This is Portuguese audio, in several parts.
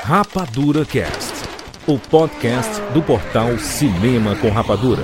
Rapadura Cast, o podcast do portal Cinema com Rapadura.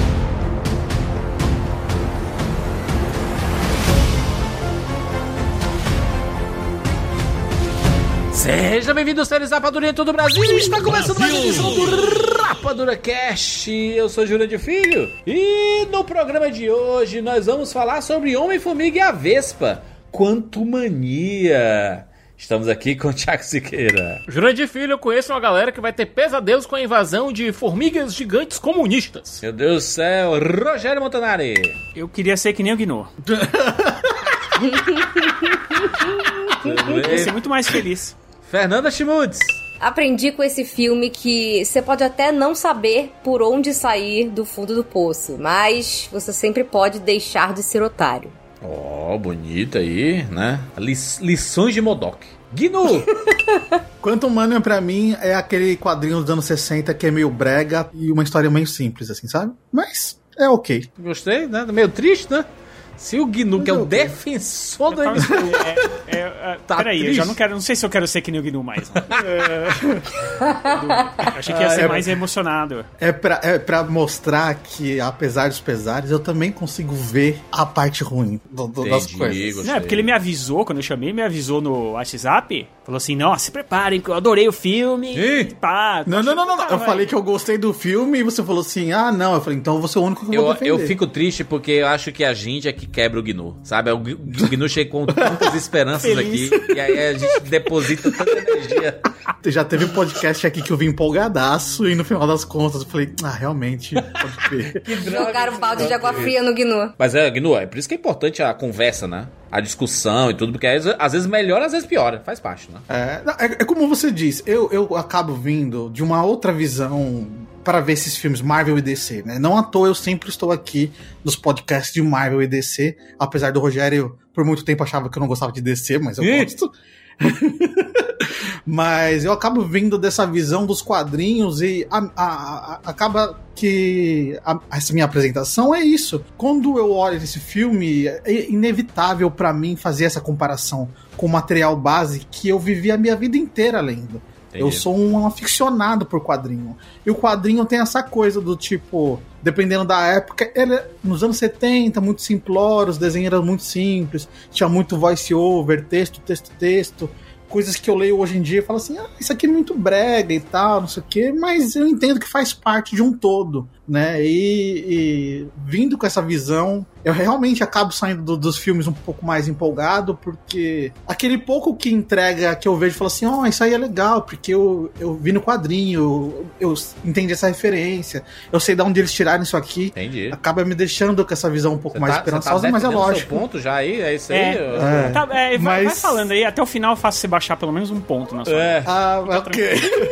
Seja bem-vindo, senhores Rapadura em todo o Brasil. Está começando mais uma edição do Rapadura Cast. Eu sou Júlio de Filho e no programa de hoje nós vamos falar sobre Homem-Formiga e a Vespa, Quantumania. Estamos aqui com o Thiago Siqueira. Júlio de Filho, eu conheço uma galera que vai ter pesadelos com a invasão de formigas gigantes comunistas. Meu Deus do céu, Rogério Montanari. Eu queria ser que nem o Gnu. Ia ser muito mais feliz. Fernanda Schmutz. Aprendi com esse filme que você pode até não saber por onde sair do fundo do poço, mas você sempre pode deixar de ser otário. Oh, bonita aí, né? Lições de Modok. Gnu! Quantumania pra mim é aquele quadrinho dos anos 60 que é meio brega e uma história meio simples, assim, sabe? Mas é ok. Gostei, né? Meio triste, né? Se o Gnu, que é o defensor do MCU. Tá peraí, triste. Eu já não sei se eu quero ser que nem o Gnu mais. Achei que ia ser mais emocionado. É pra mostrar que, apesar dos pesares, eu também consigo ver a parte ruim das coisas. Não, é porque ele me avisou, quando eu chamei, me avisou no WhatsApp. Falou assim, nossa, se preparem, que eu adorei o filme. Pá, não. Eu falei que eu gostei do filme e você falou assim, não. Eu falei, então eu vou ser o único que eu vou defender. Eu fico triste porque eu acho que a gente é que quebra o Gnu, sabe? O Gnu chega com tantas esperanças aqui e aí a gente deposita tanta energia. Já teve um podcast aqui que eu vim empolgadaço e no final das contas eu falei, realmente, pode ver. Jogaram um balde de água fria no Gnu. Mas Gnu, é por isso que é importante a conversa, né? A discussão e tudo, porque às vezes melhora, às vezes piora. Faz parte, né? É como você disse, eu acabo vindo de uma outra visão para ver esses filmes Marvel e DC, né? Não à toa eu sempre estou aqui nos podcasts de Marvel e DC, apesar do Rogério por muito tempo achava que eu não gostava de DC, mas eu gosto. Mas eu acabo vindo dessa visão dos quadrinhos e acaba que essa minha apresentação é isso. Quando eu olho esse filme, é inevitável pra mim fazer essa comparação com o material base que eu vivi a minha vida inteira lendo. Entendi. Eu sou um aficionado por quadrinho. E o quadrinho tem essa coisa do tipo, dependendo da época, nos anos 70, muito simplório, os desenhos eram muito simples, tinha muito voice-over, texto. Coisas que eu leio hoje em dia e falo assim, isso aqui é muito brega e tal, não sei o quê, mas eu entendo que faz parte de um todo, né? E vindo com essa visão, eu realmente acabo saindo dos filmes um pouco mais empolgado, porque aquele pouco que entrega, que eu vejo e falo assim, isso aí é legal, porque eu vi no quadrinho, eu entendi essa referência, eu sei de onde eles tiraram isso aqui. Entendi. Acaba me deixando com essa visão um pouco mais esperançosa, mas é lógico. Seu ponto já aí, é isso aí? Vai falando aí, até o final eu faço você baixar pelo menos um ponto na sua. Ok.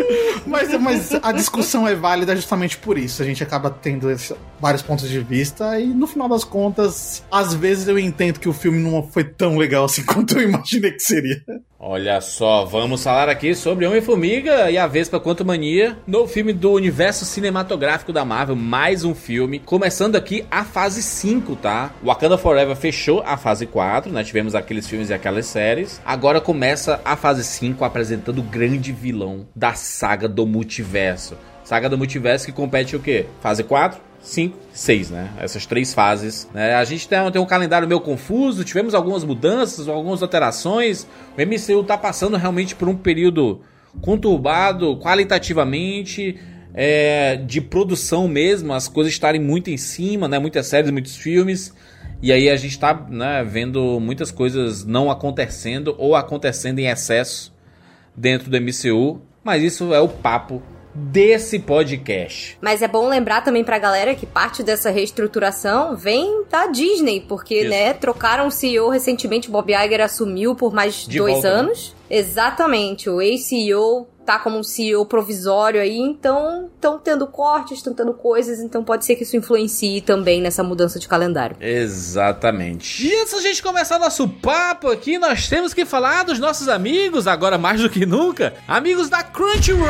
mas a discussão é válida justamente por isso. A gente acaba tendo vários pontos de vista e no final das contas, às vezes eu entendo que o filme não foi tão legal assim quanto eu imaginei que seria. Olha só, vamos falar aqui sobre Homem-Formiga e a Vespa Quantumania, no filme do universo cinematográfico da Marvel, mais um filme, começando aqui a fase 5, tá? Wakanda Forever fechou a fase 4, né? Tivemos aqueles filmes e aquelas séries. Agora começa a fase 5 apresentando o grande vilão da saga do multiverso. Saga do multiverso que compete o quê? Fase 4, 5, 6, né? Essas 3 fases, né? A gente tem um calendário meio confuso, tivemos algumas mudanças, algumas alterações. O MCU tá passando realmente por um período conturbado, qualitativamente, de produção mesmo, as coisas estarem muito em cima, né? Muitas séries, muitos filmes. E aí a gente tá, né, vendo muitas coisas não acontecendo ou acontecendo em excesso dentro do MCU. Mas isso é o papo desse podcast. Mas é bom lembrar também pra galera que parte dessa reestruturação vem da Disney, porque, né, trocaram o CEO recentemente, o Bob Iger assumiu por mais de 2 anos. Né? Exatamente, o ex-CEO tá como um CEO provisório aí, então estão tendo cortes, estão tendo coisas, então pode ser que isso influencie também nessa mudança de calendário. Exatamente. E antes da gente começar nosso papo aqui, nós temos que falar dos nossos amigos, agora mais do que nunca, amigos da Crunchyroll,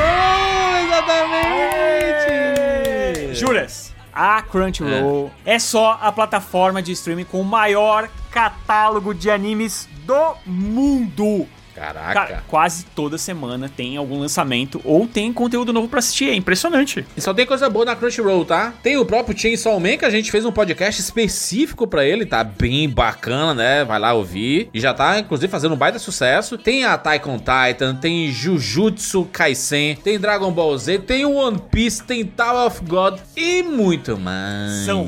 exatamente! Juras, a Crunchyroll é só a plataforma de streaming com o maior catálogo de animes do mundo. Caraca. Cara, quase toda semana tem algum lançamento ou tem conteúdo novo pra assistir. É impressionante. E só tem coisa boa na Crunchyroll, tá? Tem o próprio Chainsaw Man, que a gente fez um podcast específico pra ele, tá bem bacana, né? Vai lá ouvir. E já tá, inclusive, fazendo um baita sucesso. Tem a Attack on Titan, tem Jujutsu Kaisen, tem Dragon Ball Z, tem One Piece, tem Tower of God e muito mais. São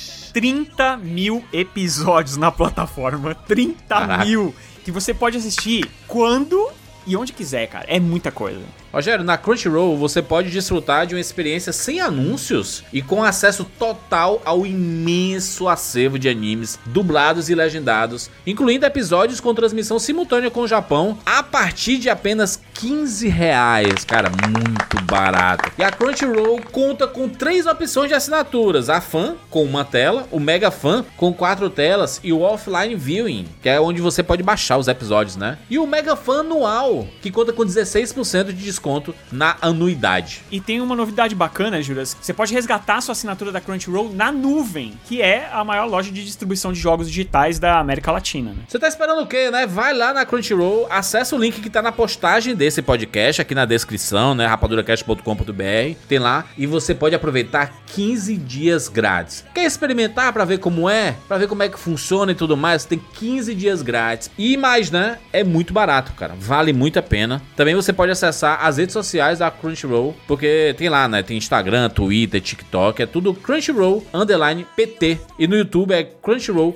30 mil episódios na plataforma. 30 Caraca. mil que você pode assistir quando e onde quiser, cara. É muita coisa. Rogério, na Crunchyroll você pode desfrutar de uma experiência sem anúncios e com acesso total ao imenso acervo de animes dublados e legendados, incluindo episódios com transmissão simultânea com o Japão, a partir de apenas R$15. Cara, muito barato. E a Crunchyroll conta com 3 opções de assinaturas: a Fan, com uma tela, o Mega Fan, com 4 telas, e o Offline Viewing, que é onde você pode baixar os episódios, né? E o Mega Fan anual, que conta com 16% de desconto na anuidade. E tem uma novidade bacana, Juras. Você pode resgatar sua assinatura da Crunchyroll na nuvem, que é a maior loja de distribuição de jogos digitais da América Latina, né? Você tá esperando o quê, né? Vai lá na Crunchyroll, acessa o link que tá na postagem desse podcast, aqui na descrição, né? rapaduracast.com.br. Tem lá e você pode aproveitar 15 dias grátis. Quer experimentar pra ver como é? Pra ver como é que funciona e tudo mais? Tem 15 dias grátis. E mais, né? É muito barato, cara. Vale muito a pena. Também você pode acessar as redes sociais da Crunchyroll, porque tem lá, né? Tem Instagram, Twitter, TikTok, é tudo Crunchyroll_PT. E no YouTube é Crunchyroll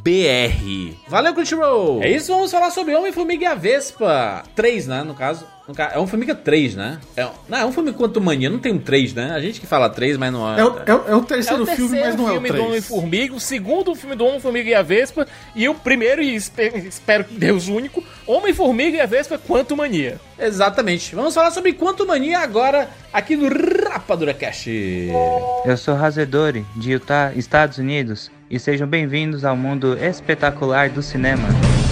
BR. Valeu, Crunchyroll! É isso, vamos falar sobre Homem-Formiga e a Vespa 3, né? No caso, é Homem-Formiga 3, né? Não, é Homem-Formiga Quantumania, não tem um 3, né? A gente que fala 3, mas não é. É o terceiro filme, mas não é o 3. Do Homem-Formiga, o segundo filme do Homem-Formiga e a Vespa, e o primeiro, e espero que Deus único, Homem-Formiga e a Vespa Quantumania. Exatamente. Vamos falar sobre Quantumania agora, aqui no RapaduraCast. Eu sou Razedori, de Utah, Estados Unidos, e sejam bem-vindos ao mundo espetacular do cinema.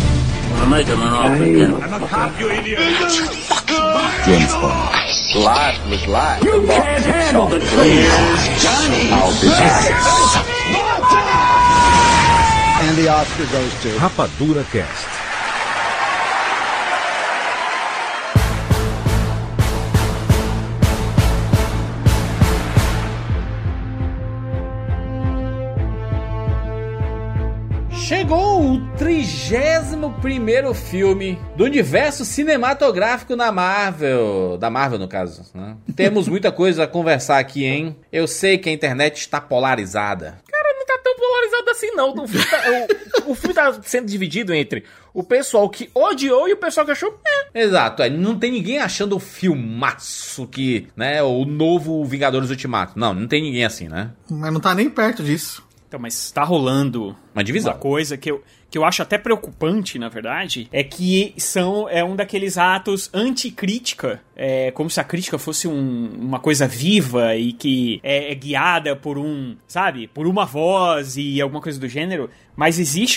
James Bond. Life was life. You can't handle the truth, Johnny. I'll be back. And the Oscar goes to RapaduraCast. Chegou o 31º filme do universo cinematográfico da Marvel, no caso, né? Temos muita coisa a conversar aqui, hein? Eu sei que a internet está polarizada. Cara, não tá tão polarizado assim, não. O filme tá sendo dividido entre o pessoal que odiou e o pessoal que achou... Exato, não tem ninguém achando o filmaço que, né, o novo Vingadores Ultimato. Não tem ninguém assim, né? Mas não tá nem perto disso. Então, mas tá rolando uma divisão. Uma coisa que eu acho até preocupante, na verdade, é que é um daqueles atos anticrítica, como se a crítica fosse uma coisa viva e que é guiada por por uma voz e alguma coisa do gênero, mas existe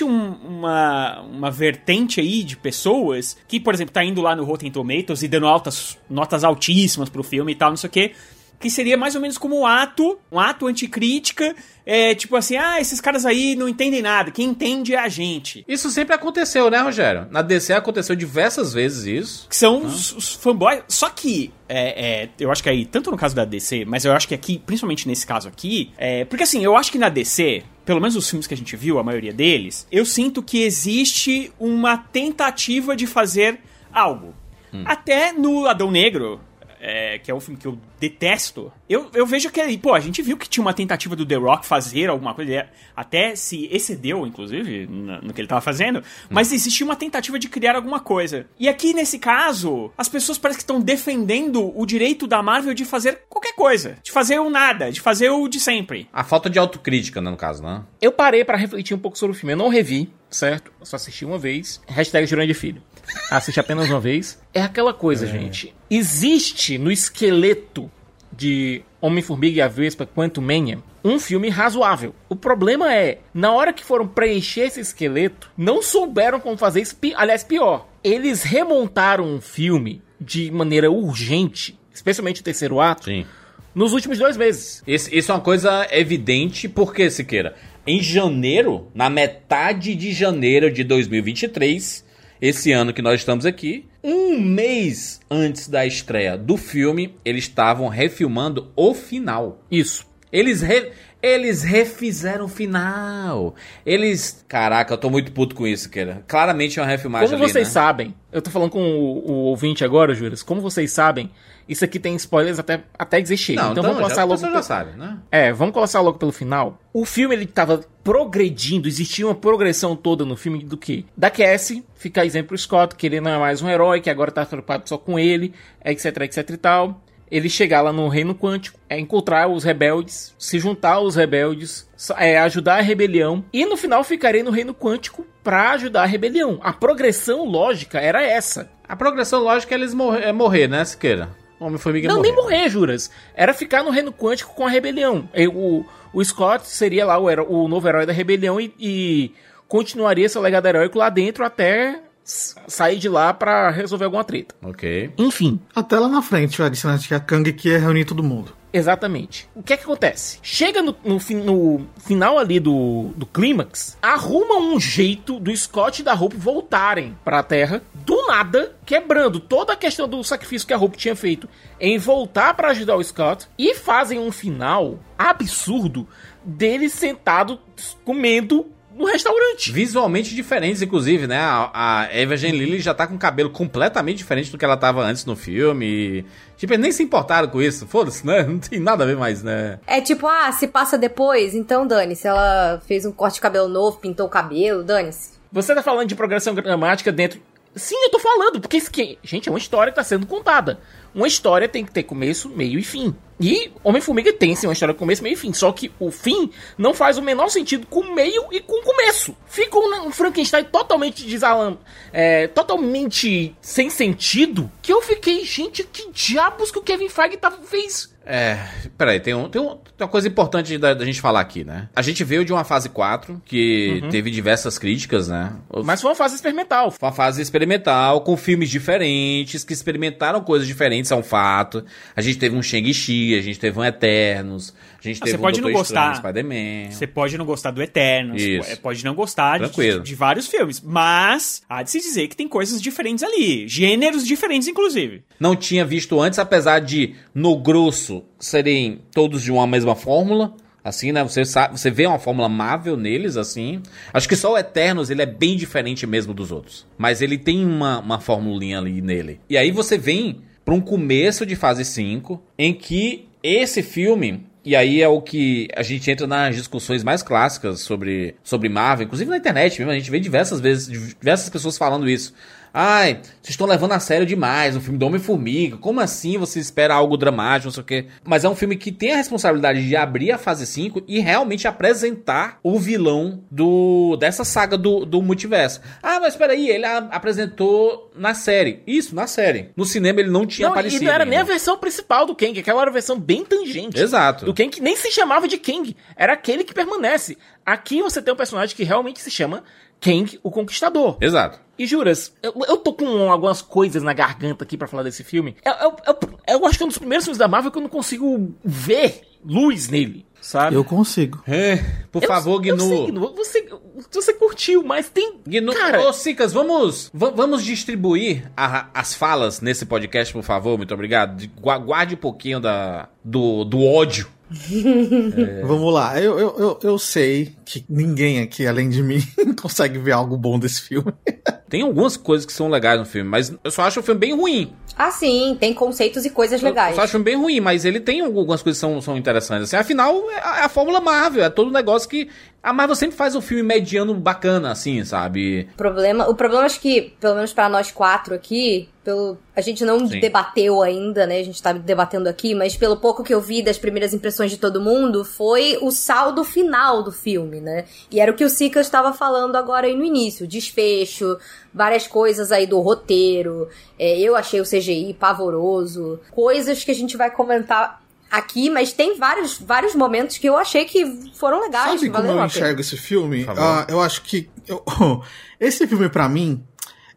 uma vertente aí de pessoas que, por exemplo, tá indo lá no Rotten Tomatoes e dando notas altíssimas pro filme e tal, não sei o quê, que seria mais ou menos como um ato anticrítica, tipo assim, esses caras aí não entendem nada, quem entende é a gente. Isso sempre aconteceu, né, Rogério? Na DC aconteceu diversas vezes isso. Que são os fanboys, só que, eu acho que aí, tanto no caso da DC, mas eu acho que aqui, principalmente nesse caso aqui, porque assim, eu acho que na DC, pelo menos os filmes que a gente viu, a maioria deles, eu sinto que existe uma tentativa de fazer algo. Até no Adão Negro, que é um filme que eu detesto, eu vejo que, a gente viu que tinha uma tentativa do The Rock fazer alguma coisa, ele até se excedeu, inclusive, no que ele tava fazendo, mas existia uma tentativa de criar alguma coisa. E aqui, nesse caso, as pessoas parecem que estão defendendo o direito da Marvel de fazer qualquer coisa, de fazer o nada, de fazer o de sempre. A falta de autocrítica, né, no caso, né? Eu parei pra refletir um pouco sobre o filme, eu não revi, certo? Eu só assisti uma vez, #Jurandir Filho. Assisti apenas uma vez. É aquela coisa, gente. Existe no esqueleto de Homem-Formiga e a Vespa Quantumania um filme razoável. O problema é, na hora que foram preencher esse esqueleto, não souberam como fazer isso. Aliás, pior, eles remontaram um filme de maneira urgente, especialmente o terceiro ato, sim, nos últimos 2 meses. Isso é uma coisa evidente, porque, Siqueira, em janeiro, na metade de janeiro de 2023... esse ano que nós estamos aqui, um mês antes da estreia do filme, eles estavam refilmando o final. Isso. Eles refizeram o final. Caraca, eu tô muito puto com isso, cara. Claramente é uma refilmagem Como ali, vocês né? sabem, eu tô falando com o ouvinte agora, Juras, como vocês sabem, isso aqui tem spoilers até dizer chega. Não, então vamos começar logo já sabe, né? vamos começar logo pelo final. O filme, ele tava progredindo, existia uma progressão toda no filme do quê? Da Cassie, ficar exemplo pro Scott, que ele não é mais um herói, que agora tá preocupado só com ele, etc e tal. Ele chegar lá no Reino Quântico, encontrar os rebeldes, se juntar aos rebeldes, ajudar a rebelião, e no final ficarei no Reino Quântico pra ajudar a rebelião. A progressão lógica era essa. A progressão lógica é eles morrer, né, Siqueira? Homem-Formiga Não, morrer. nem morrer, Juras. Era ficar no Reino Quântico com a rebelião. O Scott seria lá o novo herói da rebelião e continuaria seu legado heróico lá dentro até sair de lá pra resolver alguma treta. Ok. Enfim. Até lá na frente, a cena de que a Kang quer reunir todo mundo. Exatamente. O que é que acontece? Chega no final ali do clímax, arruma um jeito do Scott e da Hope voltarem pra Terra, do nada, quebrando toda a questão do sacrifício que a Hope tinha feito em voltar pra ajudar o Scott, e fazem um final absurdo deles sentados comendo no restaurante. Visualmente diferentes, inclusive, né? A Evangeline Lilly já tá com o cabelo completamente diferente do que ela tava antes no filme. Tipo, eles nem se importaram com isso. Foda-se, né? Não tem nada a ver mais, né? É tipo, se passa depois, então dane-se. Ela fez um corte de cabelo novo, pintou o cabelo, dane-se. Você tá falando de progressão dramática dentro... Sim, eu tô falando, porque isso aqui, gente, é uma história que tá sendo contada. Uma história tem que ter começo, meio e fim. E Homem-Formiga tem sim uma história com começo, meio e fim. Só que o fim não faz o menor sentido com o meio e com o começo. Fica um Frankenstein totalmente totalmente sem sentido. Que eu fiquei, gente, que diabos que o Kevin Feige fez? Peraí, tem uma coisa importante da gente falar aqui, né? A gente veio de uma fase 4, que teve diversas críticas, né? Mas foi uma fase experimental. Foi uma fase experimental, com filmes diferentes, que experimentaram coisas diferentes, é um fato. A gente teve um Shang-Chi, a gente teve um Eternos, a gente teve um Doutor Estranho, Spider-Man. Você pode não gostar do Eternos, Isso. pode não gostar de vários filmes, mas há de se dizer que tem coisas diferentes ali, gêneros diferentes, inclusive. Não tinha visto antes, apesar de, no grosso, serem todos de uma mesma fórmula, assim, né? Você vê uma fórmula Marvel neles, assim. Acho que só o Eternos, ele é bem diferente mesmo dos outros. Mas ele tem uma formulinha ali nele. E aí você vem para um começo de fase 5, em que esse filme... E aí é o que a gente entra nas discussões mais clássicas sobre Marvel, inclusive na internet mesmo, a gente vê diversas vezes, diversas pessoas falando isso. Ai, vocês estão levando a sério demais o filme do Homem-Formiga, como assim você espera algo dramático, não sei o quê. Mas é um filme que tem a responsabilidade de abrir a fase 5 e realmente apresentar o vilão dessa saga do multiverso. Mas espera aí, ele apresentou na série. Isso, na série. No cinema ele não tinha aparecido. E não era ainda. nem a versão principal do Kang, aquela era a versão bem tangente. Exato. Do Kang, que nem se chamava de Kang, era aquele que permanece. Aqui você tem um personagem que realmente se chama Kang, o Conquistador. Exato. E Juras, eu tô com algumas coisas na garganta aqui pra falar desse filme. Eu acho que é um dos primeiros filmes da Marvel que eu não consigo ver luz nele, sabe? Eu consigo. Por favor, Gnu. Eu sei, Gnu, você curtiu, mas tem... Gnu, cara... Ô, Cicas, vamos distribuir as falas nesse podcast, por favor, muito obrigado. Guarde um pouquinho do ódio. Vamos lá, eu sei que ninguém aqui, além de mim, consegue ver algo bom desse filme. Tem algumas coisas que são legais no filme, mas eu só acho o filme bem ruim. Sim, tem conceitos e coisas legais. Eu só acho o filme bem ruim, mas ele tem algumas coisas que são interessantes. Assim, afinal, é a fórmula Marvel, é todo um negócio que a Marvel sempre faz um filme mediano bacana, assim, sabe? O problema acho que, pelo menos pra nós 4 aqui, a gente não debateu ainda, né? A gente tá debatendo aqui, mas pelo pouco que eu vi das primeiras impressões de todo mundo, foi o saldo final do filme, né? E era o que o Sika estava falando agora aí no início, desfecho, várias coisas aí do roteiro, eu achei o CGI pavoroso, coisas que a gente vai comentar aqui, mas tem vários momentos que eu achei que foram legais. Sabe como eu enxergo esse filme? Eu acho que esse filme, pra mim,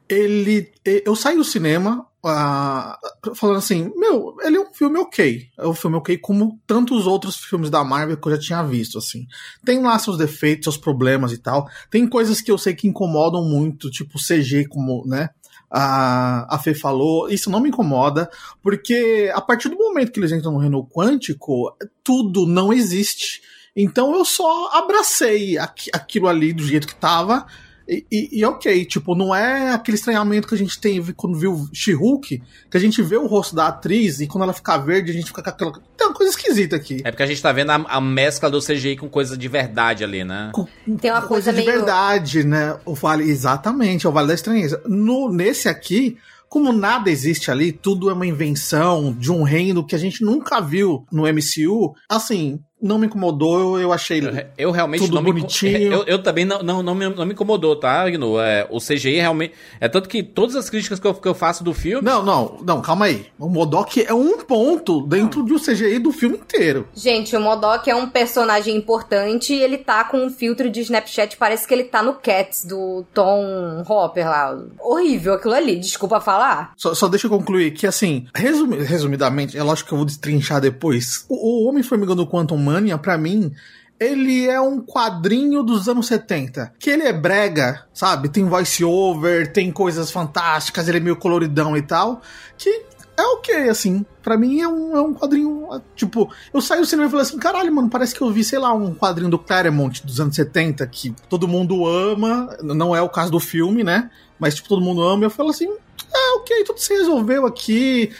eu saí do cinema falando assim, ele é um filme ok. É um filme ok como tantos outros filmes da Marvel que eu já tinha visto, assim. Tem lá seus defeitos, seus problemas e tal. Tem coisas que eu sei que incomodam muito, tipo CG, como, né, a Fê falou. Isso não me incomoda, porque a partir do momento que eles entram no reino quântico, tudo não existe. Então eu só abracei aquilo ali do jeito que tava. E ok, tipo, não é aquele estranhamento que a gente teve quando viu She-Hulk, que a gente vê o rosto da atriz e quando ela fica verde a gente fica com aquela... Tem uma coisa esquisita aqui. É porque a gente tá vendo a mescla do CGI com coisa de verdade ali, né? Tem uma coisa de verdade, né? Exatamente, é o Vale da Estranheza. Nesse aqui, como nada existe ali, tudo é uma invenção de um reino que a gente nunca viu no MCU, assim... Não me incomodou, eu achei eu realmente tudo não bonitinho. Eu também não me incomodou, tá, Gnu? O CGI realmente... É tanto que todas as críticas que eu faço do filme... Não, calma aí. O MODOK é um ponto dentro do CGI do filme inteiro. Gente, o MODOK é um personagem importante e ele tá com um filtro de Snapchat, parece que ele tá no Cats, do Tom Hopper lá. Horrível aquilo ali, desculpa falar. Só deixa eu concluir que, assim, resumidamente, é lógico que eu vou destrinchar depois. O Homem-Formiga do Quantum Mania, pra mim, ele é um quadrinho dos anos 70. Que ele é brega, sabe? Tem voice-over, tem coisas fantásticas, ele é meio coloridão e tal. Que é ok, assim. Pra mim é um quadrinho, tipo... Eu saí do cinema e falei assim, caralho, mano, parece que eu vi, sei lá, um quadrinho do Claremont dos anos 70, que todo mundo ama. Não é o caso do filme, né? Mas, tipo, todo mundo ama. E eu falo assim, ok, tudo se resolveu aqui.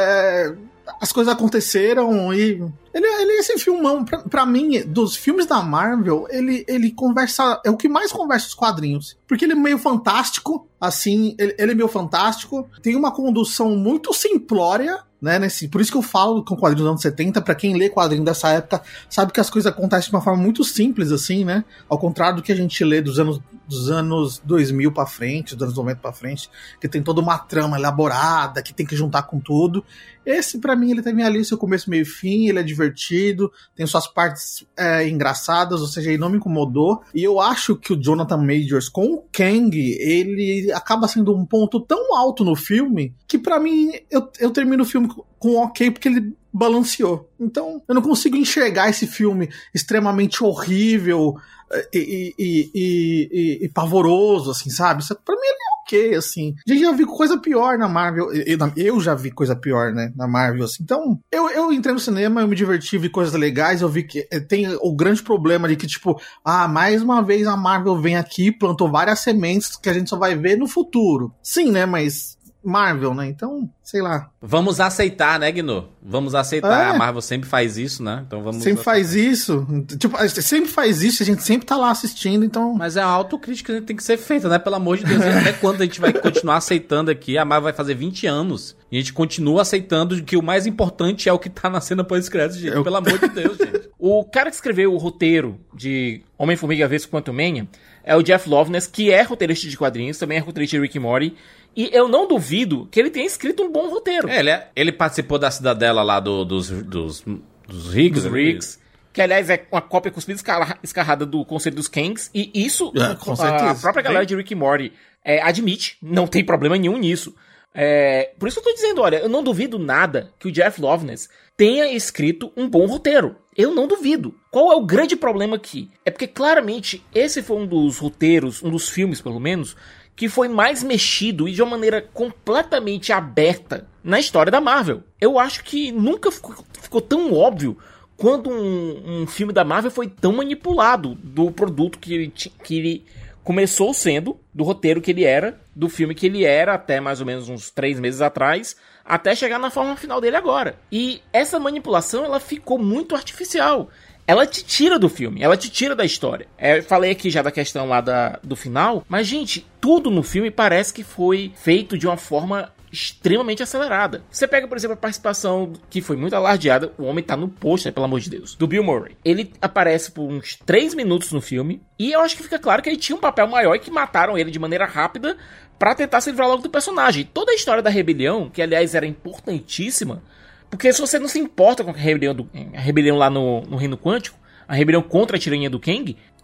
As coisas aconteceram e... Ele é esse filmão, pra mim, dos filmes da Marvel, ele conversa, é o que mais conversa os quadrinhos. Porque ele é meio fantástico, assim, ele é meio fantástico, tem uma condução muito simplória, né, por isso que eu falo com quadrinhos dos anos 70, pra quem lê quadrinho dessa época, sabe que as coisas acontecem de uma forma muito simples, assim, né, ao contrário do que a gente lê dos anos 2000 pra frente, dos anos 90 pra frente, que tem toda uma trama elaborada, que tem que juntar com tudo. Esse, pra mim, ele tem ali seu começo, meio e fim, ele é divertido, tem suas partes engraçadas, ou seja, ele não me incomodou. E eu acho que o Jonathan Majors com o Kang, ele acaba sendo um ponto tão alto no filme, que pra mim, eu termino o filme com ok, porque ele balanceou. Então, eu não consigo enxergar esse filme extremamente horrível e pavoroso, assim, sabe? Pra mim, ele é ok, assim. A gente já viu coisa pior na Marvel. Eu já vi coisa pior, né, na Marvel, assim. Então, eu entrei no cinema, eu me diverti, vi coisas legais, eu vi que tem o grande problema de que, tipo, mais uma vez a Marvel vem aqui, plantou várias sementes que a gente só vai ver no futuro. Sim, né, mas... Marvel, né? Então, sei lá. Vamos aceitar, né, Gnu? Vamos aceitar. A Marvel sempre faz isso, né? Então vamos sempre faz isso. Tipo, sempre faz isso, a gente sempre tá lá assistindo, então... Mas é a autocrítica que tem que ser feita, né? Pelo amor de Deus. Até quando a gente vai continuar aceitando aqui? A Marvel vai fazer 20 anos. E a gente continua aceitando que o mais importante é o que tá na cena pós-crédito, gente. Pelo amor de Deus, gente. O cara que escreveu o roteiro de Homem-Formiga vs Quantumania é o Jeff Loveness, que é roteirista de quadrinhos, também é roteirista de Rick and Morty. E eu não duvido que ele tenha escrito um bom roteiro. Ele participou da Cidadela lá dos Riggs. Que, aliás, é uma cópia cuspida escarrada do Conselho dos Kangs. E isso, com certeza, a própria galera de Rick and Morty admite. Não tem problema nenhum nisso. Por isso que eu tô dizendo, olha, eu não duvido nada que o Jeff Loveness tenha escrito um bom roteiro. Eu não duvido. Qual é o grande problema aqui? É porque, claramente, esse foi um dos roteiros, um dos filmes, pelo menos, que foi mais mexido e de uma maneira completamente aberta na história da Marvel. Eu acho que nunca ficou tão óbvio quando um filme da Marvel foi tão manipulado do produto que ele começou sendo, do roteiro que ele era, do filme que ele era até mais ou menos uns 3 meses atrás, até chegar na forma final dele agora. E essa manipulação, ela ficou muito artificial. Ela te tira do filme, ela te tira da história. Eu falei aqui já da questão lá do final, mas, gente, tudo no filme parece que foi feito de uma forma extremamente acelerada. Você pega, por exemplo, a participação que foi muito alardeada, o homem tá no pôster, pelo amor de Deus, do Bill Murray. Ele aparece por uns 3 minutos no filme, e eu acho que fica claro que ele tinha um papel maior e que mataram ele de maneira rápida pra tentar se livrar logo do personagem. Toda a história da rebelião, que aliás era importantíssima, porque se você não se importa com a rebelião lá no Reino Quântico, a rebelião contra a tirania do Kang,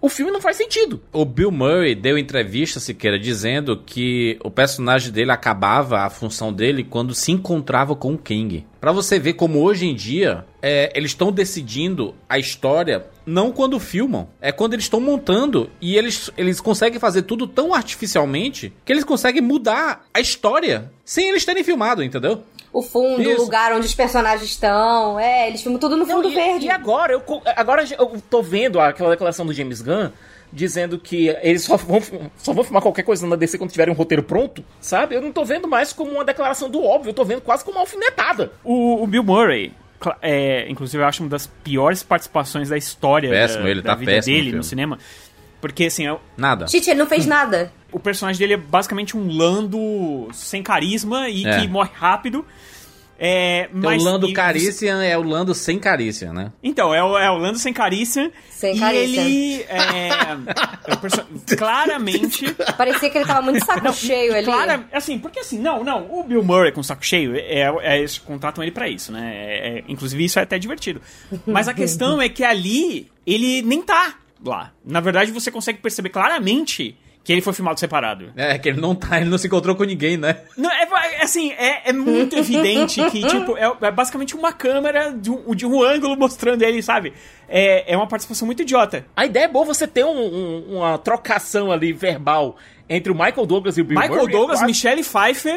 o filme não faz sentido. O Bill Murray deu entrevista, Siqueira, dizendo que o personagem dele acabava, a função dele, quando se encontrava com o King. Pra você ver como hoje em dia, eles estão decidindo a história não quando filmam, é quando eles estão montando. E eles conseguem fazer tudo tão artificialmente que eles conseguem mudar a história sem eles terem filmado, entendeu? O fundo, o lugar onde os personagens estão. Eles filmam tudo no fundo verde. E agora eu tô vendo aquela declaração do James Gunn dizendo que eles só vão filmar qualquer coisa na DC quando tiverem um roteiro pronto, sabe? Eu não tô vendo mais como uma declaração do óbvio, eu tô vendo quase como uma alfinetada. O Bill Murray, inclusive eu acho uma das piores participações da história da vida dele no cinema. Porque assim... Nada. Tite, ele não fez nada. O personagem dele é basicamente um Lando sem carisma e que morre rápido. Mas o Lando Calrissian é o Lando sem carícia, né? Então, é o Lando sem carícia. Sem carícia. E ele claramente... Parecia que ele tava muito saco cheio ali. Porque o Bill Murray com saco cheio, eles contratam ele pra isso, né? Inclusive, isso é até divertido. Mas a questão é que ali, ele nem tá lá. Na verdade, você consegue perceber claramente que ele foi filmado separado. Que ele não se encontrou com ninguém, né? Não, é muito evidente que, tipo, é basicamente uma câmera de um ângulo mostrando ele, sabe? É uma participação muito idiota. A ideia é boa você ter uma trocação ali verbal entre o Michael Douglas e o Bill Murray. Michael Douglas, Michelle Pfeiffer,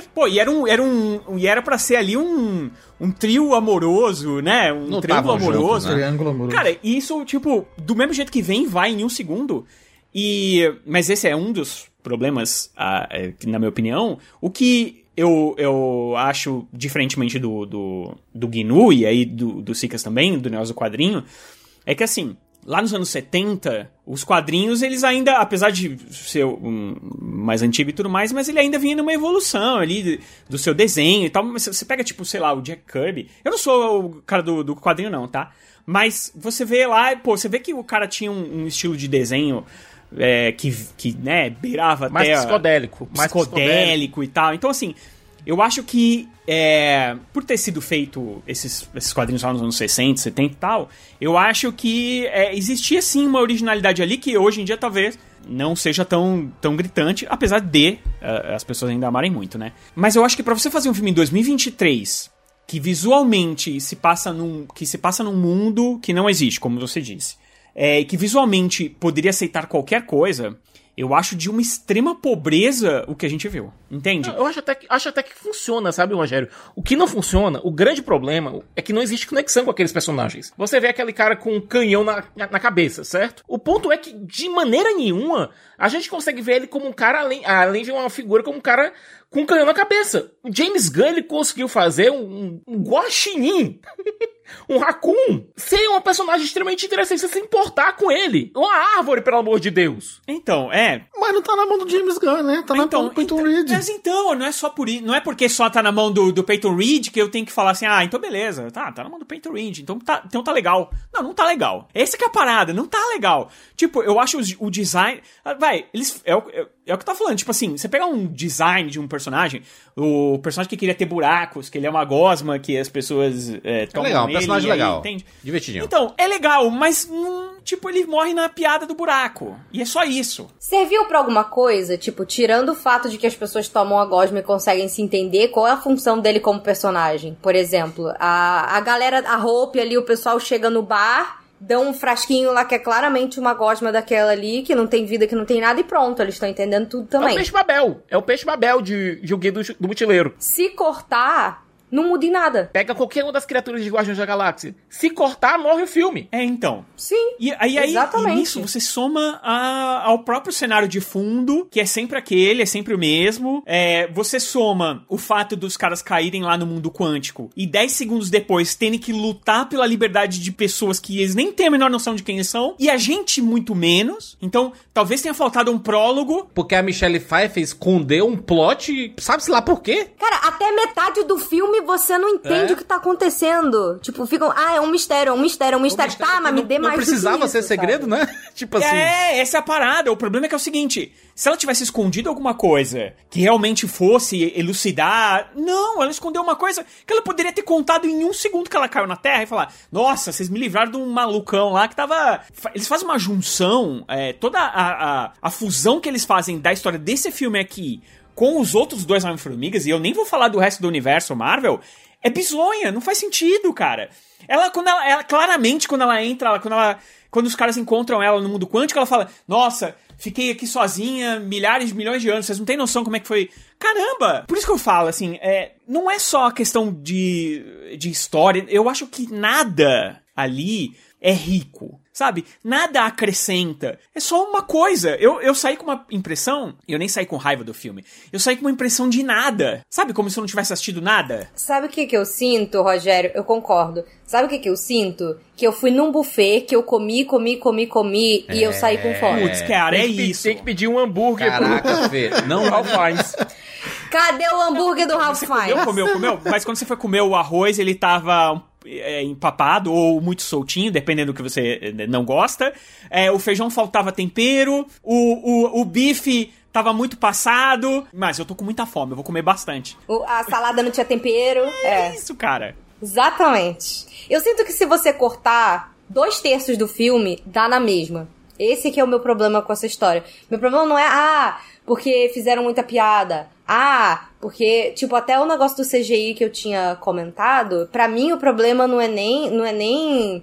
e era pra ser ali um trio amoroso, né? Um triângulo amoroso. Triângulo amoroso. Cara, isso, tipo, do mesmo jeito que vem, vai em um segundo. Mas esse é um dos problemas, na minha opinião. O que eu acho, diferentemente do GNU e aí do Sikas também, do negócio do quadrinho, é que assim, lá nos anos 70, os quadrinhos, eles ainda, apesar de ser mais antigo e tudo mais, mas ele ainda vinha numa evolução ali do seu desenho e tal. Você pega, tipo, sei lá, o Jack Kirby. Eu não sou o cara do quadrinho não, tá? Mas você vê lá, você vê que o cara tinha um estilo de desenho... que né, beirava mais até... psicodélico e tal. Então, assim, eu acho que por ter sido feito esses quadrinhos lá nos anos 60, 70 e tal, eu acho que existia sim uma originalidade ali que hoje em dia talvez não seja tão gritante, apesar de as pessoas ainda amarem muito, né? Mas eu acho que pra você fazer um filme em 2023 que visualmente se passa num mundo que não existe, como você disse, que visualmente poderia aceitar qualquer coisa, eu acho de uma extrema pobreza o que a gente viu. Entende? Eu acho até que funciona, sabe, Rogério? O que não funciona, o grande problema, é que não existe conexão com aqueles personagens. Você vê aquele cara com um canhão na cabeça, certo? O ponto é que, de maneira nenhuma, a gente consegue ver ele como um cara, além de uma figura, como um cara com um canhão na cabeça. O James Gunn, ele conseguiu fazer um guaxinim, um raccoon, ser um personagem extremamente interessante, você se importar com ele. Uma árvore, pelo amor de Deus. Então, Mas não tá na mão do James Gunn, né? Tá na mão do Peyton Reed. Mas então, não é só por isso. Não é porque só tá na mão do Peyton Reed que eu tenho que falar assim, então beleza, tá na mão do Peyton Reed, então tá legal. Não tá legal. Essa que é a parada, não tá legal. Tipo, eu acho o design... É o que tá falando, tipo assim, você pega um design de um personagem, o personagem que queria ter buracos, que ele é uma gosma, que as pessoas tomam legal, nele, personagem legal, entende? Divertidinho. Então, é legal, mas tipo, ele morre na piada do buraco, e é só isso. Serviu pra alguma coisa? Tipo, tirando o fato de que as pessoas tomam a gosma e conseguem se entender, qual é a função dele como personagem? Por exemplo, a galera, a Hope ali, o pessoal chega no bar... Dão um frasquinho lá que é claramente uma gosma daquela ali, que não tem vida, que não tem nada, e pronto, eles estão entendendo tudo também. É o peixe Babel de O Guia do Mochileiro. Se cortar, não muda em nada. Pega qualquer uma das criaturas de Guardiões da Galáxia. Se cortar, morre o filme. Então. Sim, exatamente. E nisso você soma ao próprio cenário de fundo, que é sempre aquele, é sempre o mesmo. Você soma o fato dos caras caírem lá no mundo quântico e 10 segundos depois terem que lutar pela liberdade de pessoas que eles nem têm a menor noção de quem eles são, e a gente muito menos. Então, talvez tenha faltado um prólogo. Porque a Michelle Pfeiffer escondeu um plot, sabe-se lá por quê? Cara, até metade do filme você não entende o que tá acontecendo. Tipo, ficam, é um mistério. Tá, mas me dê mais do que não precisava isso, ser segredo, sabe? né? Tipo assim... Essa é a parada. O problema é que é o seguinte, se ela tivesse escondido alguma coisa que realmente fosse elucidar... Não, ela escondeu uma coisa que ela poderia ter contado em 1 segundo que ela caiu na Terra e falar, nossa, vocês me livraram de um malucão lá que tava... Eles fazem uma junção, toda a fusão que eles fazem da história desse filme aqui com os outros 2 Homem-Formigas, e eu nem vou falar do resto do universo Marvel, é bizonha, não faz sentido, cara. Ela claramente, quando ela entra, quando os caras encontram ela no mundo quântico, ela fala, nossa, fiquei aqui sozinha milhões de anos, vocês não têm noção como é que foi. Caramba! Por isso que eu falo, assim, não é só a questão de história, eu acho que nada ali é rico, sabe? Nada acrescenta. É só uma coisa. Eu saí com uma impressão, eu nem saí com raiva do filme, eu saí com uma impressão de nada. Sabe? Como se eu não tivesse assistido nada. Sabe o que eu sinto, Rogério? Eu concordo. Sabe o que eu sinto? Que eu fui num buffet, que eu comi e eu saí com fome. Putz, cara, isso. Tem que pedir um hambúrguer. Caraca, Fê. Não, Ralph Fiennes. Cadê o hambúrguer do Ralph Fiennes? Comeu. Mas quando você foi comer o arroz, ele tava empapado ou muito soltinho, dependendo do que você não gosta. O feijão faltava tempero. O bife tava muito passado. Mas eu tô com muita fome, eu vou comer bastante. A salada não tinha tempero. É isso, cara. Exatamente. Eu sinto que se você cortar 2/3 do filme, dá na mesma. Esse que é o meu problema com essa história. Meu problema não é, porque fizeram muita piada. Porque, tipo, até o negócio do CGI que eu tinha comentado, pra mim o problema não é nem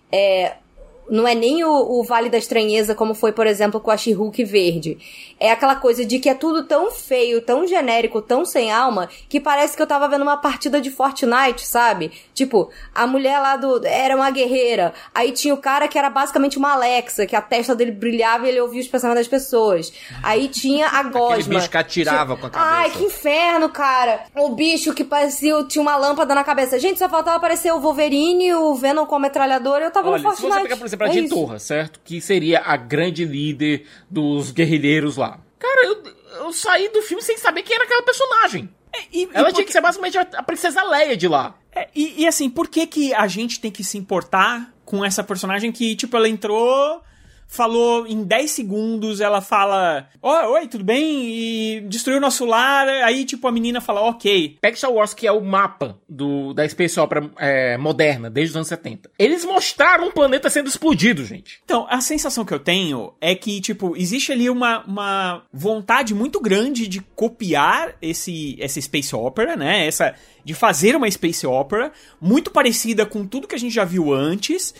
o Vale da Estranheza, como foi, por exemplo, com a She-Hulk verde. É aquela coisa de que é tudo tão feio, tão genérico, tão sem alma, que parece que eu tava vendo uma partida de Fortnite, sabe? Tipo, a mulher lá era uma guerreira, aí tinha o cara que era basicamente uma Alexa, que a testa dele brilhava e ele ouvia os pensamentos das pessoas. Aí tinha a Gosma. Aquele bicho que atirava com a cabeça. Ai, que inferno, cara. O bicho que tinha uma lâmpada na cabeça. Gente, só faltava aparecer o Wolverine, o Venom com a metralhadora, eu tava no Fortnite. Se você pegar, por exemplo, a Jintorra, certo? Que seria a grande líder dos guerrilheiros lá. Cara, eu saí do filme sem saber quem era aquela personagem. Ela tinha que ser basicamente a princesa Leia de lá. E assim, por que a gente tem que se importar com essa personagem que, tipo, ela entrou... Falou em 10 segundos, ela fala, oi, tudo bem? E destruiu o nosso lar. Aí, tipo, a menina fala, ok. Pega Star Wars, que é o mapa da Space Opera moderna, desde os anos 70. Eles mostraram um planeta sendo explodido, gente. Então, a sensação que eu tenho é que, tipo, existe ali uma vontade muito grande de copiar essa Space Opera, né? De fazer uma Space Opera muito parecida com tudo que a gente já viu antes.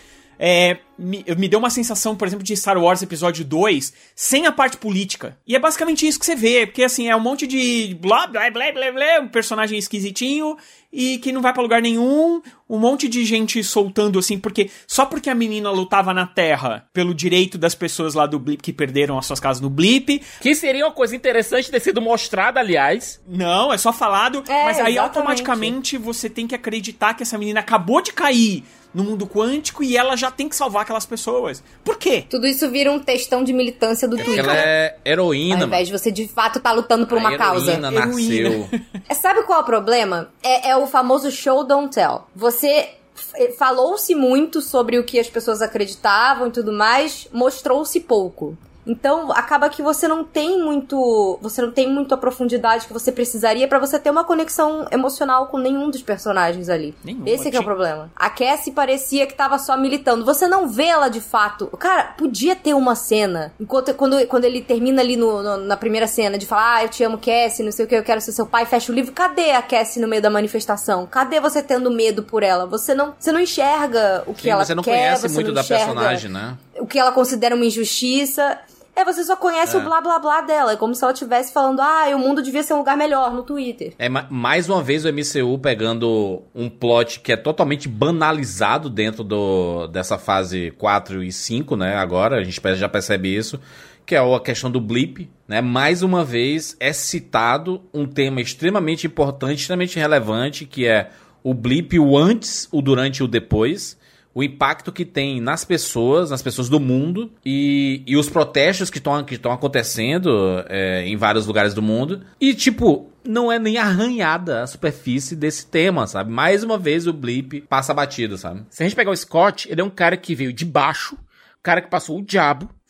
Me deu uma sensação, por exemplo, de Star Wars Episódio 2 sem a parte política. E é basicamente isso que você vê, porque assim, é um monte de blá, blá, blá, blá, blá, um personagem esquisitinho e que não vai pra lugar nenhum, um monte de gente soltando assim, só porque a menina lutava na Terra pelo direito das pessoas lá do Blip que perderam as suas casas no Blip. Que seria uma coisa interessante ter sido mostrada, aliás. Não, é só falado, mas aí automaticamente você tem que acreditar que essa menina acabou de cair no mundo quântico e ela já tem que salvar aquelas pessoas. Por quê? Tudo isso vira um textão de militância do Twitter. Ela é heroína. Ao invés de você de fato estar lutando por uma causa. Heroína nasceu. Sabe qual é o problema? É o famoso show don't tell. Você falou-se muito sobre o que as pessoas acreditavam e tudo mais, mostrou-se pouco. Então, acaba que você não tem muito a profundidade que você precisaria pra você ter uma conexão emocional com nenhum dos personagens ali. Esse que é o problema. A Cassie parecia que tava só militando. Você não vê ela de fato. Cara, podia ter uma cena, quando ele termina ali na primeira cena, de falar, eu te amo, Cassie, não sei o que, eu quero ser seu pai, fecha o livro. Cadê a Cassie no meio da manifestação? Cadê você tendo medo por ela? Você não enxerga o que ela quer. Você não conhece muito da personagem, né? O que ela considera uma injustiça. Você só conhece o blá blá blá dela. É como se ela estivesse falando, o mundo devia ser um lugar melhor no Twitter. Mais uma vez o MCU pegando um plot que é totalmente banalizado dentro dessa fase 4 e 5, né? Agora, a gente já percebe isso. Que é a questão do blip, né? Mais uma vez é citado um tema extremamente importante, extremamente relevante, que é o blip, o antes, o durante e o depois. O impacto que tem nas pessoas do mundo e os protestos que estão acontecendo em vários lugares do mundo. E, tipo, não é nem arranhada a superfície desse tema, sabe? Mais uma vez o blip passa batido, sabe? Se a gente pegar o Scott, ele é um cara que veio de baixo, cara que passou o diabo,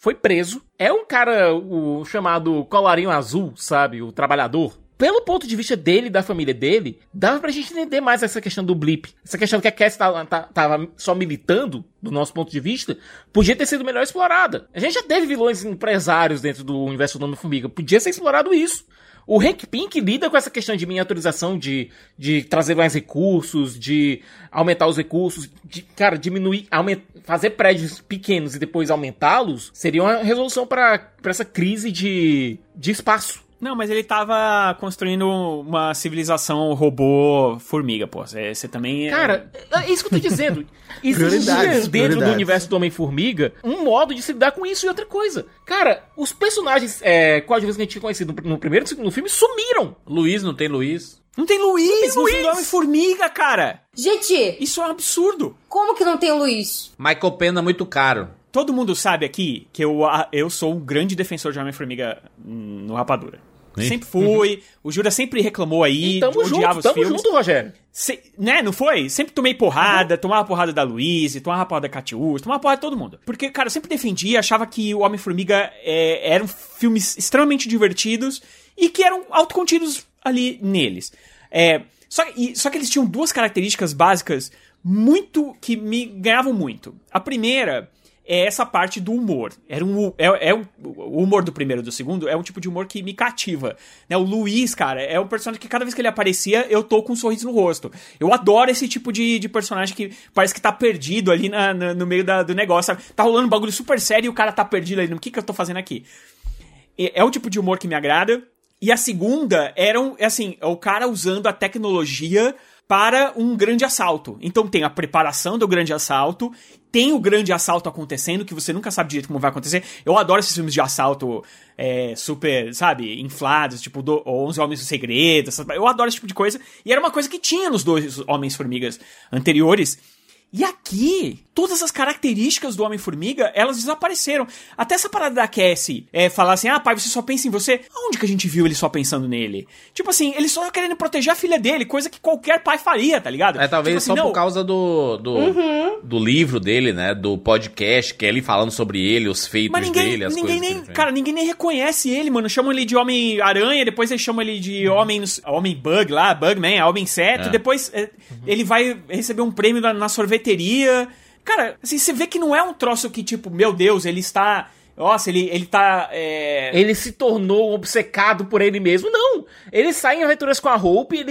foi preso. É um cara, o chamado colarinho azul, sabe? O trabalhador. Pelo ponto de vista dele e da família dele, dava pra gente entender mais essa questão do blip. Essa questão que a Cassie tava só militando, do nosso ponto de vista, podia ter sido melhor explorada. A gente já teve vilões empresários dentro do universo do Homem-Formiga. Podia ser explorado isso. O Hank Pym lida com essa questão de miniaturização, de trazer mais recursos, de aumentar os recursos, de, cara, diminuir, fazer prédios pequenos e depois aumentá-los, seria uma resolução para essa crise de espaço. Não, mas ele tava construindo uma civilização robô-formiga, pô. Você também... Cara, é isso que eu tô dizendo. Existe dentro do universo do Homem-Formiga um modo de se lidar com isso e outra coisa. Cara, os personagens coadjuvantes que a gente tinha conhecido no primeiro e segundo filme sumiram. Luiz, não tem Luiz? Não tem Luiz no filme do Homem-Formiga, cara. Gente... Isso é um absurdo. Como que não tem o Luiz? Michael Pena é muito caro. Todo mundo sabe aqui que eu sou um grande defensor de Homem-Formiga no Rapadura. Sempre fui. O Jura sempre reclamou aí, odiava os filmes. Tamo junto, Rogério. Né, não foi? Sempre tomei porrada, tomava porrada da Luiz, tomava porrada da Catiús, tomava porrada de todo mundo. Porque, cara, eu sempre defendia, achava que o Homem-Formiga eram filmes extremamente divertidos e que eram autocontidos ali neles. Só que eles tinham duas características básicas que me ganhavam muito. A primeira... é essa parte do humor. O humor do primeiro e do segundo é um tipo de humor que me cativa. Né? O Luiz, cara, é um personagem que cada vez que ele aparecia, eu tô com um sorriso no rosto. Eu adoro esse tipo de personagem que parece que tá perdido ali no meio do negócio. Sabe? Tá rolando um bagulho super sério e o cara tá perdido ali. O que eu tô fazendo aqui? É um tipo de humor que me agrada. E a segunda é o cara usando a tecnologia para um grande assalto. Então tem a preparação do grande assalto, tem o grande assalto acontecendo, que você nunca sabe direito como vai acontecer. Eu adoro esses filmes de assalto super, sabe, inflados, tipo 11 Homens do Segredo. Eu adoro esse tipo de coisa. E era uma coisa que tinha nos dois Homens-Formigas anteriores. E aqui, todas as características do Homem-Formiga, elas desapareceram. Até essa parada da Cassie, falar assim, pai, você só pensa em você. Aonde que a gente viu ele só pensando nele? Tipo assim, ele só querendo proteger a filha dele, coisa que qualquer pai faria, tá ligado? Talvez tipo assim, só por causa do livro dele, né? Do podcast, que é ele falando sobre ele, os feitos dele, as coisas que ele fez. Cara, ninguém nem reconhece ele, mano. Chamam ele de Homem-Aranha, depois eles chamam ele de Homem-Bug lá, Bugman, Homem-Inseto, depois ele vai receber um prêmio na sorveteria. Cara, assim, você vê que não é um troço que, tipo, meu Deus, ele está... Nossa, ele tá... Ele se tornou obcecado por ele mesmo. Não! Ele sai em aventuras com a Hope,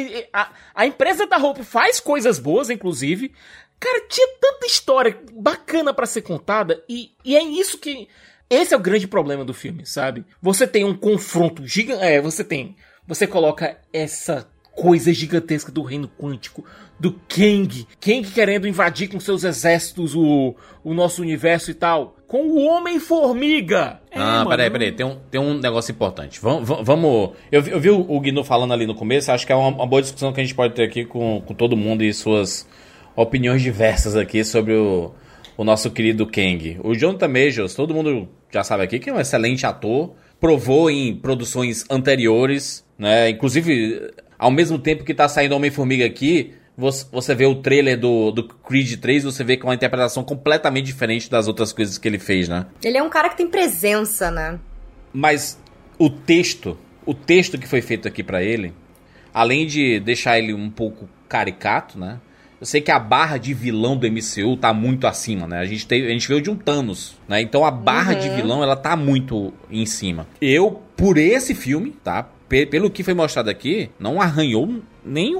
a empresa da Hope faz coisas boas, inclusive. Cara, tinha tanta história bacana pra ser contada, e é isso que... Esse é o grande problema do filme, sabe? Você tem um confronto gigante... Você coloca essa coisa gigantesca do reino quântico, do Kang querendo invadir com seus exércitos o nosso universo e tal, com o Homem-Formiga. Peraí, tem um negócio importante. Vamos... Eu vi o Guino falando ali no começo, acho que é uma boa discussão que a gente pode ter aqui com todo mundo e suas opiniões diversas aqui sobre o nosso querido Kang. O Jonathan Majors, todo mundo já sabe aqui que é um excelente ator, provou em produções anteriores, né? Inclusive, ao mesmo tempo que tá saindo Homem-Formiga aqui, você vê o trailer do Creed 3, você vê que é uma interpretação completamente diferente das outras coisas que ele fez, né? Ele é um cara que tem presença, né? Mas o texto que foi feito aqui pra ele, além de deixar ele um pouco caricato, né? Eu sei que a barra de vilão do MCU tá muito acima, né? A gente veio de um Thanos, né? Então a barra de vilão, ela tá muito em cima. Por esse filme, tá? Pelo que foi mostrado aqui, não arranhou nem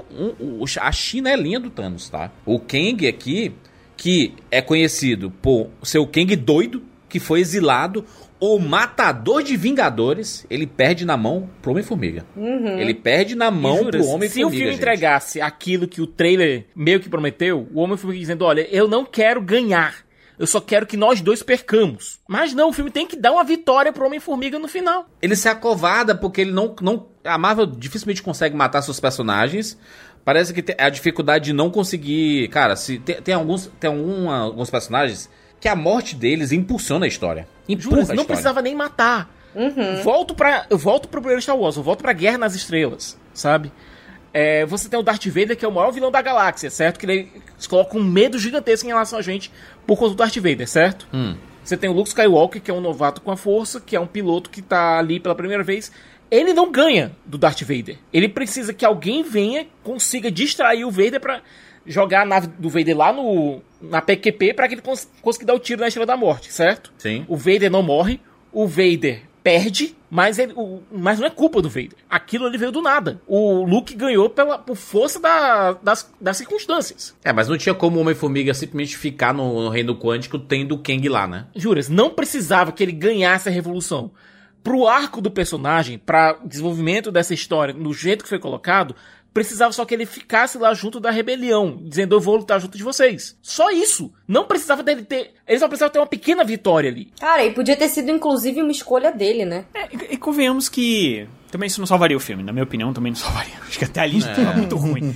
a chinelinha do Thanos, tá? O Kang aqui, que é conhecido por ser o Kang doido, que foi exilado, o matador de Vingadores, ele perde na mão pro Homem-Formiga. Ele perde na mão pro Homem-Formiga. Se o filme entregasse aquilo que o trailer meio que prometeu, o Homem-Formiga dizendo, olha, eu não quero ganhar, eu só quero que nós dois percamos. Mas não, o filme tem que dar uma vitória pro Homem-Formiga no final. Ele se acovarda porque ele não... A Marvel dificilmente consegue matar seus personagens. Parece que a dificuldade de não conseguir... Cara, tem alguns personagens que a morte deles impulsiona a história. Não precisava nem matar. Volto pro primeiro Star Wars, eu volto pra Guerra nas Estrelas, sabe? Você tem o Darth Vader, que é o maior vilão da galáxia, certo? Que eles colocam um medo gigantesco em relação a gente por conta do Darth Vader, certo? Você tem o Luke Skywalker, que é um novato com a força, que é um piloto que tá ali pela primeira vez. Ele não ganha do Darth Vader. Ele precisa que alguém venha, consiga distrair o Vader pra jogar a nave do Vader lá na PQP pra que ele consiga dar o tiro na Estrela da Morte, certo? Sim. O Vader não morre, o Vader perde, mas não é culpa do Vader. Aquilo ele veio do nada. O Luke ganhou por força das circunstâncias. Mas não tinha como o Homem-Formiga simplesmente ficar no Reino Quântico tendo o Kang lá, né? Juras, não precisava que ele ganhasse a revolução. Pro arco do personagem, pra desenvolvimento dessa história, no jeito que foi colocado, precisava só que ele ficasse lá junto da rebelião, dizendo eu vou lutar junto de vocês. Só isso. Não precisava dele ter... Ele só precisava ter uma pequena vitória ali. Cara, e podia ter sido inclusive uma escolha dele, né? E convenhamos que... Também isso não salvaria o filme. Na minha opinião, também não salvaria. Acho que até ali estava muito ruim.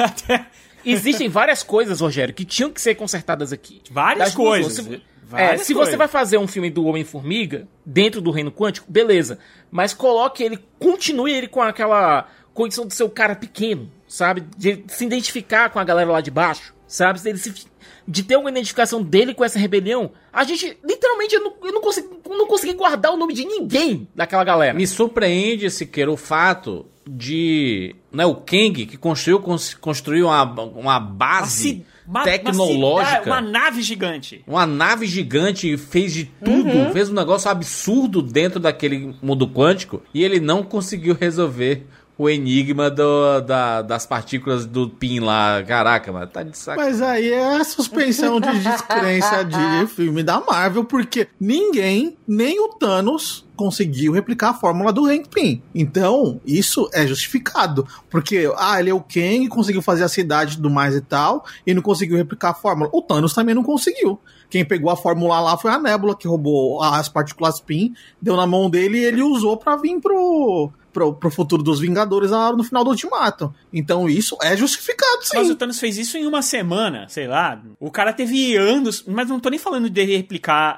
Existem várias coisas, Rogério, que tinham que ser consertadas aqui. Várias coisas. Se você vai fazer um filme do Homem-Formiga dentro do Reino Quântico, beleza. Mas coloque ele, continue ele com aquela condição de ser o cara pequeno, sabe? De se identificar com a galera lá de baixo, sabe? De ter uma identificação dele com essa rebelião. A gente, literalmente, eu não consegui guardar o nome de ninguém daquela galera. Me surpreende, Siqueira, o fato de... Não é o Kang que construiu uma base... tecnológica. Uma nave gigante. Uma nave gigante, fez de tudo, fez um negócio absurdo dentro daquele mundo quântico e ele não conseguiu resolver o enigma das partículas do PIN lá. Caraca, mano, tá de saco. Mas aí é a suspensão de descrença de filme da Marvel, porque ninguém, nem o Thanos, conseguiu replicar a fórmula do Hank Pym. Então, isso é justificado. Porque, ele é o Kang, conseguiu fazer a cidade e tudo mais e tal, e não conseguiu replicar a fórmula. O Thanos também não conseguiu. Quem pegou a fórmula lá foi a Nebula, que roubou as partículas PIN, deu na mão dele e ele usou pra vir pro futuro dos Vingadores lá no final do Ultimato. Então isso é justificado, sim. Mas o Thanos fez isso em uma semana, sei lá. O cara teve anos, mas não tô nem falando dele replicar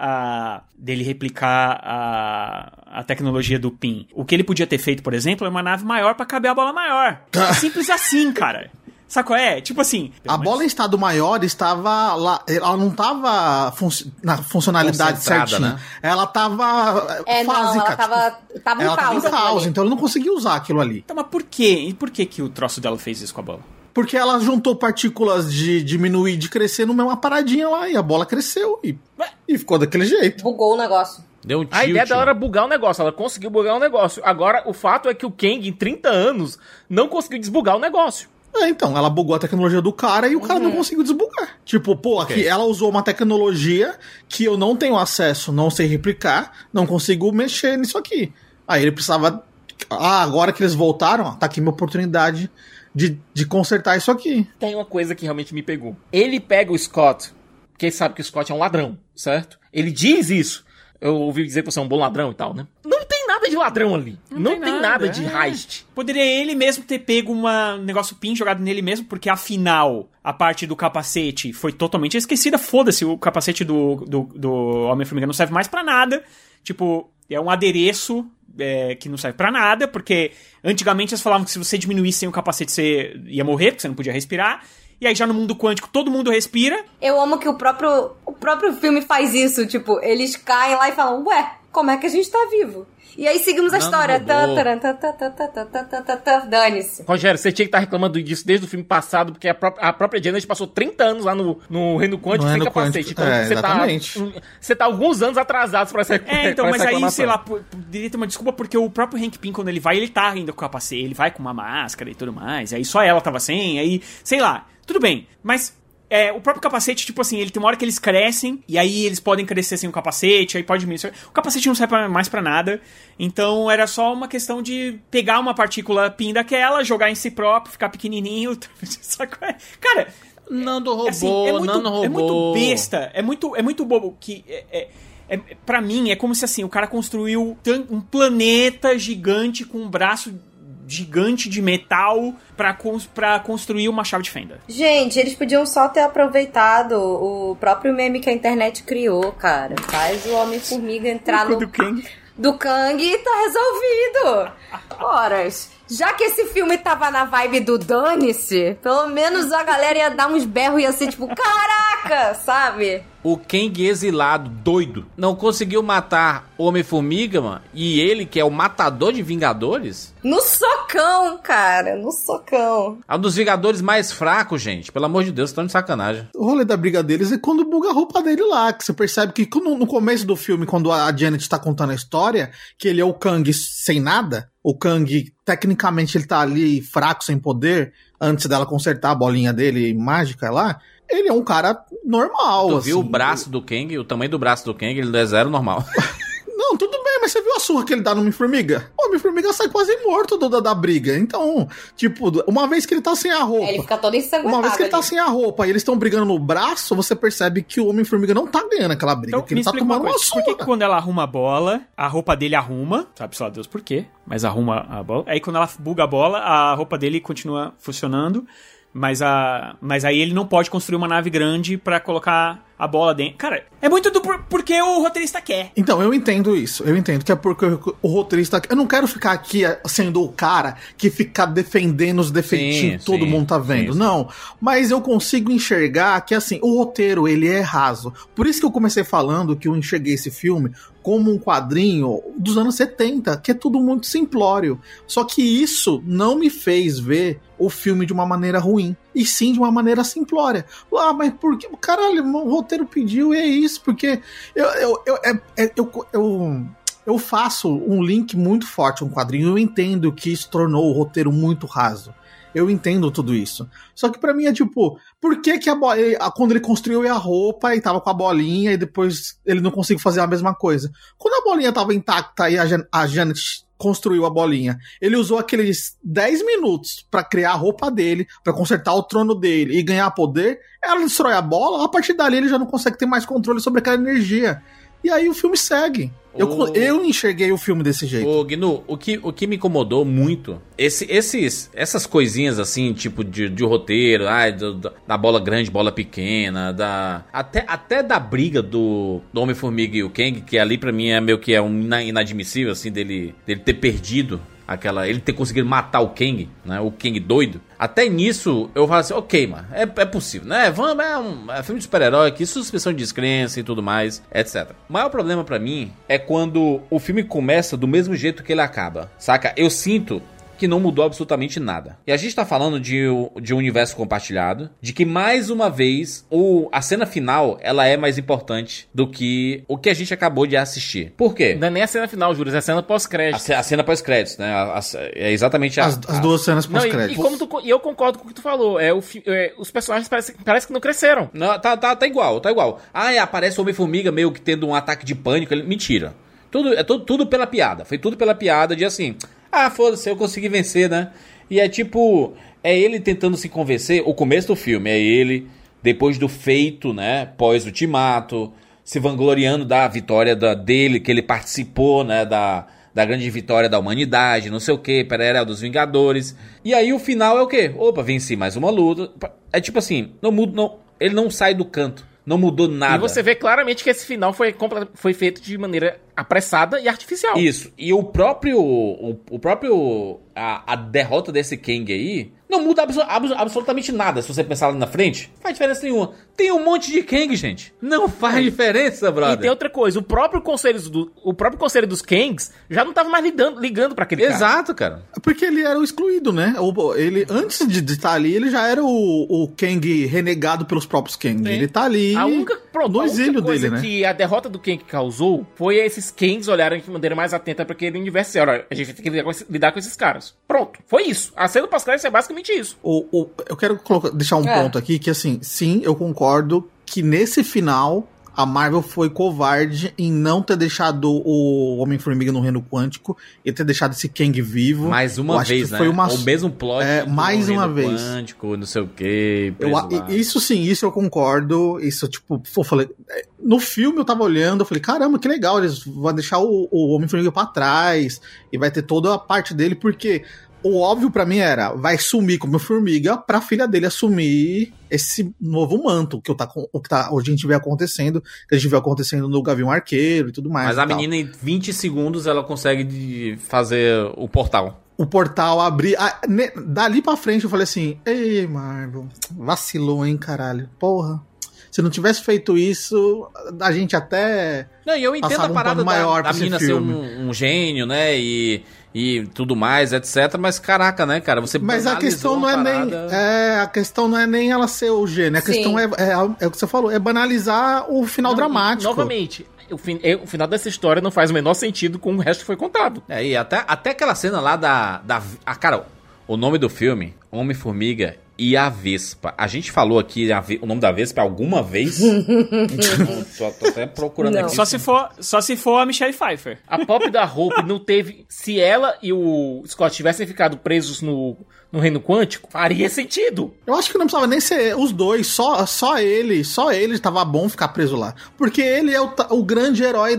a tecnologia do PIN. O que ele podia ter feito, por exemplo, é uma nave maior pra caber a bola maior. É simples assim, cara. Sabe qual é? Tipo assim... A bola em estado maior estava lá... Ela não estava na funcionalidade certinha. Né? Ela estava fásica. Ela tava em caos. Então ele não conseguiu usar aquilo ali. Então, mas por quê? E por que o troço dela fez isso com a bola? Porque ela juntou partículas de diminuir e de crescer numa mesma paradinha lá. E a bola cresceu e ficou daquele jeito. Bugou o negócio. Deu um tilt. A ideia dela era bugar o negócio. Ela conseguiu bugar o negócio. Agora, o fato é que o Kang, em 30 anos, não conseguiu desbugar o negócio. Então, ela bugou a tecnologia do cara e o cara não conseguiu desbugar. Tipo, aqui ela usou uma tecnologia que eu não tenho acesso, não sei replicar, não consigo mexer nisso aqui. Aí ele precisava... agora que eles voltaram, tá aqui minha oportunidade de consertar isso aqui. Tem uma coisa que realmente me pegou. Ele pega o Scott, porque ele sabe que o Scott é um ladrão, certo? Ele diz isso. Eu ouvi dizer que você é um bom ladrão e tal, né? Não tem nada de ladrão ali. Não tem nada de heist. Poderia ele mesmo ter pego um negócio PIN jogado nele mesmo, porque afinal a parte do capacete foi totalmente esquecida. Foda-se, o capacete do Homem-Formiga não serve mais pra nada. Tipo, é um adereço que não serve pra nada, porque antigamente eles falavam que se você diminuísse o capacete você ia morrer, porque você não podia respirar. E aí já no mundo quântico todo mundo respira. Eu amo que o próprio filme faz isso. Tipo, eles caem lá e falam, ué, como é que a gente tá vivo? E aí seguimos a história. Dane-se. Rogério, você tinha que estar reclamando disso desde o filme passado, porque a própria Janet passou 30 anos lá no Reino Quântico sem capacete. Então você tá alguns anos atrasados pra essa então, mas aí, sei lá, poderia ter uma desculpa, porque o próprio Hank Pym, quando ele vai, ele tá ainda com o capacete, ele vai com uma máscara e tudo mais. E aí só ela tava sem, aí, sei lá. Tudo bem, mas o próprio capacete, tipo assim, ele tem uma hora que eles crescem, e aí eles podem crescer sem o capacete, aí pode diminuir. O capacete não serve mais pra nada, então era só uma questão de pegar uma partícula PIN daquela, jogar em si próprio, ficar pequenininho, sabe? Cara... Nando roubou, Nando roubou. É muito besta, é muito bobo, que... pra mim, é como se assim, o cara construiu um planeta gigante com um braço... gigante de metal pra construir uma chave de fenda. Gente, eles podiam só ter aproveitado o próprio meme que a internet criou, cara. Faz o Homem-Formiga entrar no... do Kang. Do Kang e tá resolvido. Horas. Já que esse filme tava na vibe do dane-se, pelo menos a galera ia dar uns berros e ia ser tipo, caraca, sabe? O Kang exilado, doido, não conseguiu matar Homem-Formiga, mano. E ele, que é o matador de Vingadores... No socão, cara, no socão. É um dos Vingadores mais fracos, gente. Pelo amor de Deus, estão de sacanagem. O rolê da briga deles é quando buga a roupa dele lá, que você percebe que no começo do filme, quando a Janet tá contando a história, que ele é o Kang sem nada, o Kang, tecnicamente, ele tá ali fraco, sem poder, antes dela consertar a bolinha dele mágica lá, ele é um cara normal, Tu assim. viu o braço do Kang, o tamanho do braço do Kang, ele é zero normal. Não, tudo bem, mas você viu a surra que ele dá no Homem-Formiga? O Homem-Formiga sai quase morto da briga. Então, tipo, uma vez que ele tá sem a roupa... Ele fica todo ensanguentado. Uma vez que ele tá ali. sem a roupa e eles estão brigando no braço, você percebe que o Homem-Formiga não tá ganhando aquela briga. Então, que ele tá tomando uma surra. Por que quando ela arruma a bola, a roupa dele arruma, sabe-se lá Deus por quê, mas arruma a bola. Aí quando ela buga a bola, a roupa dele continua funcionando, mas aí ele não pode construir uma nave grande pra colocar a bola dentro. Cara, é muito porque o roteirista quer. Então, eu entendo isso. Eu entendo que é porque o roteirista... Eu não quero ficar aqui sendo o cara que fica defendendo os defeitinhos que todo mundo tá vendo. Sim. Não. Mas eu consigo enxergar que, assim, o roteiro, ele é raso. Por isso que eu comecei falando que eu enxerguei esse filme como um quadrinho dos anos 70, que é tudo muito simplório. Só que isso não me fez ver o filme de uma maneira ruim, e sim de uma maneira simplória. Ah, mas por que? Caralho, o roteiro pediu, e é isso, porque eu faço um link muito forte com o quadrinho, eu entendo que isso tornou o roteiro muito raso. Eu entendo tudo isso. Só que pra mim é tipo, por que quando ele construiu a roupa e tava com a bolinha e depois ele não conseguiu fazer a mesma coisa? Quando a bolinha tava intacta e a Janet construiu a bolinha, ele usou aqueles 10 minutos pra criar a roupa dele, pra consertar o trono dele e ganhar poder, ela destrói a bola, a partir dali ele já não consegue ter mais controle sobre aquela energia. E aí o filme segue. Eu enxerguei o filme desse jeito. Ô, Gnu, o que me incomodou muito, essas coisinhas assim, tipo de roteiro, da bola grande, bola pequena, até da briga do Homem-Formiga e o Kang, que ali pra mim é meio que inadmissível, assim, dele ter perdido ele ter conseguido matar o Kang, né? O Kang doido. Até nisso eu falo assim, ok, mano, é possível, né? É filme de super-herói aqui, suspensão de descrença e tudo mais, etc. O maior problema pra mim é quando o filme começa do mesmo jeito que ele acaba, saca? Eu sinto que não mudou absolutamente nada. E a gente tá falando de um universo compartilhado, de que mais uma vez a cena final, ela é mais importante do que o que a gente acabou de assistir. Por quê? Não é nem a cena final, Júlio, é a cena pós-crédito. A cena pós-créditos, né? É exatamente as duas cenas pós-crédito. E eu concordo com o que tu falou. Os personagens parece que não cresceram. Não, tá igual. Aparece o Homem-Formiga meio que tendo um ataque de pânico. Mentira. Tudo pela piada. Foi tudo pela piada de assim... foda-se, eu consegui vencer, né? E é tipo... É ele tentando se convencer. O começo do filme é ele, depois do feito, né? Pós-ultimato, se vangloriando da vitória dele, que ele participou, né? Da grande vitória da humanidade, não sei o que, pereré dos Vingadores. E aí o final é o quê? Opa, venci mais uma luta. É tipo assim, ele não sai do canto. Não mudou nada. E você vê claramente que esse final foi feito de maneira apressada e artificial. Isso. E a derrota desse Kang aí não muda absolutamente nada. Se você pensar lá na frente, não faz diferença nenhuma. Tem um monte de Kang, gente. Não faz diferença, brother. E tem outra coisa, o próprio conselho dos Kangs já não tava mais ligando pra aquele cara. Exato, cara. Porque ele era o excluído, né? Ele, antes de estar ali, ele já era o Kang renegado pelos próprios Kang. Sim. Ele tá ali a única exílio coisa dele, né? que a derrota do Kang causou foi esses Kangs olharem de maneira mais atenta pra aquele universo. Olha, a gente tem que lidar com esses caras. Pronto, foi isso. A cena pós-crédito é basicamente isso. Eu quero deixar um ponto aqui que, assim, sim, eu concordo que nesse final a Marvel foi covarde em não ter deixado o Homem-Formiga no reino quântico e ter deixado esse Kang vivo. Mais uma vez, né? Foi o mesmo plot mais uma vez. Quântico, não sei o que. Isso eu concordo. Isso, tipo, eu falei... No filme eu tava olhando, eu falei, caramba, que legal, eles vão deixar o Homem-Formiga pra trás e vai ter toda a parte dele, porque... O óbvio pra mim era, vai sumir como Formiga pra filha dele assumir esse novo manto, que hoje a gente vê acontecendo, que a gente vê acontecendo no Gavião Arqueiro e tudo mais. Mas a menina, em 20 segundos, ela consegue fazer o portal. o portal abrir. Dali pra frente eu falei assim: ei, Marvel, vacilou, hein, caralho. Porra. Se não tivesse feito isso, a gente até. Não, e eu entendo a parada da menina ser um gênio, né? E tudo mais, etc. Mas caraca, né, cara? Você Mas a questão não é nem. A questão não é nem ela ser o gênio. A questão é o que você falou, é banalizar o final dramático. Novamente. O final dessa história não faz o menor sentido com o resto que foi contado. E até aquela cena lá cara, o nome do filme, Homem-Formiga e a Vespa. A gente falou aqui o nome da Vespa alguma vez? tô até procurando aqui. Só se for a Michelle Pfeiffer. A Pop da Hope não teve... Se ela e o Scott tivessem ficado presos no reino quântico, faria sentido. Eu acho que não precisava nem ser os dois, só ele tava bom ficar preso lá. Porque ele é o grande herói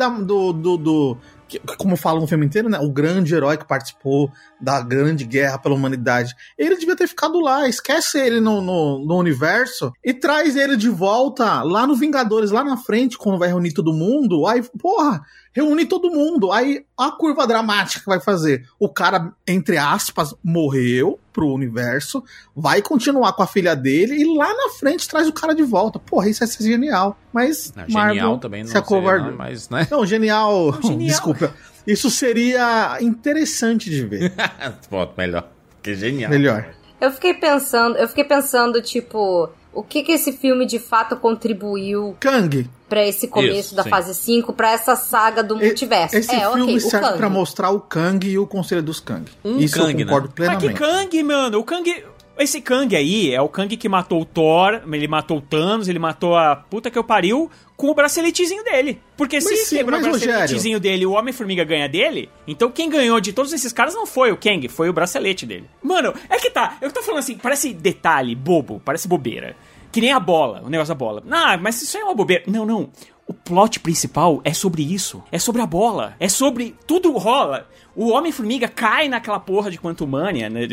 como fala no filme inteiro, né? O grande herói que participou da grande guerra pela humanidade. Ele devia ter ficado lá. Esquece ele no universo e traz ele de volta lá no Vingadores, lá na frente, quando vai reunir todo mundo. Aí, porra, reunir todo mundo. Aí, a curva dramática que vai fazer. O cara, entre aspas, morreu pro universo, vai continuar com a filha dele e lá na frente traz o cara de volta. Porra, isso ia ser genial. Mas Marvel genial também não se acovardou. Não, mas, né? Não, genial. Desculpa. Isso seria interessante de ver. Pô, melhor. Que genial. Melhor. Eu fiquei pensando, tipo, o que esse filme de fato contribuiu Kang. Pra esse começo da fase 5, pra essa saga do multiverso. Esse filme serve pra mostrar o Kang e o Conselho dos Kang. Isso Kang, eu concordo plenamente. Mas que Kang, mano? O Kang... Esse Kang aí é o Kang que matou o Thor, ele matou o Thanos, ele matou a puta que eu pariu com o braceletezinho dele. Porque se quebrar o braceletezinho dele e o Homem-Formiga ganha dele, então quem ganhou de todos esses caras não foi o Kang, foi o bracelete dele. Mano, é que tá, eu tô falando assim, parece detalhe bobo, parece bobeira. Que nem a bola, o negócio da bola. Não, mas isso aí é uma bobeira. Não. O plot principal é sobre isso. É sobre a bola. É sobre... Tudo rola. O Homem-Formiga cai naquela porra de Quantumania, né,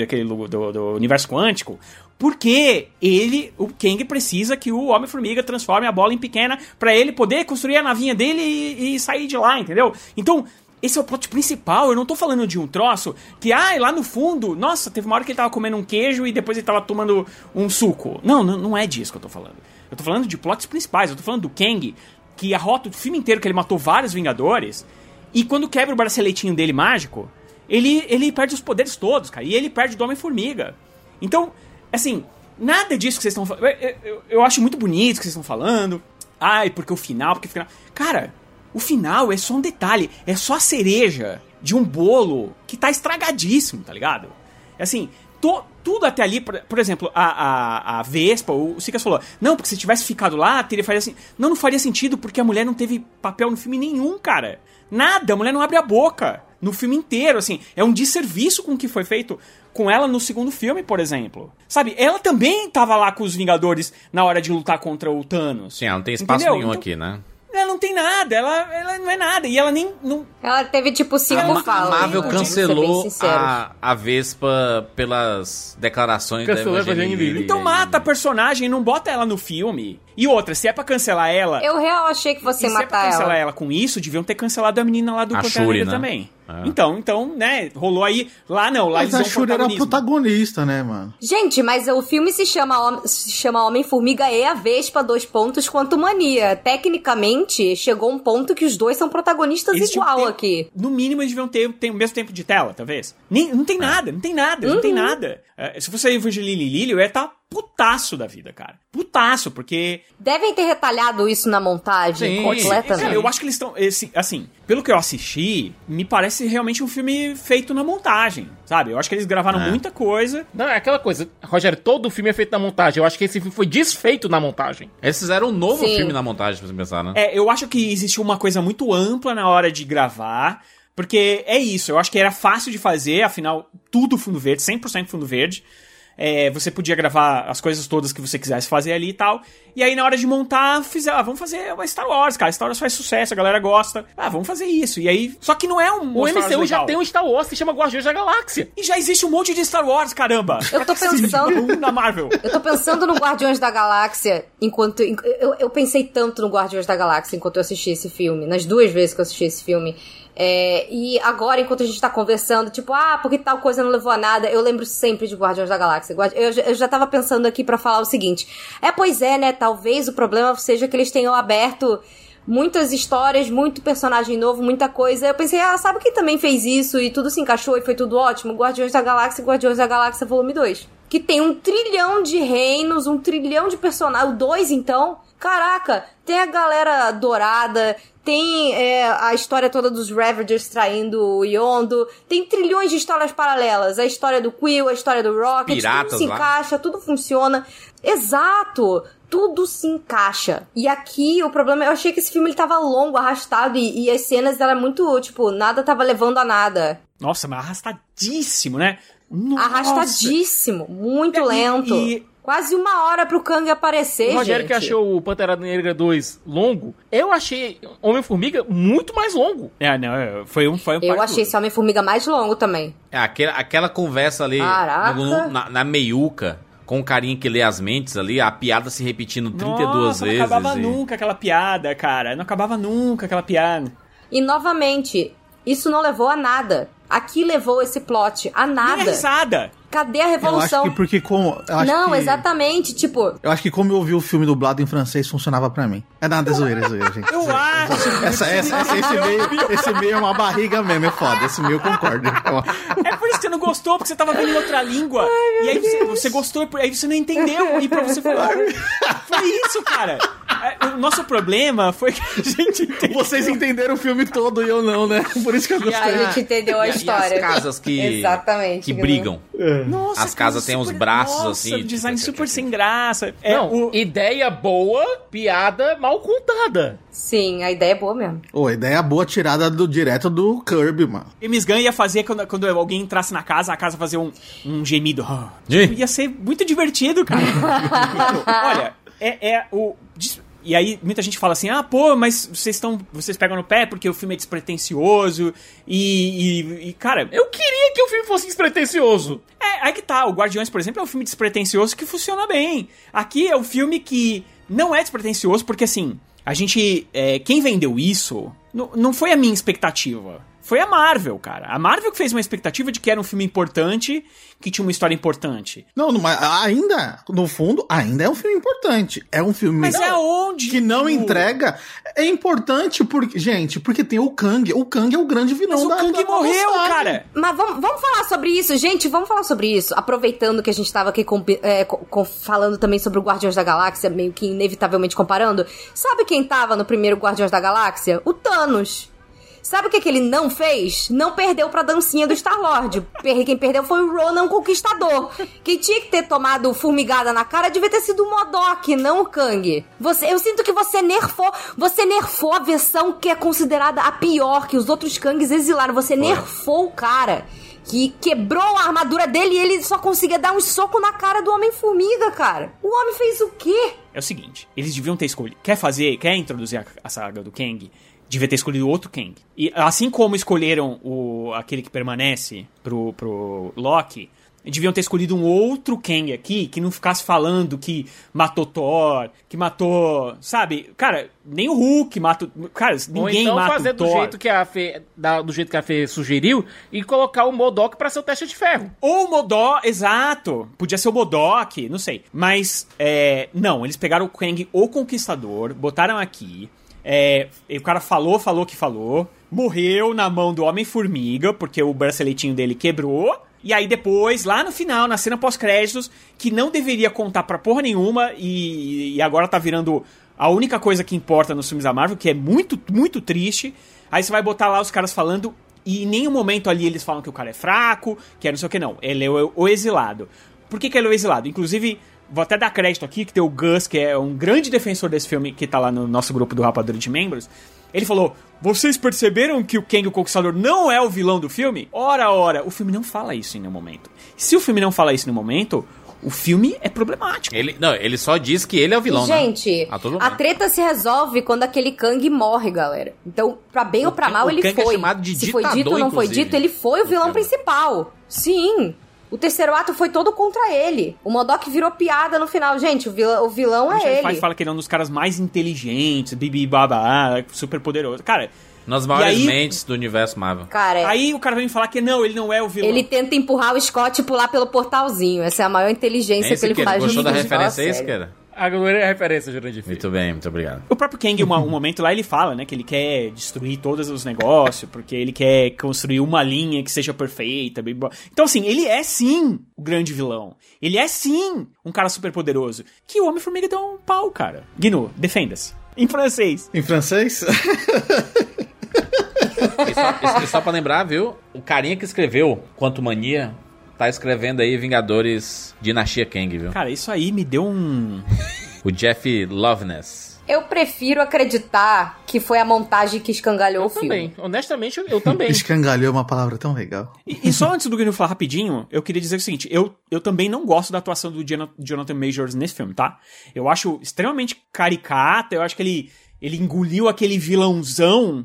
do universo quântico, porque o Kang precisa que o Homem-Formiga transforme a bola em pequena pra ele poder construir a navinha dele e sair de lá, entendeu? Então... Esse é o plot principal, eu não tô falando de um troço que, lá no fundo, nossa, teve uma hora que ele tava comendo um queijo e depois ele tava tomando um suco. Não é disso que eu tô falando. Eu tô falando de plots principais, eu tô falando do Kang, que arrota o filme inteiro que ele matou vários Vingadores, e quando quebra o braceletinho dele mágico, ele perde os poderes todos, cara, e ele perde do Homem-Formiga. Então, assim, nada disso que vocês estão falando, eu acho muito bonito o que vocês estão falando, porque o final... Cara... O final é só um detalhe, é só a cereja de um bolo que tá estragadíssimo, tá ligado? É assim, tudo até ali, por exemplo, a Vespa, o Sikas falou, não, porque se tivesse ficado lá, faria assim. Não faria sentido, porque a mulher não teve papel no filme nenhum, cara. Nada, a mulher não abre a boca no filme inteiro, assim. É um desserviço com o que foi feito com ela no segundo filme, por exemplo. Sabe, ela também tava lá com os Vingadores na hora de lutar contra o Thanos. Sim, ela não tem espaço nenhum aqui, né? Ela não tem nada, ela não é nada. E ela nem... Não... Ela teve tipo 5 falas. A Marvel cancelou a Vespa pelas declarações da Evangeline Lilly. Então mata a personagem, não bota ela no filme. E outra, se é pra cancelar ela... Eu real achei que você ia matar ela. Se é pra cancelar ela com isso, deviam ter cancelado a menina lá do Pantera Negra também. Então, né, rolou aí... Lá mas a Shuri era protagonista, né, mano? Gente, mas o filme se chama Homem-Formiga e a Vespa, Quantumania. Tecnicamente, chegou um ponto que os dois são protagonistas igual aqui. No mínimo, eles deviam ter o mesmo tempo de tela, talvez. Não tem nada. Se fosse a Evangeline Lilly, eu ia estar putaço da vida, cara. Putaço, porque... Devem ter retalhado isso na montagem completamente. Cara, eu acho que eles estão... Assim, pelo que eu assisti, me parece realmente um filme feito na montagem, sabe? Eu acho que eles gravaram muita coisa. Não, é aquela coisa, Rogério, todo filme é feito na montagem. Eu acho que esse filme foi desfeito na montagem. Eles fizeram um novo filme na montagem, pra você pensar, né? Eu acho que existiu uma coisa muito ampla na hora de gravar, porque é isso, eu acho que era fácil de fazer, afinal, tudo fundo verde, 100% fundo verde. Você podia gravar as coisas todas que você quisesse fazer ali e tal. E aí, na hora de montar, vamos fazer uma Star Wars, cara. Star Wars faz sucesso, a galera gosta. Vamos fazer isso. E aí, só que não é um o MCU já tem um Star Wars que se chama Guardiões da Galáxia. E já existe um monte de Star Wars, caramba. Eu tô pensando na Marvel. Eu tô pensando no Guardiões da Galáxia enquanto... Eu pensei tanto no Guardiões da Galáxia enquanto eu assisti esse filme. Nas 2 vezes que eu assisti esse filme. E agora, enquanto a gente tá conversando, tipo, porque tal coisa não levou a nada, eu lembro sempre de Guardiões da Galáxia. Eu já tava pensando aqui pra falar o seguinte. Pois é, né? Talvez o problema seja que eles tenham aberto muitas histórias, muito personagem novo, muita coisa. Eu pensei, sabe quem também fez isso e tudo se encaixou e foi tudo ótimo? Guardiões da Galáxia e Guardiões da Galáxia Volume 2. Que tem 1 trilhão de reinos, 1 trilhão de personagens. O 2, então, caraca, tem a galera dourada, tem a história toda dos Ravagers traindo o Yondo, tem trilhões de histórias paralelas. A história do Quill, a história do Rocket, Piratas tudo se encaixa, tudo funciona. Exato! Tudo se encaixa. E aqui, o problema... Eu achei que esse filme ele tava longo, arrastado, e as cenas eram muito, tipo, nada tava levando a nada. Nossa, mas arrastadíssimo, né? Nossa. Arrastadíssimo. Muito lento. Quase 1 hora pro Kang aparecer, o Rogério gente. Que achou o Pantera Negra 2 longo, eu achei Homem-Formiga muito mais longo. Não, foi um Eu achei esse Homem-Formiga mais longo também. Aquela conversa ali na meiuca, com o carinha que lê as mentes ali, a piada se repetindo 32 vezes. Não acabava nunca aquela piada, cara. Não acabava nunca aquela piada. E, novamente, isso não levou a nada. Aqui levou esse plot a nada. Nem risada. Cadê a revolução? Eu acho que porque como... exatamente, tipo... Eu acho que como eu ouvi o filme dublado em francês, funcionava pra mim. É zoeira, gente. Eu acho. Esse meio é uma barriga mesmo, é foda. Esse meio eu concordo. É por isso que você não gostou, porque você tava vendo em outra língua. E aí você gostou, aí você não entendeu. E pra você falar... Foi isso, cara. O nosso problema foi que a gente entendeu. Vocês entenderam o filme todo e eu não, né? Por isso que eu gostei. A gente entendeu a história. E as casas que brigam. Nossa, as casas têm uns braços assim. Design super sem graça. Ideia boa, piada mal contada. Sim, a ideia é boa mesmo. A ideia boa tirada direto do Kirby, mano. James Gunn ia fazer quando alguém entrasse na casa, a casa fazia um gemido. Ia ser muito divertido, cara. Olha, E aí, muita gente fala assim, mas vocês pegam no pé porque o filme é despretensioso e cara... Eu queria que o filme fosse despretensioso. Aí que tá, o Guardiões, por exemplo, é um filme despretensioso que funciona bem. Aqui é um filme que não é despretensioso porque, assim, a gente... quem vendeu isso não foi a minha expectativa. Foi a Marvel, cara. A Marvel que fez uma expectativa de que era um filme importante, que tinha uma história importante. Não, mas ainda, no fundo, ainda é um filme importante. É um filme... Mas aonde? Que não entrega. É importante porque tem o Kang. O Kang é o grande vilão da... Mas o Kang morreu, cara. Mas vamos falar sobre isso, gente. Vamos falar sobre isso. Aproveitando que a gente tava aqui falando também sobre o Guardiões da Galáxia, meio que inevitavelmente comparando. Sabe quem tava no primeiro Guardiões da Galáxia? O Thanos. Sabe o que ele não fez? Não perdeu pra dancinha do Star-Lord. Quem perdeu foi o Ronan Conquistador. Quem tinha que ter tomado formigada na cara devia ter sido o MODOK, não o Kang. Eu sinto que você nerfou a versão que é considerada a pior, que os outros Kangs exilaram. Você nerfou o cara que quebrou a armadura dele e ele só conseguia dar um soco na cara do Homem-Formiga, cara. O homem fez o quê? É o seguinte, eles deviam ter escolhido... Quer introduzir a saga do Kang? Devia ter escolhido outro Kang. E assim como escolheram aquele que permanece pro Loki, deviam ter escolhido um outro Kang aqui que não ficasse falando que matou Thor, que matou... Sabe? Cara, nem o Hulk mata... Cara, ninguém então mata fazer o Thor. do jeito que a Fê sugeriu e colocar o MODOK pra ser o Testa de Ferro. Ou o MODOK, exato. Podia ser o MODOK, não sei. Mas, não, eles pegaram o Kang, o Conquistador, botaram aqui... o cara falou, morreu na mão do Homem-Formiga, porque o braceletinho dele quebrou, e aí depois, lá no final, na cena pós-créditos, que não deveria contar pra porra nenhuma, e agora tá virando a única coisa que importa nos filmes da Marvel, que é muito, muito triste, aí você vai botar lá os caras falando, e em nenhum momento ali eles falam que o cara é fraco, que é não sei o que não, ele é o exilado. Por que ele é o exilado? Inclusive... Vou até dar crédito aqui, que tem o Gus, que é um grande defensor desse filme, que tá lá no nosso grupo do Rapadura de Membros. Ele falou, vocês perceberam que o Kang o Conquistador não é o vilão do filme? Ora, o filme não fala isso em nenhum momento. Se o filme não fala isso em nenhum momento, o filme é problemático. Ele só diz que ele é o vilão, gente, né? a treta se resolve quando aquele Kang morre, galera. Então, pra bem ou pra mal, ele Kang foi. É chamado de Se foi dito ou não foi dito, ele foi o vilão principal. Sim. O terceiro ato foi todo contra ele. O MODOK virou piada no final. Gente, o vilão é ele. Fala que ele é um dos caras mais inteligentes, bibi babá, super poderoso. Cara... Nas maiores mentes do universo Marvel. Cara, aí o cara vem me falar que não, ele não é o vilão. Ele tenta empurrar o Scott e pular pelo portalzinho. Essa é a maior inteligência que ele faz. Gostou da referência aí, cara? Adorei a referência, Jurandir Filho. Muito bem, muito obrigado. O próprio Kang, um momento lá, ele fala, né, que ele quer destruir todos os negócios, porque ele quer construir uma linha que seja perfeita. Então, assim, ele é sim o grande vilão. Ele é sim um cara super poderoso. Que o Homem-Formiga deu um pau, cara. Gnu, defenda-se. Em francês. Em francês? E só pra lembrar, viu? O carinha que escreveu Quantumania tá escrevendo aí Vingadores Dinastia Kang, viu? Cara, isso aí me deu um... O Jeff Loveness. Eu prefiro acreditar que foi a montagem que escangalhou o filme. Também. Honestamente, eu também. Escangalhou é uma palavra tão legal. E só antes do Gnu falar rapidinho, eu queria dizer o seguinte, eu também não gosto da atuação do Jonathan Majors nesse filme, tá? Eu acho extremamente caricata, eu acho que ele engoliu aquele vilãozão,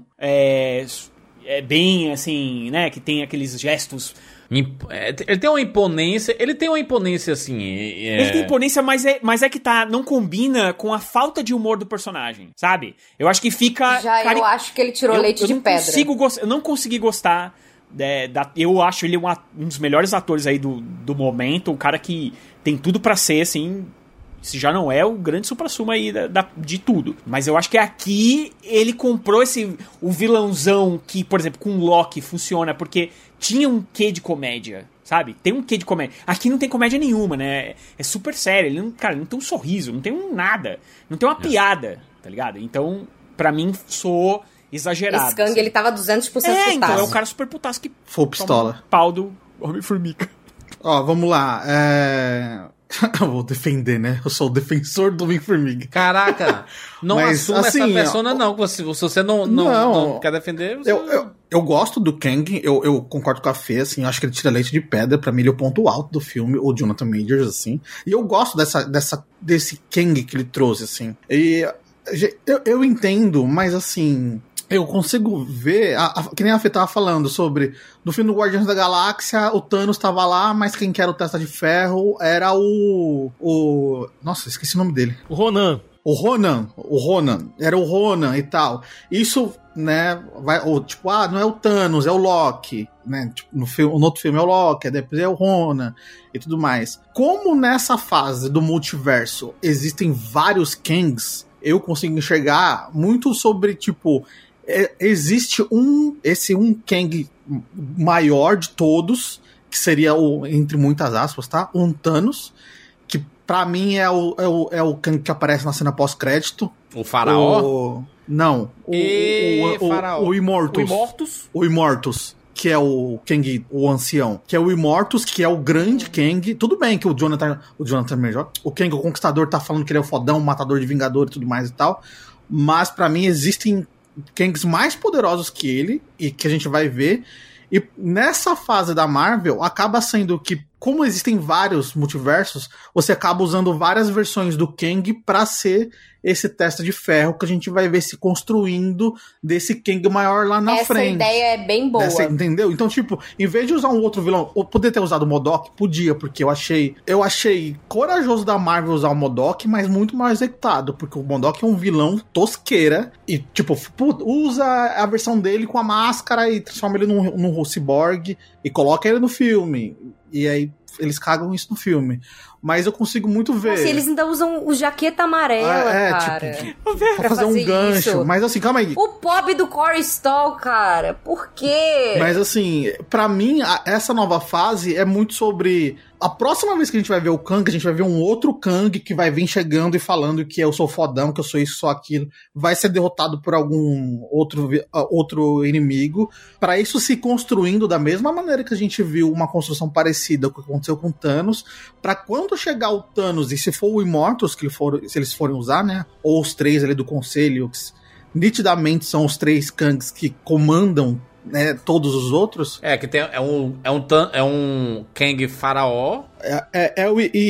bem assim, né, que tem aqueles gestos... Ele tem uma imponência assim... Ele tem imponência, mas é que não combina com a falta de humor do personagem, sabe? Eu acho que fica... Eu acho que ele tirou leite de pedra. Eu não consegui gostar... eu acho ele um dos melhores atores aí do momento, o cara que tem tudo pra ser, assim... Se já não é o grande supra-sumo aí de tudo. Mas eu acho que aqui ele comprou o vilãozão que, por exemplo, com o Loki funciona, porque tinha um quê de comédia, sabe? Tem um quê de comédia. Aqui não tem comédia nenhuma, né? É super sério. Ele não tem um sorriso, não tem nada. Não tem uma piada, tá ligado? Então, pra mim, soou exagerado. Esse Kang, assim. Ele tava 200% putaço. Então é um cara super putaço que... Foi pistola. Pau do Homem-Formiga. Ó, vamos lá. Eu vou defender, né? Eu sou o defensor do Homem-Formiga. Caraca, não assuma assim, essa persona, não. Se você não quer defender... Você... Eu gosto do Kang, eu concordo com a Fê, assim, eu acho que ele tira leite de pedra, pra mim ele é o ponto alto do filme, o Jonathan Majors, assim. E eu gosto desse Kang que ele trouxe, assim. E eu entendo, mas assim... Eu consigo ver, que nem a Fê tava falando sobre, no filme do Guardiões da Galáxia, o Thanos tava lá, mas quem que era o Testa de Ferro era nossa, esqueci o nome dele. O Ronan. Era o Ronan e tal. Isso, né, não é o Thanos, é o Loki, né, tipo, no outro filme é o Loki, depois é o Ronan e tudo mais. Como nessa fase do multiverso existem vários Kangs, eu consigo enxergar muito sobre, tipo... existe um Kang maior de todos, que seria entre muitas aspas, tá? Um Thanos, que pra mim é o Kang que aparece na cena pós-crédito. O Faraó? Não. O Immortus. O Immortus, que é o Kang, o ancião. Que é o Immortus, que é o grande Kang. Tudo bem que o Jonathan Major, o Kang, o Conquistador, tá falando que ele é o fodão, o matador de Vingador e tudo mais e tal. Mas pra mim existem Kangs mais poderosos que ele, e que a gente vai ver, e nessa fase da Marvel, acaba sendo que, como existem vários multiversos, você acaba usando várias versões do Kang pra ser esse Testa de Ferro que a gente vai ver se construindo desse Kang maior lá na frente. Essa ideia é bem boa. Entendeu? Então, tipo, em vez de usar um outro vilão, ou poder ter usado o MODOK, podia, porque eu achei corajoso da Marvel usar o MODOK, mas muito mal executado, porque o MODOK é um vilão tosqueira, e, tipo, usa a versão dele com a máscara e transforma ele num cyborg e coloca ele no filme. E aí eles cagam isso no filme. Mas eu consigo muito ver. Nossa, eles ainda usam o jaqueta amarela, cara. Tipo, pra fazer um gancho. Isso. Mas assim, calma aí. O pop do Corey Stoll, cara. Por quê? Mas assim, pra mim, essa nova fase é muito sobre... A próxima vez que a gente vai ver o Kang, a gente vai ver um outro Kang que vai vir chegando e falando que eu sou fodão, que eu sou isso, sou aquilo. Vai ser derrotado por algum outro inimigo. Pra isso se construindo da mesma maneira que a gente viu uma construção parecida com o que aconteceu com o Thanos. Pra quando chegar o Thanos, e se for o Immortus, se eles forem usar, né? Ou os três ali do Conselho, que nitidamente são os três Kangs que comandam, né, todos os outros. Que é um Kang Faraó. É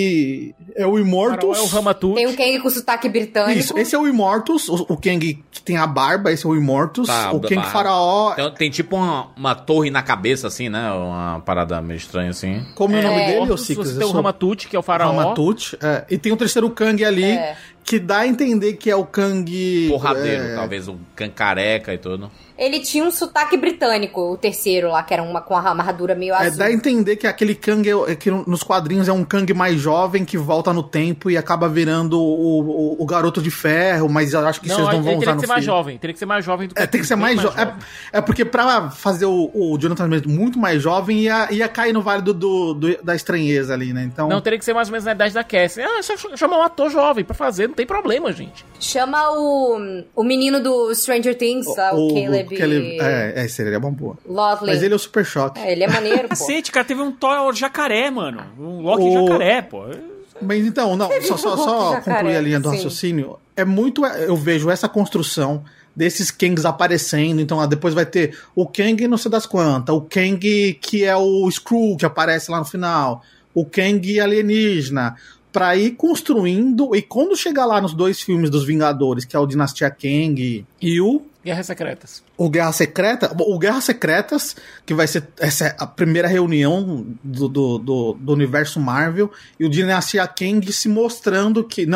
o Immortus. É o Ramatut. Tem o Kang com sotaque britânico. Isso, esse é o Immortus, o Kang que tem a barba, esse é o Immortus. O Kang Faraó. Então, tem tipo uma torre na cabeça, assim, né? Uma parada meio estranha, assim. Como é o nome dele, ô Six? Você tem o Ramatut, que é o Faraó. Ramatut, e tem o terceiro Kang ali, que dá a entender que é o Kang... Porradeiro, talvez o Kang careca e tudo. Ele tinha um sotaque britânico, o terceiro lá, que era com a armadura meio azul. Dá a entender que aquele Kang, que nos quadrinhos é um Kang mais jovem que volta no tempo e acaba virando o Garoto de Ferro, mas eu acho que vocês não vão usar no filme. Teria que ser mais jovem, teria que ser mais jovem do que tem que ser mais jovem. É porque pra fazer o Jonathan Majors muito mais jovem, ia cair no vale da estranheza ali, né? Então... Não, teria que ser mais ou menos na idade da Cassie. Só chamar um ator jovem pra fazer, não tem problema, gente. Chama o menino do Stranger Things, o Caleb. Seria uma boa. Lotley. Mas ele é o Super Choque. Ele é maneiro, pô. Cacete, cara, teve um Thor jacaré, mano. Um Loki jacaré, pô. Mas então, não, só concluir a linha do raciocínio. Eu vejo essa construção desses Kangs aparecendo, então depois vai ter o Kang não sei das quantas, o Kang que é o Skrull, que aparece lá no final, o Kang alienígena, pra ir construindo, e quando chegar lá nos 2 filmes dos Vingadores, que é o Dinastia Kang e o Guerras Secretas. O Guerras Secretas, que vai ser essa a primeira reunião do universo Marvel, e o Dinastia Kang se mostrando que,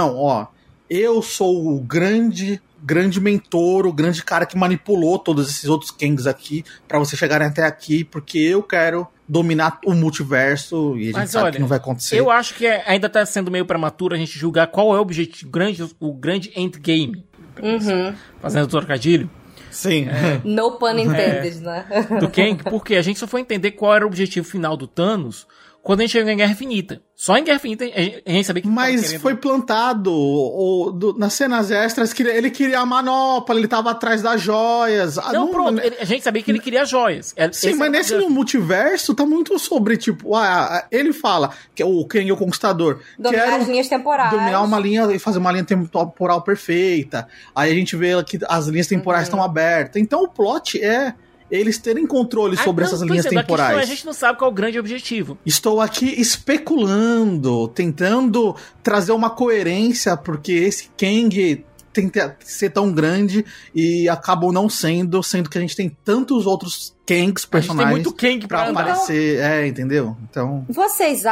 eu sou o grande mentor, o grande cara que manipulou todos esses outros Kangs aqui pra vocês chegarem até aqui, porque eu quero dominar o multiverso e a gente sabe que não vai acontecer. Eu acho que ainda tá sendo meio prematuro a gente julgar qual é o objetivo, o grande endgame. Fazendo trocadilho. Sim. No pun intended, né? Do Kang, porque a gente só foi entender qual era o objetivo final do Thanos quando a gente chegou em Guerra Infinita. Só em Guerra Infinita a gente sabia que... Mas foi plantado nas cenas extras que ele queria a manopla, ele tava atrás das joias. Pronto, a gente sabia que ele queria as joias. Sim, mas nesse multiverso tá muito sobre, tipo... ele fala que o Kang é o Conquistador. Dominar as linhas temporais. Dominar uma linha e fazer uma linha temporal perfeita. Aí a gente vê que as linhas temporais estão abertas. Então o plot é... eles terem controle sobre essas linhas temporais. A gente não sabe qual é o grande objetivo. Estou aqui especulando, tentando trazer uma coerência, porque esse Kang tenta ser tão grande e acabam não sendo que a gente tem tantos outros Kangs, personagens. A gente tem muito Kang pra aparecer, entendeu? Então... Vocês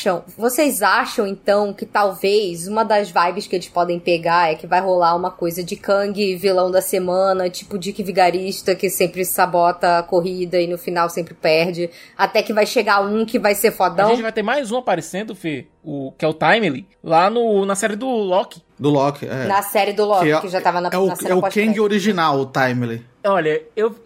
acham, então, que talvez uma das vibes que eles podem pegar é que vai rolar uma coisa de Kang vilão da semana, tipo Dick Vigarista, que sempre sabota a corrida e no final sempre perde, até que vai chegar um que vai ser fodão? A gente vai ter mais um aparecendo, Fê, que é o Timely, lá na série do Loki. Do Loki, Na série do Loki, que já tava na série É o Kang original, o Timely. Olha, eu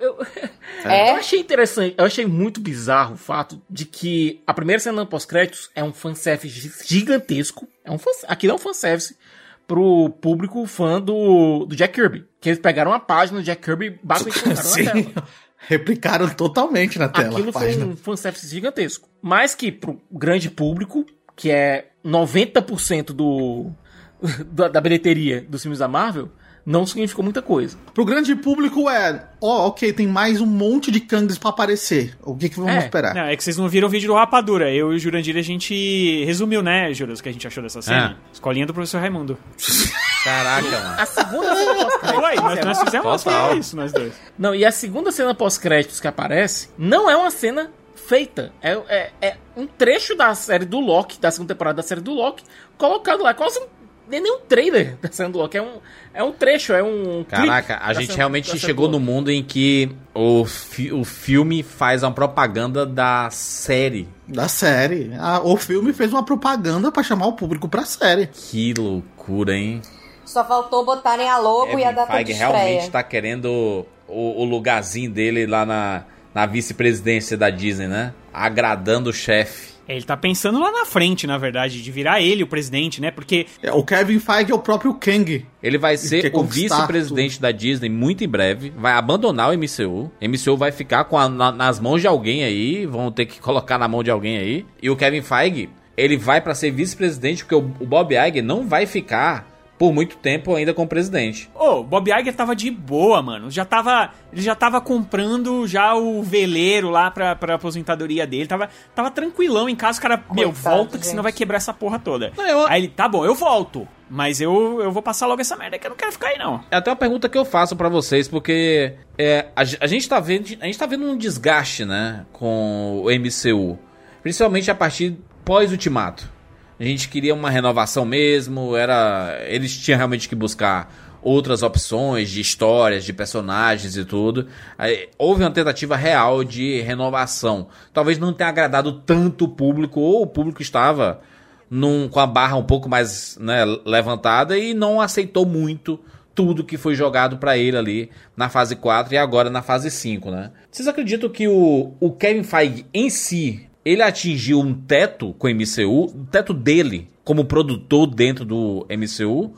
achei interessante, eu achei muito bizarro o fato de que a primeira cena pós-créditos é um fanservice gigantesco. Aquilo é um fanservice pro público fã do Jack Kirby. Que eles pegaram uma página do Jack Kirby e basicamente colocaram na tela. Replicaram totalmente na tela. Aquilo foi um fanservice gigantesco. Mas que pro grande público, que é 90% da bilheteria dos filmes da Marvel, não significou muita coisa. Pro grande público ok, tem mais um monte de Kangs pra aparecer. O que vamos esperar? Não, é que vocês não viram o vídeo do Rapadura. Eu e o Jurandir, a gente resumiu, né, Juras, o que a gente achou dessa cena. Escolinha do professor Raimundo. Caraca, mano. A segunda cena pós-créditos... nós fizemos isso, nós dois. Não, e a segunda cena pós-créditos que aparece não é uma cena feita. É um trecho da série do Loki, da segunda temporada da série do Loki, colocado lá. Quase nem um trailer da cena do Loki. É um trecho, é um... Caraca, a gente realmente chegou no mundo em que o filme faz uma propaganda da série. Da série. O filme fez uma propaganda pra chamar o público pra série. Que loucura, hein? Só faltou botarem a logo e a data de estreia. Realmente tá querendo o lugarzinho dele lá na vice-presidência da Disney, né? Agradando o chefe. Ele tá pensando lá na frente, na verdade, de virar ele o presidente, né? Porque... o Kevin Feige é o próprio Kang. Ele vai ser o vice-presidente da Disney muito em breve. Vai abandonar o MCU. O MCU vai ficar nas mãos de alguém aí. Vão ter que colocar na mão de alguém aí. E o Kevin Feige, ele vai pra ser vice-presidente porque o Bob Iger não vai ficar por muito tempo ainda como presidente. Bob Iger tava de boa, mano. Ele já tava comprando já o veleiro lá pra aposentadoria dele. Tava tranquilão em casa. O cara, volta que senão vai quebrar essa porra toda. Aí ele, tá bom, eu volto. Mas eu vou passar logo essa merda que eu não quero ficar aí, não. É até uma pergunta que eu faço pra vocês, porque a gente tá vendo um desgaste, né, com o MCU. Principalmente a partir pós-Ultimato. A gente queria uma renovação mesmo, eles tinham realmente que buscar outras opções de histórias, de personagens e tudo. Aí, houve uma tentativa real de renovação. Talvez não tenha agradado tanto o público, ou o público estava com a barra um pouco mais, né, levantada e não aceitou muito tudo que foi jogado pra ele ali na fase 4 e agora na fase 5, né? Vocês acreditam que o Kevin Feige em si, ele atingiu um teto com o MCU, um teto dele como produtor dentro do MCU?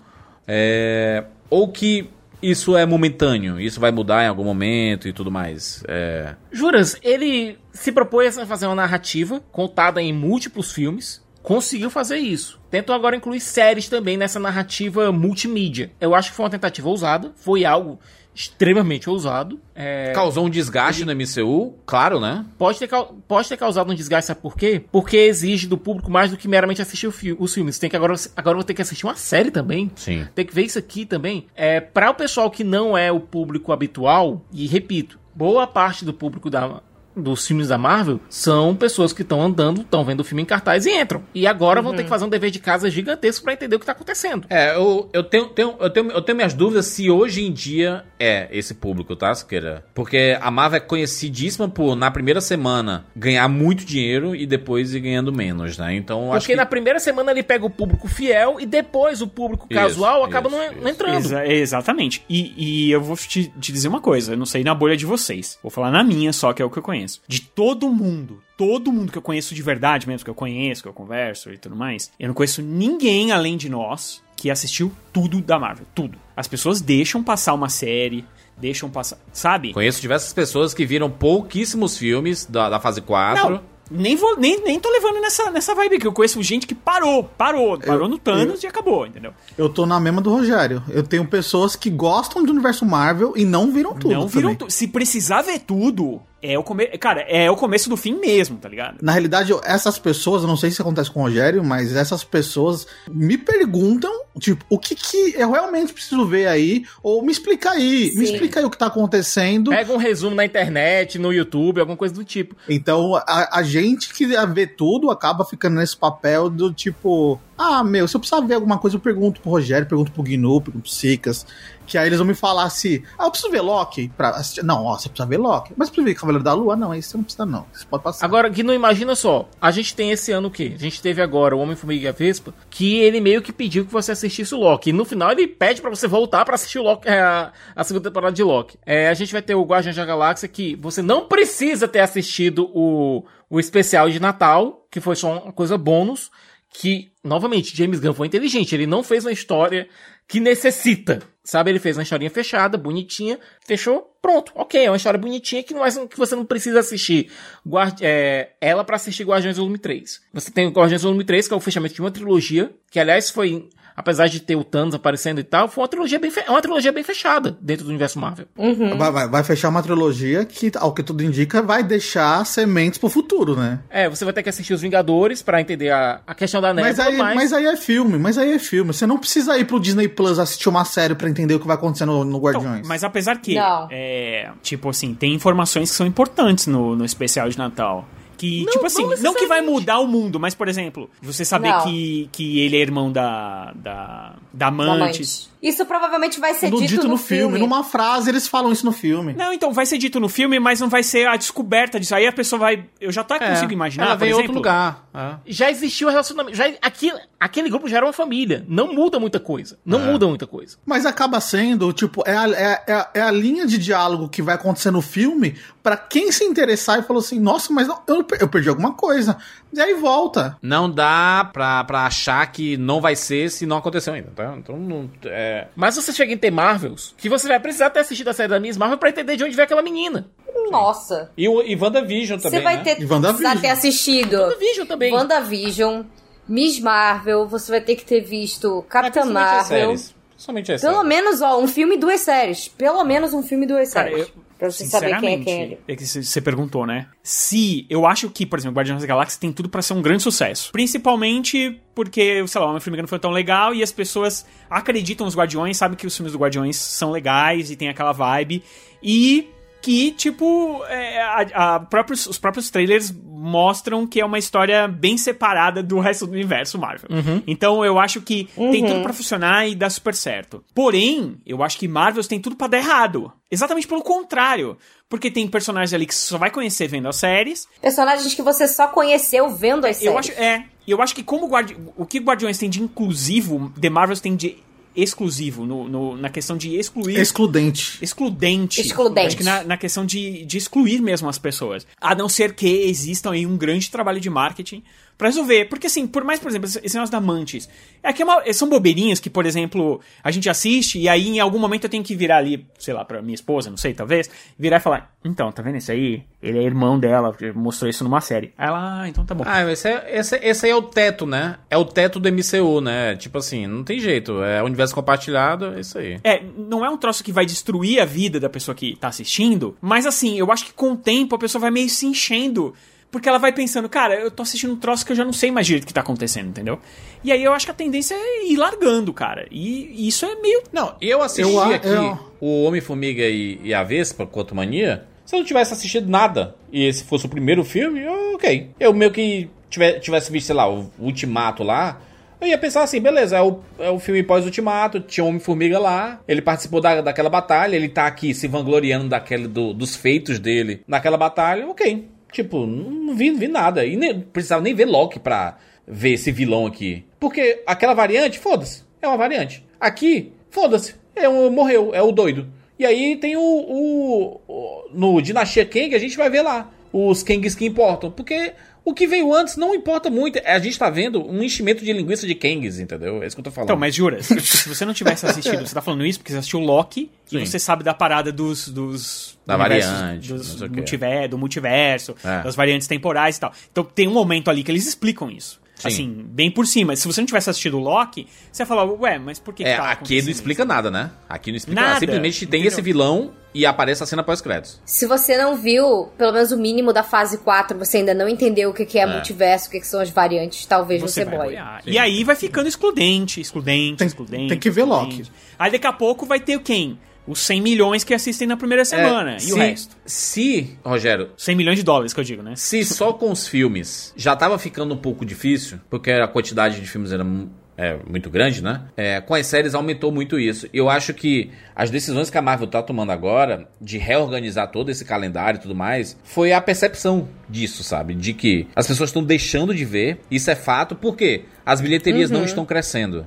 Ou que isso é momentâneo, isso vai mudar em algum momento e tudo mais? Juras, ele se propôs a fazer uma narrativa contada em múltiplos filmes, conseguiu fazer isso. Tentou agora incluir séries também nessa narrativa multimídia. Eu acho que foi uma tentativa ousada, foi algo extremamente ousado. Causou um desgaste no MCU, claro, né? Pode ter causado um desgaste, sabe por quê? Porque exige do público mais do que meramente assistir os filmes. Tem que agora vou ter que assistir uma série também. Sim. Tem que ver isso aqui também. Para o pessoal que não é o público habitual, e repito, boa parte do público dos filmes da Marvel são pessoas que estão andando, estão vendo o filme em cartaz e entram. E agora vão ter que fazer um dever de casa gigantesco pra entender o que tá acontecendo. Eu tenho minhas dúvidas se hoje em dia é esse público, tá, Siqueira? Porque a Marvel é conhecidíssima por, na primeira semana, ganhar muito dinheiro e depois ir ganhando menos, né? Então, acho que na primeira semana ele pega o público fiel e depois o público casual acaba não entrando. Exatamente. E eu vou te dizer uma coisa, eu não sei na bolha de vocês. Vou falar na minha só, que é o que eu conheço. De todo mundo que eu conheço de verdade mesmo, que eu conheço, que eu converso e tudo mais, eu não conheço ninguém além de nós que assistiu tudo da Marvel, tudo. As pessoas deixam passar uma série, deixam passar, sabe? Conheço diversas pessoas que viram pouquíssimos filmes da fase 4. Não. Nem tô levando nessa vibe aqui. Eu conheço gente que parou no Thanos e acabou, entendeu? Eu tô na mesma do Rogério. Eu tenho pessoas que gostam do universo Marvel e não viram tudo. Não viram tudo. Se precisar ver tudo, é o começo do fim mesmo, tá ligado? Na realidade, essas pessoas, eu não sei se acontece com o Rogério, mas essas pessoas me perguntam, tipo, o que eu realmente preciso ver aí, ou me explica aí, me explica aí o que tá acontecendo. Pega um resumo na internet, no YouTube, alguma coisa do tipo. Então, a gente que vê tudo acaba ficando nesse papel do tipo, se eu precisar ver alguma coisa, eu pergunto pro Rogério, pergunto pro Gnu, pergunto pro Sicas, que aí eles vão me falar assim, eu preciso ver Loki pra assistir. Não, você precisa ver Loki. Mas precisa ver Cavaleiro da Lua? Não, isso você não precisa não. Você pode passar. Agora, Gnu, imagina só, a gente tem esse ano o quê? A gente teve agora o Homem-Formiga e a Vespa, que ele meio que pediu que você assistisse o Loki. E no final ele pede pra você voltar pra assistir o Loki, a segunda temporada de Loki. A gente vai ter o Guardiões da Galáxia, que você não precisa ter assistido o especial de Natal, que foi só uma coisa bônus, que, novamente, James Gunn foi inteligente, ele não fez uma história que necessita, sabe? Ele fez uma historinha fechada, bonitinha, fechou, pronto, ok, é uma história bonitinha que você não precisa assistir ela pra assistir Guardiões do Volume 3. Você tem o Guardiões do Volume 3, que é o fechamento de uma trilogia, que aliás foi, apesar de ter o Thanos aparecendo e tal, foi uma trilogia bem fechada dentro do universo Marvel. Uhum. Vai fechar uma trilogia que, ao que tudo indica, vai deixar sementes pro futuro, né? Você vai ter que assistir Os Vingadores pra entender a questão da nébula, mas aí é filme. Você não precisa ir pro Disney Plus assistir uma série pra entender o que vai acontecer no Guardiões. Então, mas apesar que, tipo assim, tem informações que são importantes no especial de Natal. Que, tipo assim, não que vai mudar o mundo, mas, por exemplo, você saber que ele é irmão da Mantis. Isso provavelmente vai ser dito no filme. Numa frase eles falam isso no filme. Não, então, vai ser dito no filme, mas não vai ser a descoberta disso. Aí a pessoa vai... Eu já consigo imaginar, ela vem em outro lugar. Já existiu um relacionamento. Aquele grupo já era uma família. Não muda muita coisa. Mas acaba sendo, tipo, é a linha de diálogo que vai acontecer no filme pra quem se interessar e falou assim, nossa, mas eu perdi alguma coisa. E aí volta. Não dá pra achar que não vai ser se não aconteceu ainda, tá? Então, Mas você chega em ter Marvels, que você vai precisar ter assistido a série da Miss Marvel pra entender de onde veio aquela menina. Nossa. E WandaVision também, você vai ter, precisar ter assistido WandaVision também. WandaVision, Miss Marvel, você vai ter que ter visto Capitã Marvel. Somente as Pelo séries. menos, um filme e 2 séries. Pelo menos um filme e 2 séries. Pra você saber quem é quem. É que você perguntou, né? Se eu acho que, por exemplo, Guardiões da Galáxia tem tudo pra ser um grande sucesso. Principalmente porque, sei lá, o Homem-Formiga não foi tão legal e as pessoas acreditam nos Guardiões, sabem que os filmes do Guardiões são legais e tem aquela vibe. E que, tipo, os próprios trailers mostram que é uma história bem separada do resto do universo Marvel. Então eu acho que tem tudo pra funcionar e dar super certo. Porém, eu acho que Marvel tem tudo pra dar errado. Exatamente pelo contrário. Porque tem personagens ali que você só vai conhecer vendo as séries. Personagens que você só conheceu vendo as séries. Eu acho que como o que Guardiões tem de inclusivo, The Marvels tem de exclusivo, na questão de excluir... Excludente. Acho que na questão de excluir mesmo as pessoas. A não ser que exista aí um grande trabalho de marketing pra resolver. Porque assim, por exemplo, esse negócio da Mantis. São bobeirinhas que, por exemplo, a gente assiste e aí em algum momento eu tenho que virar ali, sei lá, pra minha esposa, não sei, talvez, virar e falar, então, tá vendo esse aí? Ele é irmão dela, mostrou isso numa série. Aí ela, então tá bom. Esse aí é o teto, né? É o teto do MCU, né? Tipo assim, não tem jeito. É o universo compartilhado, é isso aí. Não é um troço que vai destruir a vida da pessoa que tá assistindo, mas assim, eu acho que com o tempo a pessoa vai meio se enchendo. Porque ela vai pensando, cara, eu tô assistindo um troço que eu já não sei mais direito o que tá acontecendo, entendeu? E aí eu acho que a tendência é ir largando, cara. E isso é meio... Não, eu assisti aqui o Homem-Formiga e a Vespa, Quantumania. Se eu não tivesse assistido nada e esse fosse o primeiro filme, ok. Eu meio que tivesse visto, sei lá, o Ultimato lá, eu ia pensar assim, beleza, é o filme pós-Ultimato, tinha o Homem-Formiga lá, ele participou daquela batalha, ele tá aqui se vangloriando dos feitos dele naquela batalha, ok. Tipo, não vi nada. E precisava nem ver Loki pra ver esse vilão aqui. Porque aquela variante, foda-se. É uma variante. Aqui, foda-se. Morreu, é o doido. E aí tem no Dinastia Kang, a gente vai ver lá os Kangs que importam. Porque o que veio antes não importa muito. A gente tá vendo um enchimento de linguiça de Kangs, entendeu? É isso que eu tô falando. Então, mas jura, se você não tivesse assistido, você tá falando isso porque você assistiu Loki. Sim. E você sabe da parada da variante, do multiverso, das variantes temporais e tal. Então tem um momento ali que eles explicam isso. Sim. Assim, bem por cima. Se você não tivesse assistido o Loki, você ia falar, ué, mas por que tá aqui não explica nada, né? Aqui não explica nada. Simplesmente tem esse vilão e aparece a cena pós-créditos. Se você não viu, pelo menos o mínimo da fase 4, você ainda não entendeu o que é multiverso, o que são as variantes, talvez você boie. E aí vai ficando excludente. Tem que ver Loki. Aí daqui a pouco vai ter quem? Os 100 milhões que assistem na primeira semana. E o resto? Rogério... 100 milhões de dólares que eu digo, né? Se só com os filmes já tava ficando um pouco difícil, porque a quantidade de filmes era muito grande, né? Com as séries aumentou muito isso. Eu acho que as decisões que a Marvel tá tomando agora, de reorganizar todo esse calendário e tudo mais, foi a percepção disso, sabe? De que as pessoas estão deixando de ver, isso é fato, porque as bilheterias não estão crescendo.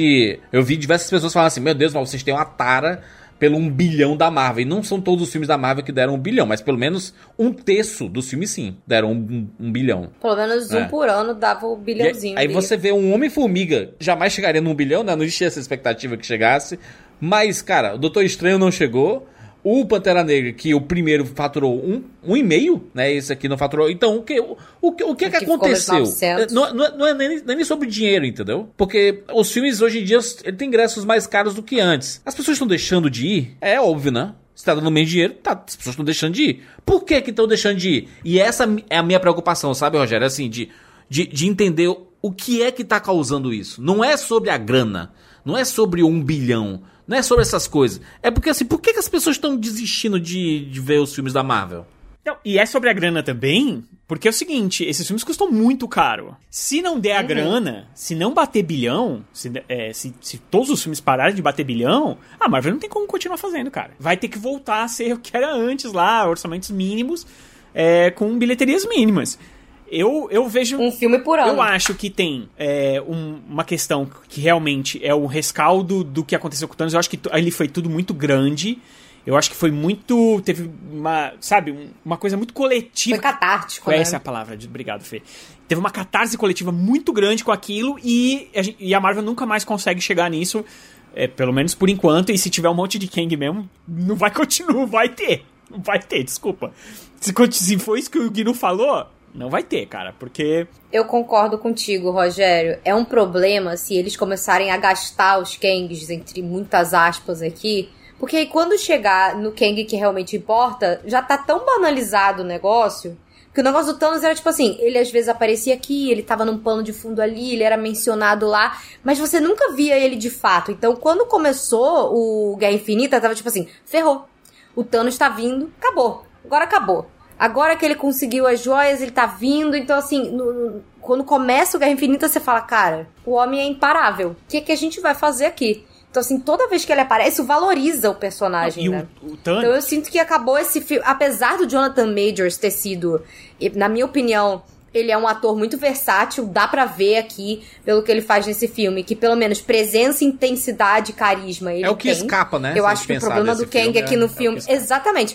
Eu vi diversas pessoas falando assim, meu Deus, mas vocês têm uma tara pelo 1 bilhão da Marvel. E não são todos os filmes da Marvel que deram 1 bilhão, mas pelo menos 1/3 dos filmes sim, deram 1 bilhão. Pelo menos um por ano dava o bilhãozinho. Aí você vê um Homem-Formiga, jamais chegaria no 1 bilhão, né? Não existia essa expectativa que chegasse. Mas, cara, o Doutor Estranho não chegou. O Pantera Negra, que o primeiro faturou 1,5, né? Esse aqui não faturou. Então, o que é que aconteceu? Não é nem sobre dinheiro, entendeu? Porque os filmes hoje em dia ele tem ingressos mais caros do que antes. As pessoas estão deixando de ir? É óbvio, né? Se tá dando menos dinheiro, as pessoas estão deixando de ir. Por que estão deixando de ir? E essa é a minha preocupação, sabe, Rogério? Assim, de entender o que é que tá causando isso. Não é sobre a grana. Não é sobre 1 bilhão. Não é sobre essas coisas. É porque, assim, por que as pessoas estão desistindo de ver os filmes da Marvel? Não, e é sobre a grana também, porque é o seguinte, esses filmes custam muito caro. Se não der a grana, se não bater bilhão, se todos os filmes pararem de bater bilhão, a Marvel não tem como continuar fazendo, cara. Vai ter que voltar a ser o que era antes lá, orçamentos mínimos, com bilheterias mínimas. Eu vejo... Um filme por ano. Eu acho que tem uma questão que realmente é o rescaldo do que aconteceu com o Thanos. Eu acho que ali foi tudo muito grande. Eu acho que foi muito... Teve uma coisa muito coletiva. Foi catártico, Essa é a palavra. Obrigado, Fê. Teve uma catarse coletiva muito grande com aquilo e a Marvel nunca mais consegue chegar nisso, pelo menos por enquanto. E se tiver um monte de Kang mesmo, não vai continuar, vai ter. Não vai ter, desculpa. Se for isso que o Guinu falou... Não vai ter, cara, porque... Eu concordo contigo, Rogério. É um problema se eles começarem a gastar os Kangs, entre muitas aspas aqui, porque aí quando chegar no Kang que realmente importa, já tá tão banalizado o negócio, que o negócio do Thanos era tipo assim, ele às vezes aparecia aqui, ele tava num pano de fundo ali, ele era mencionado lá, mas você nunca via ele de fato. Então quando começou o Guerra Infinita, tava tipo assim, ferrou. O Thanos tá vindo, acabou. Agora acabou. Agora que ele conseguiu as joias, ele tá vindo. Então, assim, quando começa o Guerra Infinita, você fala, cara, o homem é imparável. O que a gente vai fazer aqui? Então, assim, toda vez que ele aparece, isso valoriza o personagem, e né? o Thanos... Então eu sinto que acabou esse filme... Apesar do Jonathan Majors ter sido, na minha opinião... Ele é um ator muito versátil, dá pra ver aqui, pelo que ele faz nesse filme, que pelo menos presença, intensidade, carisma ele tem. É o que escapa, né? Eu acho que o problema do Kang aqui no filme... Exatamente.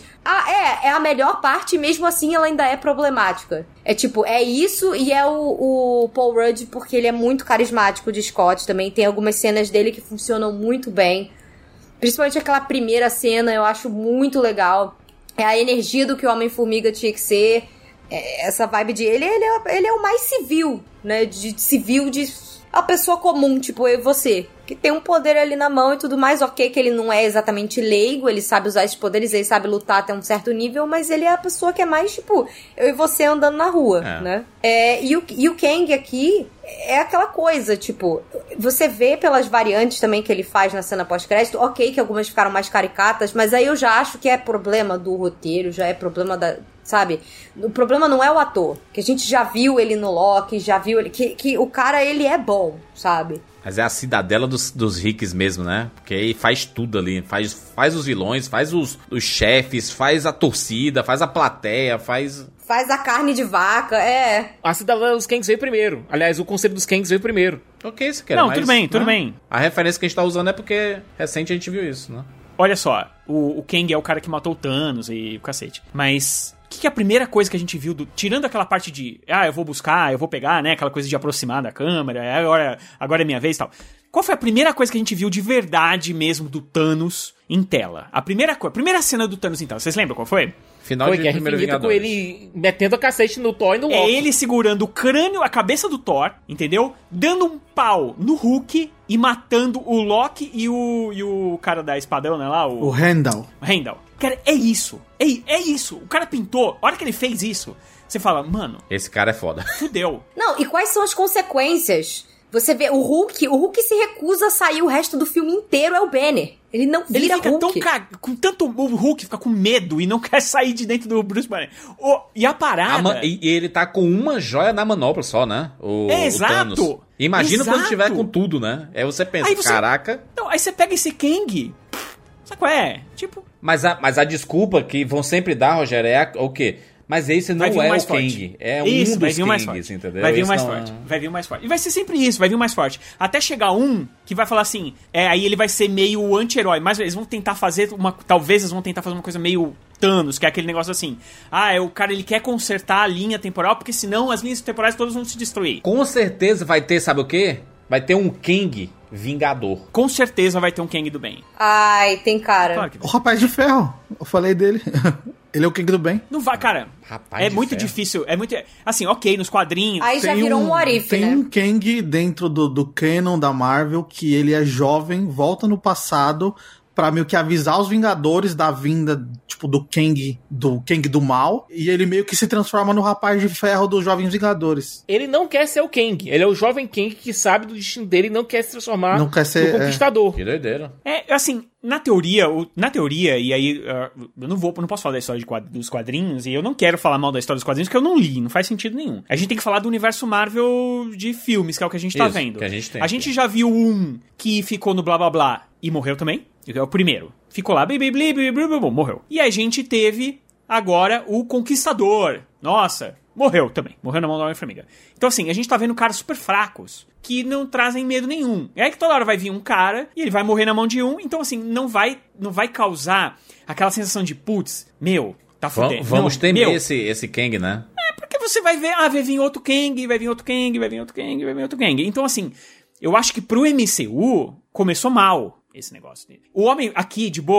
É a melhor parte, mesmo assim ela ainda é problemática. É tipo, é isso e é o Paul Rudd, porque ele é muito carismático de Scott também. Tem algumas cenas dele que funcionam muito bem. Principalmente aquela primeira cena, eu acho muito legal. É a energia do que o Homem-Formiga tinha que ser... Essa vibe de ele é o mais civil, né? De civil, de a pessoa comum, tipo eu e você. Que tem um poder ali na mão e tudo mais. Ok, que ele não é exatamente leigo, ele sabe usar esses poderes, ele sabe lutar até um certo nível, mas ele é a pessoa que é mais, tipo, eu e você andando na rua, né? E o Kang aqui é aquela coisa, tipo, você vê pelas variantes também que ele faz na cena pós-crédito, ok, que algumas ficaram mais caricatas, mas aí eu já acho que é problema do roteiro, já é problema da... Sabe? O problema não é o ator, que a gente já viu ele no Loki, já viu ele... Que o cara, ele é bom, sabe? Mas é a cidadela dos ricos mesmo, né? Porque aí faz tudo ali. Faz os vilões, faz os chefes, faz a torcida, faz a plateia, faz a carne de vaca, A cidadela dos Kangs veio primeiro. Aliás, o conceito dos Kangs veio primeiro. Ok, você quer. Não, mas, tudo bem. A referência que a gente tá usando é porque recente a gente viu isso, né? Olha só, o Kang é o cara que matou o Thanos e o cacete. Mas... O que é a primeira coisa que a gente viu, tirando aquela parte de, eu vou buscar, eu vou pegar, né, aquela coisa de aproximar da câmera, agora é minha vez e tal. Qual foi a primeira coisa que a gente viu de verdade mesmo do Thanos em tela? A primeira cena do Thanos em tela, vocês lembram qual foi? Final de Primeiro Vingadores. Com ele metendo a cacete no Thor e no Loki. É ele segurando o crânio, a cabeça do Thor, entendeu? Dando um pau no Hulk e matando o Loki e o cara da espadão, né, lá? O Heimdall. Cara, é isso. É isso. O cara pintou. A hora que ele fez isso, você fala, mano... Esse cara é foda. Fudeu. Não, e quais são as consequências? Você vê, o Hulk se recusa a sair o resto do filme inteiro, é o Banner. Ele não vira ele fica Hulk. Com tanto o Hulk fica com medo e não quer sair de dentro do Bruce Banner. E a parada... E ele tá com uma joia na manopla só, né? Exato. O Thanos. Imagina quando tiver com tudo, né? Aí você pensa, caraca... Então, aí você pega esse Kang... Sabe qual é? Tipo... Mas a desculpa que vão sempre dar, Rogério, é o quê? Mas esse não é o Kang. É isso, um dos Kangs, entendeu? Vai vir o mais forte. Vai vir o mais forte. E vai ser sempre isso, vai vir o mais forte. Até chegar um que vai falar assim, aí ele vai ser meio anti-herói. Mas eles vão tentar fazer talvez eles vão tentar fazer uma coisa meio Thanos, que é aquele negócio assim. O cara, ele quer consertar a linha temporal, porque senão as linhas temporais todas vão se destruir. Com certeza vai ter, sabe o quê? Vai ter um Kang Vingador. Com certeza vai ter um Kang do bem. Ai, tem cara. Claro que O Rapaz de Ferro. Eu falei dele. Ele é o Kang do bem. Não vai, cara. Rapaz é de muito ferro. difícil. É muito. Assim, ok, nos quadrinhos. Aí já virou um what if, Tem né? um Kang dentro do canon da Marvel que ele é jovem, volta no passado pra meio que avisar os Vingadores da vinda, tipo, do Kang do mal, e ele meio que se transforma no Rapaz de Ferro dos Jovens Vingadores. Ele não quer ser o Kang. Ele é o jovem Kang que sabe do destino dele e não quer se transformar Não quer ser, no Conquistador. Que doideira. Assim, na teoria, e aí eu não posso falar da história dos quadrinhos, e eu não quero falar mal da história dos quadrinhos, porque eu não li, não faz sentido nenhum. A gente tem que falar do universo Marvel de filmes, que é o que a gente tá vendo. Que a gente tem. A gente já viu um que ficou no blá blá blá e morreu também, que é o primeiro. Ficou lá, morreu. E a gente teve agora o Conquistador. Nossa, morreu também. Morreu na mão da Homem-Formiga. Então assim, a gente tá vendo caras super fracos que não trazem medo nenhum. É que toda hora vai vir um cara e ele vai morrer na mão de um. Então assim, não vai causar aquela sensação de putz, tá fudendo. Vamos temer esse Kang, né? Porque você vai ver, vai vir outro Kang, vai vir outro Kang, vai vir outro Kang, vai vir outro Kang. Então assim, eu acho que pro MCU começou mal esse negócio dele. O homem aqui, de boa,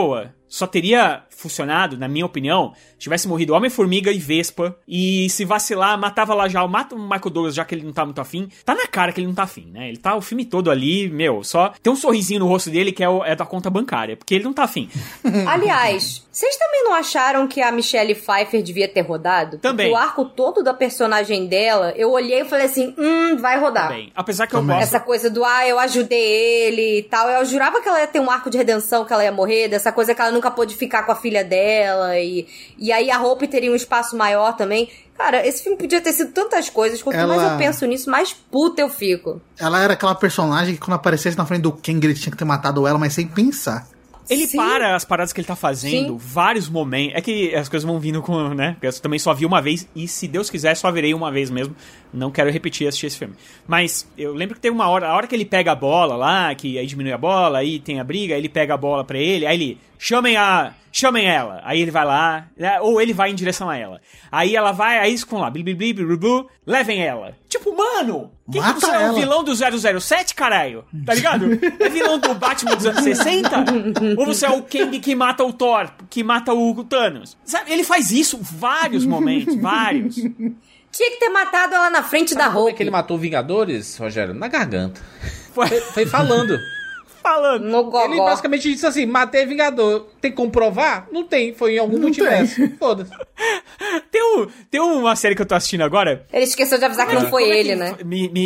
só teria funcionado, na minha opinião, se tivesse morrido Homem-Formiga e Vespa, e se vacilar, matava lá já, mata o Michael Douglas, já que ele não tá muito afim. Tá na cara que ele não tá afim, né? Ele tá o filme todo ali, só tem um sorrisinho no rosto dele que é da conta bancária, porque ele não tá afim. Aliás, vocês também não acharam que a Michelle Pfeiffer devia ter rodado? Também. Porque o arco todo da personagem dela, eu olhei e falei assim, vai rodar. Também. Apesar que eu gosto... Essa coisa do, eu ajudei ele e tal, eu jurava que ela ia ter um arco de redenção, que ela ia morrer, dessa coisa que ela nunca pôde ficar com a filha dela, e aí a Hope teria um espaço maior também. Cara, esse filme podia ter sido tantas coisas. Quanto mais eu penso nisso, mais puta eu fico. Ela era aquela personagem que quando aparecesse na frente do Kang, ele tinha que ter matado ela, mas sem pensar. Ele Sim. para as paradas que ele tá fazendo, Sim. vários momentos. É que as coisas vão vindo com, né? Porque eu também só vi uma vez, e se Deus quiser, só verei uma vez mesmo. Não quero repetir assistir esse filme. Mas eu lembro que teve uma hora, a hora que ele pega a bola lá, que aí diminui a bola, aí tem a briga, aí ele pega a bola pra ele, aí ele, chamem ela. Aí ele vai lá, ou ele vai em direção a ela. Aí ela vai, aí eles ficam lá, blu, levem ela. Tipo, mano, que você é o vilão do 007, caralho? Tá ligado? É vilão do Batman dos anos 60? Ou você é o Kang que mata o Thor, que mata o Thanos? Sabe, ele faz isso vários momentos, vários. Tinha que ter matado ela na frente da Como Hope. é que ele matou Vingadores, Rogério? Na garganta. Foi falando. No gogó. Ele basicamente disse assim, matei Vingador. Tem como provar? Não tem, foi em algum multiverso. Foda-se. Tem uma série que eu tô assistindo agora. Ele esqueceu de avisar que não foi ele, né?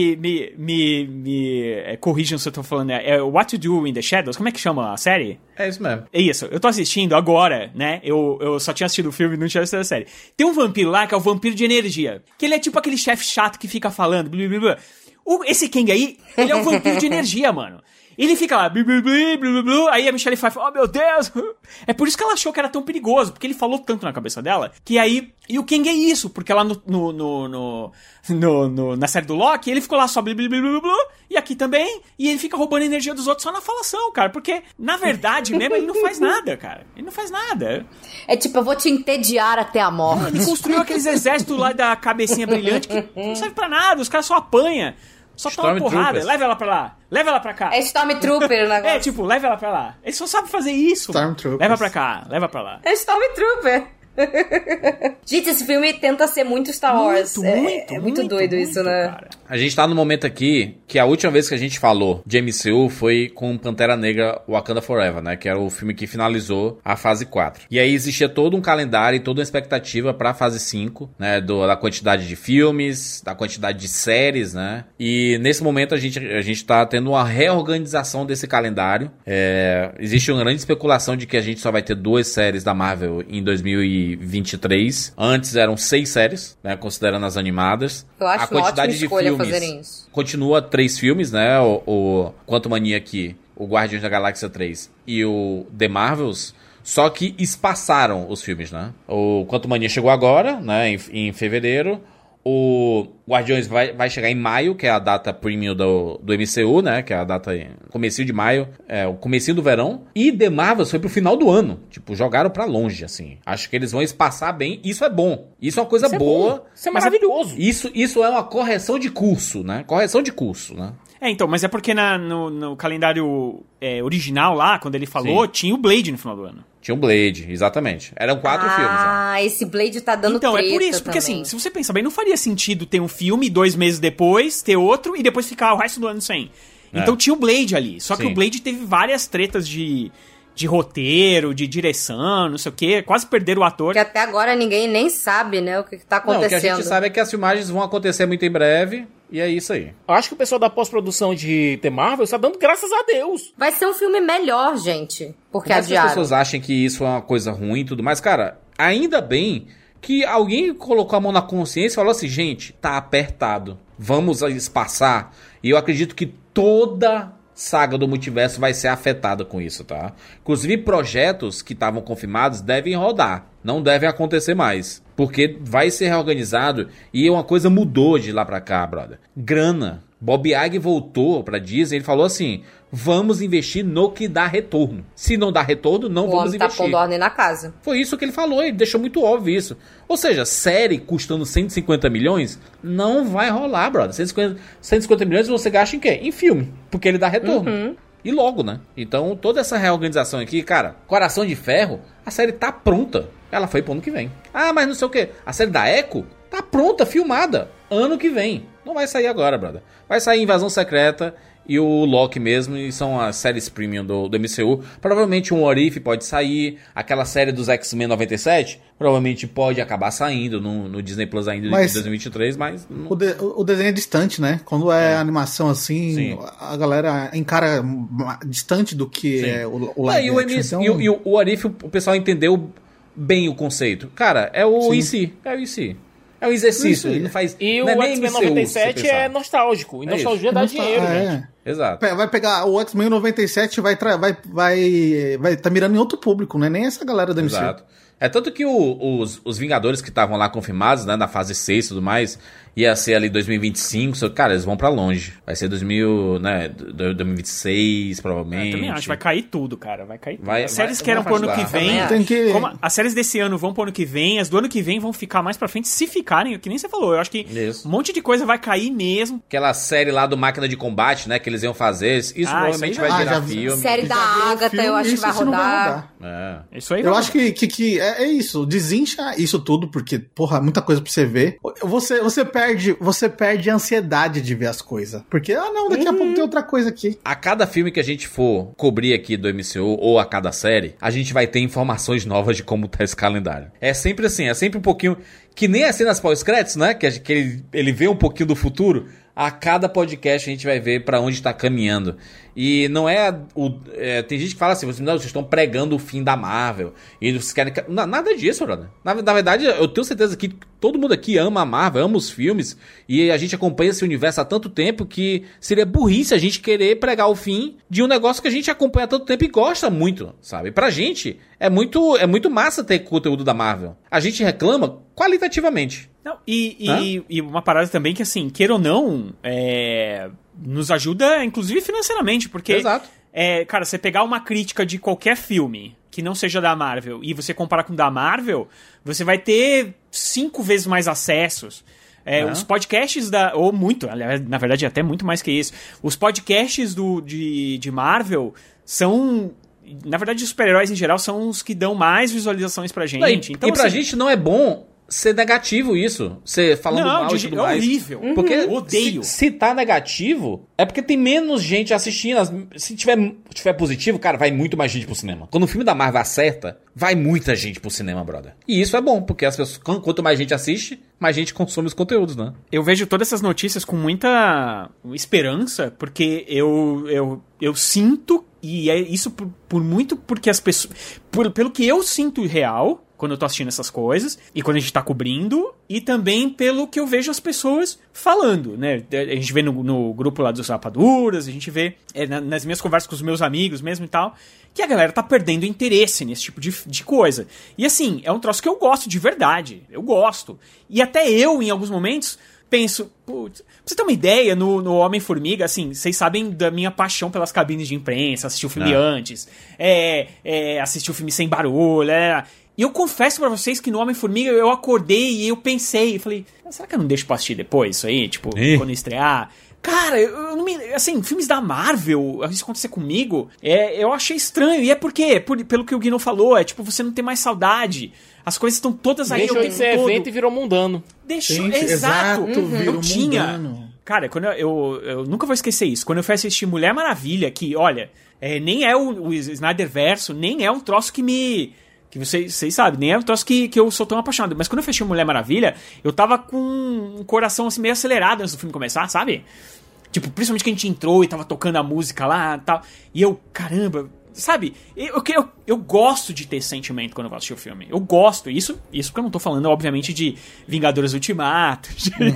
Me corrijam se eu tô falando. É What to Do in the Shadows? Como é que chama a série? É isso mesmo. É isso. Eu tô assistindo agora, né? Eu só tinha assistido o filme e não tinha assistido a série. Tem um vampiro lá que é o vampiro de energia. Que ele é tipo aquele chefe chato que fica falando. Blá, blá, blá. Esse Kang aí, ele é um vampiro de energia, mano. Ele fica lá, blu, blu, blu, blu, blu, aí a Michelle Pfeiffer, oh meu Deus! É por isso que ela achou que era tão perigoso, porque ele falou tanto na cabeça dela, que aí... E o Kang é isso, porque lá na série do Loki, ele ficou lá só blu, blu, blu, blu, blu, e aqui também, e ele fica roubando a energia dos outros só na falação, cara, porque, na verdade mesmo, ele não faz nada, cara. Ele não faz nada. É tipo, eu vou te entediar até a morte. Ele construiu aqueles exércitos lá da cabecinha brilhante que não serve pra nada, os caras só apanham. Só toma porrada, leva ela pra lá, leva ela pra cá. É Stormtrooper o negócio. É, tipo, leva ela pra lá. Ele só sabe fazer isso. Leva pra cá, leva pra lá. É Stormtrooper. Gente, esse filme tenta ser muito Star Wars. É muito doido isso, né? Cara. A gente tá no momento aqui que a última vez que a gente falou de MCU foi com Pantera Negra Wakanda Forever, né? Que era o filme que finalizou a fase 4. E aí existia todo um calendário e toda uma expectativa pra fase 5, né? Da quantidade de filmes, da quantidade de séries, né? E nesse momento a gente tá tendo uma reorganização desse calendário. Existe uma grande especulação de que a gente só vai ter 2 séries da Marvel em 2023. Antes eram 6 séries, né? Considerando as animadas. Eu acho a quantidade de filmes fazerem isso. Continua 3 filmes, né? O Quantumania aqui, o Guardiões da Galáxia 3 e o The Marvels, só que espaçaram os filmes, né? O Quantumania chegou agora, né? Em fevereiro. O Guardiões vai chegar em maio, que é a data premium do MCU, né? Que é a data comecinho de maio, o comecinho do verão. E The Marvels foi pro final do ano. Tipo, jogaram pra longe, assim. Acho que eles vão espaçar bem. Isso é bom. Isso é uma coisa boa. Isso é maravilhoso. Isso é uma correção de curso, né? Correção de curso, né? Então, mas é porque no calendário original lá, quando ele falou, tinha o Blade no final do ano. Tinha o Blade, exatamente. Eram 4 filmes. Ah, esse Blade tá dando então, treta é por isso, porque também. assim, se você pensar bem, não faria sentido ter um filme 2 meses depois, ter outro e depois ficar o resto do ano sem. Então tinha o Blade ali. Só que o Blade teve várias tretas de roteiro, de direção, não sei o quê. Quase perderam o ator. Que até agora ninguém nem sabe, né, o que tá acontecendo. Não, o que a gente sabe é que as filmagens vão acontecer muito em breve. E é isso aí. Eu acho que o pessoal da pós-produção de The Marvel está dando graças a Deus. Vai ser um filme melhor, gente. Porque Mas adiaram. as pessoas acham que isso é uma coisa ruim e tudo mais. Cara, ainda bem que alguém colocou a mão na consciência e falou assim, gente, tá apertado. Vamos espaçar. E eu acredito que toda saga do multiverso vai ser afetada com isso, tá? Inclusive, projetos que estavam confirmados devem rodar. Não devem acontecer mais. Porque vai ser reorganizado e uma coisa mudou de lá pra cá, brother. Grana. Bob Iger voltou pra Disney e ele falou assim, vamos investir no que dá retorno. Se não dá retorno, não vamos investir. O homem tá pondo ordem na casa. Foi isso que ele falou, ele deixou muito óbvio isso. Ou seja, série custando 150 milhões, não vai rolar, brother. 150 milhões você gasta em quê? Em filme, porque ele dá retorno. E logo, né? Então, toda essa reorganização aqui, cara, Coração de Ferro, a série tá pronta. Ela foi pro ano que vem. Ah, mas não sei o quê. A série da Echo tá pronta, filmada. Ano que vem. Não vai sair agora, brother. Vai sair Invasão Secreta e o Loki mesmo, e são as séries premium do MCU. Provavelmente um What If pode sair. Aquela série dos X-Men 97, provavelmente pode acabar saindo no Disney Plus ainda em 2023, mas... Não... O desenho é distante, né? Quando é animação assim, sim, a galera encara distante do que é o live action. E o What If, o pessoal entendeu bem o conceito. Cara, é o IC. É o IC. É um exercício. Ele não faz, e não o X-Men 97 é nostálgico. E nostalgia dá dinheiro, gente. Exato. Vai pegar o X-Men 97 vai tá mirando em outro público, né? Nem essa galera da MCU. Exato. É tanto que os Vingadores que estavam lá confirmados, né, na fase 6 e tudo mais, ia ser ali 2025, cara, eles vão pra longe. Vai ser 2026, provavelmente. Eu também acho, vai cair tudo, cara, vai cair tudo. As séries que eram pro ano que vem, as séries desse ano vão pro ano que vem, as do ano que vem vão ficar mais pra frente, se ficarem, que nem você falou, eu acho que um monte de coisa vai cair mesmo. Aquela série lá do Máquina de Combate, né, que eles iam fazer, isso provavelmente vai virar filme. Série da Agatha, eu acho que vai rodar. Isso aí eu acho que é isso, desincha isso tudo, porque, porra, muita coisa pra você ver. Você perde a ansiedade de ver as coisas. Porque, daqui a pouco tem outra coisa aqui. A cada filme que a gente for cobrir aqui do MCU, ou a cada série, a gente vai ter informações novas de como tá esse calendário. É sempre assim, é sempre um pouquinho... Que nem as cenas pós-créditos, né? Que ele vê um pouquinho do futuro. A cada podcast a gente vai ver pra onde tá caminhando. E não tem gente que fala assim, vocês estão pregando o fim da Marvel. E vocês querem... Nada disso, brother. Na verdade, eu tenho certeza que todo mundo aqui ama a Marvel, ama os filmes. E a gente acompanha esse universo há tanto tempo que seria burrice a gente querer pregar o fim de um negócio que a gente acompanha há tanto tempo e gosta muito, sabe? Pra gente, é muito massa ter conteúdo da Marvel. A gente reclama qualitativamente. Não, e uma parada também que, assim, queira ou não, nos ajuda, inclusive financeiramente, porque... Exato. Cara, você pegar uma crítica de qualquer filme que não seja da Marvel e você comparar com o da Marvel, você vai ter 5 vezes mais acessos. Os podcasts ou muito, aliás, na verdade até muito mais que isso. Os podcasts de Marvel são... Na verdade, os super-heróis em geral são os que dão mais visualizações pra gente. Então, pra gente não é bom ser negativo isso. Você falando mal e tudo mais. É horrível. Porque odeio. Se tá negativo, é porque tem menos gente assistindo. Se tiver positivo, cara, vai muito mais gente pro cinema. Quando o filme da Marvel acerta, vai muita gente pro cinema, brother. E isso é bom, porque as pessoas, quanto mais gente assiste, mais gente consome os conteúdos, né? Eu vejo todas essas notícias com muita esperança, porque eu sinto, e é isso por muito porque as pessoas... Pelo que eu sinto real... quando eu tô assistindo essas coisas, e quando a gente tá cobrindo, e também pelo que eu vejo as pessoas falando, né? A gente vê no grupo lá dos Rapaduras, a gente vê nas minhas conversas com os meus amigos mesmo e tal, que a galera tá perdendo interesse nesse tipo de coisa. E assim, é um troço que eu gosto de verdade, eu gosto. E até eu, em alguns momentos... penso, putz, pra você ter uma ideia, no Homem-Formiga, assim, vocês sabem da minha paixão pelas cabines de imprensa, assistir o filme antes, assistir o filme sem barulho, E eu confesso pra vocês que no Homem-Formiga eu acordei e eu pensei, eu falei, será que eu não deixo pra assistir depois isso aí? Tipo, quando estrear... Cara, eu não me... Assim, filmes da Marvel, isso acontecer comigo, eu achei estranho. E é porque, pelo que o Guino falou, tipo, você não tem mais saudade. As coisas estão todas aí. Deixou de ser evento e virou mundano. Exato. Virou tinha. Mundano. Cara, quando eu nunca vou esquecer isso. Quando eu fui assistir Mulher Maravilha, que, olha, nem é o Snyderverso, nem é um troço que me... Que vocês sabem, nem é um troço que eu sou tão apaixonado. Mas quando eu fechei Mulher Maravilha, eu tava com um coração assim meio acelerado antes do filme começar, sabe? Tipo, principalmente que a gente entrou e tava tocando a música lá e tal. E eu, caramba, sabe? Eu gosto de ter sentimento quando eu vou assistir o filme. Eu gosto. Isso porque eu não tô falando, obviamente, de Vingadores Ultimato.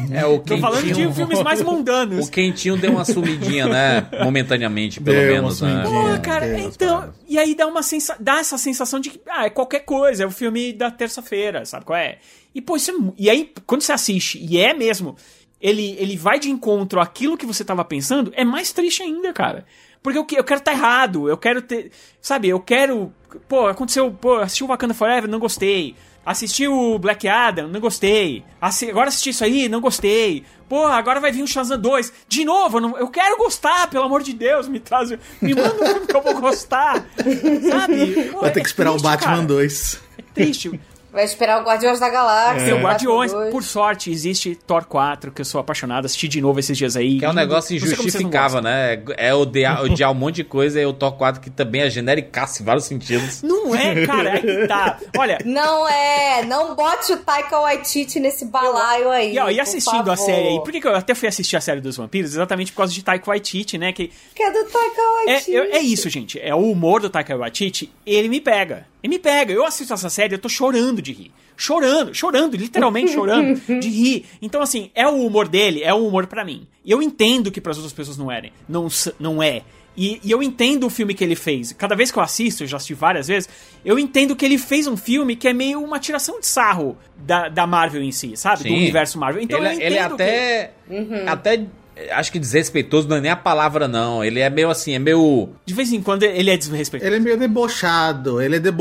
Tô falando de filmes mais mundanos. O quentinho deu uma sumidinha, né? Momentaneamente, pelo menos. Né? Pô, cara, então... E aí dá essa sensação de que, é qualquer coisa, é o filme da terça-feira, sabe qual é? E, pô, e aí, quando você assiste, e é mesmo, ele vai de encontro àquilo que você tava pensando, é mais triste ainda, cara. Porque eu quero estar errado, eu quero ter... Sabe, eu quero Pô, aconteceu... Pô, assisti o Wakanda Forever, não gostei. Assisti o Black Adam, não gostei. Agora assisti isso aí, não gostei. Pô, agora vai vir o Shazam 2. De novo, eu quero gostar, pelo amor de Deus. Me manda um filme que eu vou gostar. Sabe? Pô, vai ter que esperar triste, o Batman cara. 2. É triste. Vai esperar o Guardiões da Galáxia. Tem o Guardiões. Por sorte, existe Thor 4, que eu sou apaixonado. Assisti de novo esses dias aí. Que é um negócio injustificável, né? É odiar um monte de coisa e o Thor 4 que também é genericaço em vários sentidos. Não é, cara. É tá. Olha... Não é. Não bote o Taika Waititi nesse balaio aí. E assistindo a série aí. Por que eu até fui assistir a série dos vampiros? Exatamente por causa de Taika Waititi, né? Que é do Taika Waititi. É isso, gente. É o humor do Taika Waititi. Ele me pega. Eu assisto essa série, eu tô chorando de rir. Chorando, literalmente chorando de rir. Então, assim, é o humor dele, é o humor pra mim. E eu entendo que pras outras pessoas não é. E eu entendo o filme que ele fez. Cada vez que eu assisto, eu já assisti várias vezes, eu entendo que ele fez um filme que é meio uma tiração de sarro da Marvel em si, sabe? Sim. Do universo Marvel. Então ele até acho que desrespeitoso não é nem a palavra, não. Ele é meio assim, de vez em quando ele é desrespeitoso. Ele é meio debochado,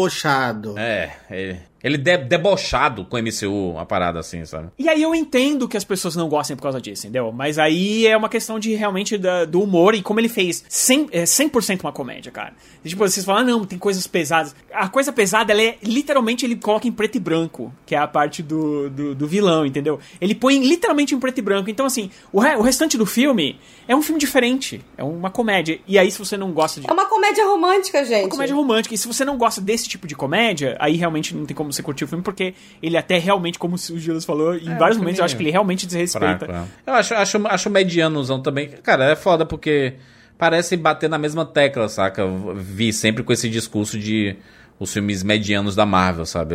Ele é debochado com o MCU, uma parada assim, sabe? E aí eu entendo que as pessoas não gostem por causa disso, entendeu? Mas aí é uma questão de realmente do humor e como ele fez 100% uma comédia, cara. E, tipo, vocês falam, não, tem coisas pesadas. A coisa pesada, ela é literalmente, ele coloca em preto e branco, que é a parte do vilão, entendeu? Ele põe literalmente em preto e branco. Então, assim, o restante do filme é um filme diferente. É uma comédia. E aí, se você não gosta de... É uma comédia romântica, gente. Uma comédia romântica. E se você não gosta desse tipo de comédia, aí realmente não tem como você curtir o filme, porque ele até realmente, como o Gilles falou, em vários momentos eu acho que ele realmente desrespeita. Fraco. Eu acho medianozão também. Cara, é foda porque parece bater na mesma tecla, saca? Eu vi sempre com esse discurso de os filmes medianos da Marvel, sabe?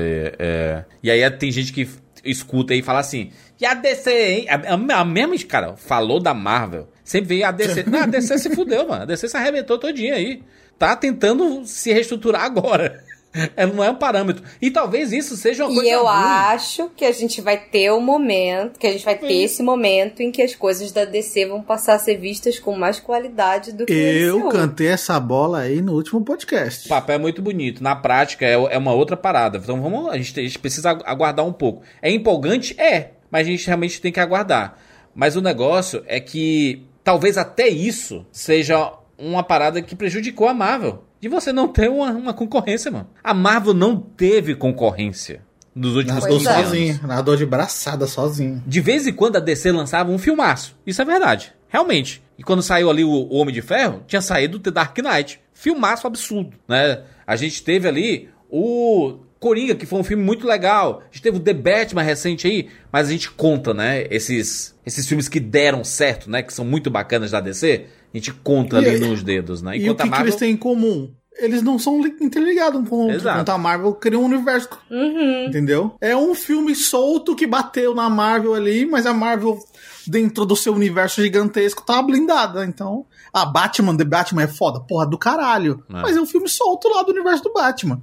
E aí tem gente que escuta e fala assim, e a DC, hein? A mesma, cara, falou da Marvel, sempre veio a DC. Não, a DC se fudeu, mano. A DC se arrebentou todinha aí. Tá tentando se reestruturar agora. Não é um parâmetro. E talvez isso seja uma coisa ruim. E eu acho que a gente vai ter um momento, que a gente vai ter esse momento em que as coisas da DC vão passar a ser vistas com mais qualidade do que eu cantei essa bola aí no último podcast. O papel é muito bonito. Na prática é uma outra parada. Então a gente precisa aguardar um pouco. É empolgante? Mas a gente realmente tem que aguardar. Mas o negócio é que talvez até isso seja uma parada que prejudicou a Marvel. De você não ter uma concorrência, mano. A Marvel não teve concorrência nos últimos 15 anos. Sozinho, nadou de braçada sozinho. De vez em quando a DC lançava um filmaço. Isso é verdade. Realmente. E quando saiu ali o Homem de Ferro, tinha saído The Dark Knight. Filmaço absurdo, né? A gente teve ali o Coringa, que foi um filme muito legal. A gente teve o The Batman recente aí. Mas a gente conta, né? Esses filmes que deram certo, né? Que são muito bacanas da DC. A gente conta ali nos dedos, né? Enquanto e o que eles têm em comum? Eles não são interligados um com o outro. Enquanto a Marvel cria um universo. Entendeu? É um filme solto que bateu na Marvel ali, mas a Marvel, dentro do seu universo gigantesco, tá blindada. Então, The Batman é foda. Porra, do caralho. Mas é um filme solto lá do universo do Batman.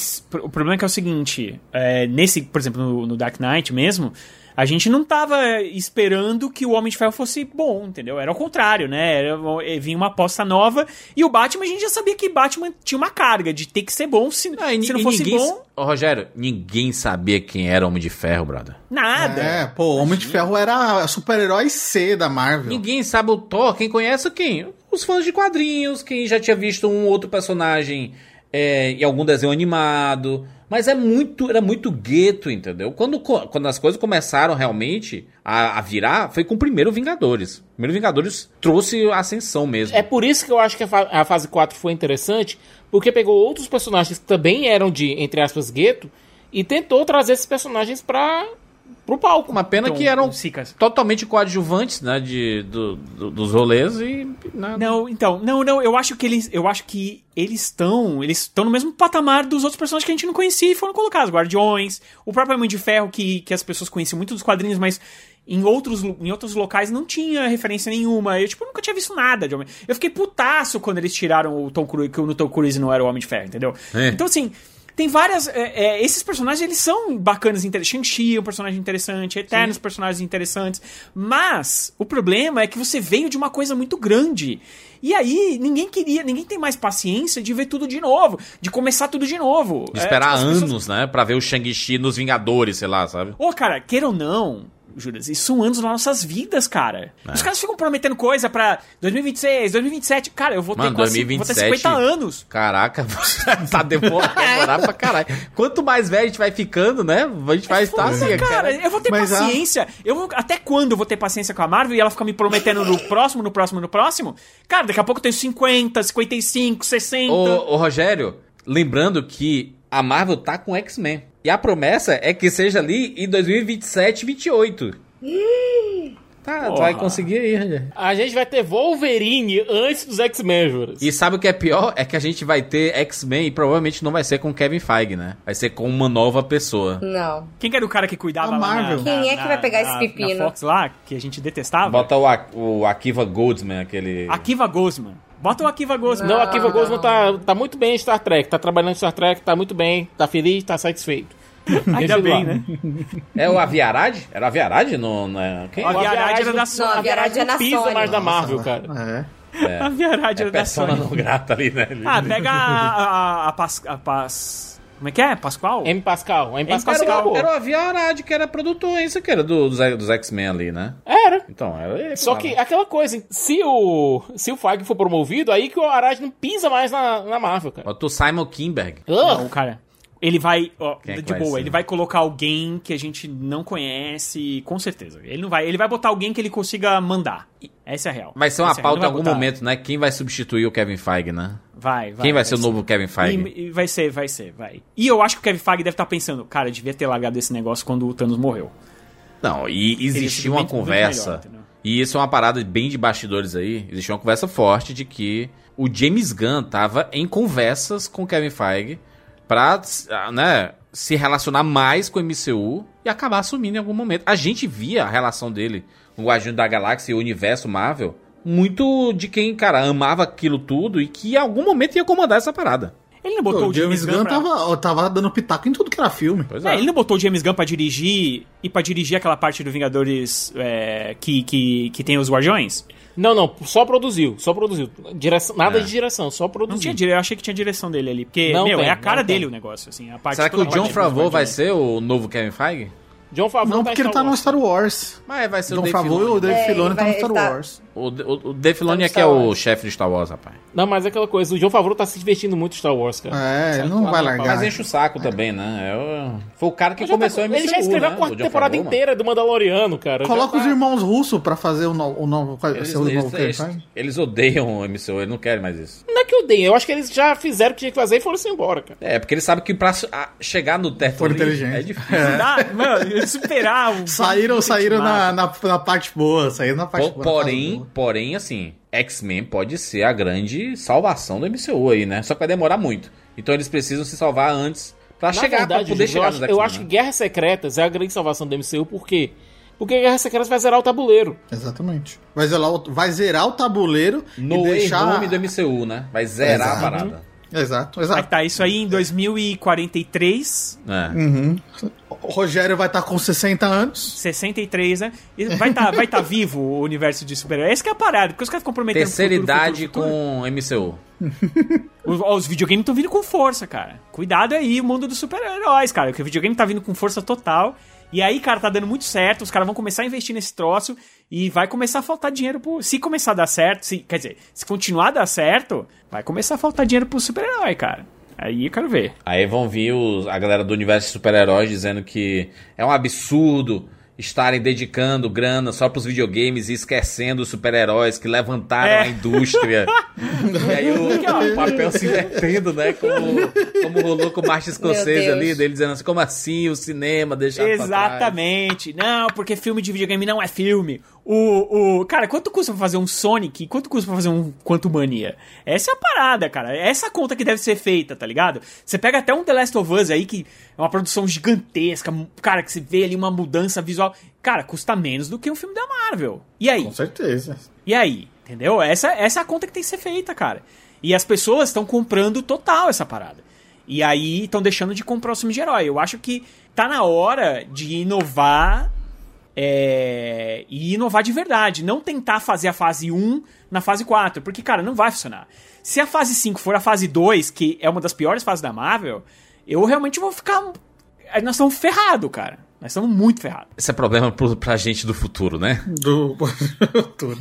O problema é que é o seguinte, por exemplo, no Dark Knight mesmo, a gente não tava esperando que o Homem de Ferro fosse bom, entendeu? Era o contrário, né? Vinha uma aposta nova e o Batman, a gente já sabia que Batman tinha uma carga de ter que ser bom, se não fosse bom... Rogério, ninguém sabia quem era o Homem de Ferro, brother. Nada. O Homem de Ferro era super-herói C da Marvel. Ninguém sabe o Thor, quem conhece quem? Os fãs de quadrinhos, quem já tinha visto um outro personagem em algum desenho animado... Mas era muito gueto, entendeu? Quando as coisas começaram realmente a virar, foi com o primeiro Vingadores. O primeiro Vingadores trouxe a ascensão mesmo. É por isso que eu acho que a fase 4 foi interessante, porque pegou outros personagens que também eram de, entre aspas, gueto, e tentou trazer esses personagens pro palco. Uma pena que eram totalmente coadjuvantes, né, dos rolês e nada. Não, eu acho que eles estão no mesmo patamar dos outros personagens que a gente não conhecia e foram colocados. Guardiões, o próprio Homem de Ferro, que as pessoas conheciam muito dos quadrinhos, mas em outros locais não tinha referência nenhuma. Eu, nunca tinha visto nada de Homem. Eu fiquei putaço quando eles tiraram o Tom Cruise, que no Tom Cruise não era o Homem de Ferro, entendeu? Então, assim... tem várias... esses personagens, eles são bacanas e interessantes. Shang-Chi é um personagem interessante, Eternos personagens interessantes. Mas o problema é que você veio de uma coisa muito grande. E aí, ninguém tem mais paciência de ver tudo de novo, de começar tudo de novo. De esperar anos, né, pra ver o Shang-Chi nos Vingadores, sei lá, sabe? Cara, queira ou não, Juras, isso são anos nas nossas vidas, cara. Os caras ficam prometendo coisa pra 2026, 2027. Cara, eu vou ter quase 50 anos. Caraca, tá demorar pra caralho. Quanto mais velho a gente vai ficando, né? A gente vai estar assim, cara. Eu vou ter paciência. Até quando eu vou ter paciência com a Marvel e ela fica me prometendo no próximo? Cara, daqui a pouco eu tenho 50, 55, 60. Ô, Rogério, lembrando que a Marvel tá com X-Men. E a promessa é que seja ali em 2027, 28. Tá, tu vai conseguir aí, Rogério. A gente vai ter Wolverine antes dos X-Men, Juras. E sabe o que é pior? É que a gente vai ter X-Men e provavelmente não vai ser com Kevin Feige, né? Vai ser com uma nova pessoa. Não. Quem que era o cara que cuidava a Marvel. Quem é que vai pegar esse pepino? Na Fox lá, que a gente detestava? Bota o Akiva Goldsman, aquele... Akiva Goldsman. Bota o Akiva Goldsman. Não, o Akiva Goldsman tá muito bem em Star Trek. Tá trabalhando em Star Trek, tá muito bem, tá feliz, tá satisfeito. Ainda bem, né? É o Aviarad? Era o Aviarad? Quem? O Aviarad era da Sony. Não, o Aviarad é na pisa Sony. mais da Marvel, cara. A Aviarad era da Sony. Persona não grata ali, né? Pega a como é que é? Pascoal? M. Pascal Era o Aviarad que era produtor, isso que era dos X-Men ali, né? Era. Então, era ele. Só que aquela coisa, se o Feige for promovido, aí que o Arad não pisa mais na Marvel, cara. Bota o Simon Kinberg. Não, cara. Ele vai, de boa, ele vai colocar alguém que a gente não conhece, com certeza. Ele vai botar alguém que ele consiga mandar. Essa é a real. Vai ser uma pauta em algum momento, né? Quem vai substituir o Kevin Feige, né? Vai. Quem vai ser o novo Kevin Feige? E vai ser. E eu acho que o Kevin Feige deve estar pensando, cara, eu devia ter largado esse negócio quando o Thanos morreu. Não, e existia uma conversa, melhor, e isso é uma parada bem de bastidores aí, existia uma conversa forte de que o James Gunn tava em conversas com o Kevin Feige pra, né, se relacionar mais com o MCU e acabar assumindo em algum momento. A gente via a relação dele com o Guardião da Galáxia e o universo Marvel muito de quem, cara, amava aquilo tudo e que em algum momento ia comandar essa parada. Ele não botou o James Gunn tava dando pitaco em tudo que era filme. Pois é. Ele não botou o James Gunn pra dirigir aquela parte do Vingadores que tem os Guardiões? Não, só produziu. Nada de direção, só produziu. Não tinha eu achei que tinha direção dele ali, porque, é a cara dele o negócio, assim. A parte. Será que o Jon Favreau vai ser o novo Kevin Feige? Jon Favreau não, porque ele tá no Star Wars. Mas vai ser o Jon Favreau e o Dave Filoni tá no Star Wars. O Dave Filoni é que é o chefe de Star Wars, rapaz. Não, mas é aquela coisa, o Jon Favreau tá se divertindo muito em Star Wars, cara. Ele não vai largar. Mas enche o saco também, né? Foi o cara que começou a MCU, ele já escreveu a quarta temporada inteira do Mandaloriano, cara. Coloca os irmãos russos pra fazer o novo eles odeiam o MCU, eles não querem mais isso. Não é que odeiam, eu acho que eles já fizeram o que tinha que fazer e foram-se embora, cara. É, porque eles sabem que pra chegar no teto é difícil. Mano, superar Saíram na parte boa, Porém, assim, X-Men pode ser a grande salvação do MCU aí, né? Só que vai demorar muito. Então eles precisam se salvar antes pra poder chegar nos X-Men. Eu acho que Guerras Secretas é a grande salvação do MCU, por quê? Porque Guerras Secretas vai zerar o tabuleiro. Exatamente. Vai zerar o tabuleiro no nome do MCU, né? Vai zerar a parada. Exato. Vai estar isso aí em 2043. O Rogério vai estar com 60 anos. 63, né? E vai estar vivo o universo de super-heróis. Esse que é a parada, porque os caras ficam prometendo terceira idade com MCU. Os videogames estão vindo com força, cara. Cuidado aí, o mundo dos super-heróis, cara. Porque o videogame tá vindo com força total. E aí, cara, tá dando muito certo. Os caras vão começar a investir nesse troço. E vai começar a faltar dinheiro Se começar a dar certo, se continuar a dar certo, vai começar a faltar dinheiro pro super-herói, cara. Aí eu quero ver. Aí vão vir a galera do universo de super-heróis dizendo que é um absurdo estarem dedicando grana só pros videogames e esquecendo os super-heróis que levantaram a indústria. E aí o papel se invertendo, né? Como rolou com o Martin Scorsese ali, dele dizendo assim, como assim o cinema deixar pra trás? Exatamente. Não, porque filme de videogame não é filme. Cara, quanto custa pra fazer um Sonic? Quanto custa pra fazer um Quantumania? Essa é a parada, cara. Essa conta que deve ser feita, tá ligado? Você pega até um The Last of Us aí, que é uma produção gigantesca, cara, que você vê ali uma mudança visual. Cara, custa menos do que um filme da Marvel. E aí? Com certeza. E aí? Entendeu? Essa é a conta que tem que ser feita, cara. E as pessoas estão comprando total essa parada. E aí estão deixando de comprar o filme de herói. Eu acho que tá na hora de inovar e inovar de verdade. Não tentar fazer a fase 1 na fase 4, porque, cara, não vai funcionar. Se a fase 5 for a fase 2, que é uma das piores fases da Marvel, eu realmente vou ficar... Nós estamos ferrados, cara. Nós estamos muito ferrados. Esse é problema pra gente do futuro, né? Do futuro.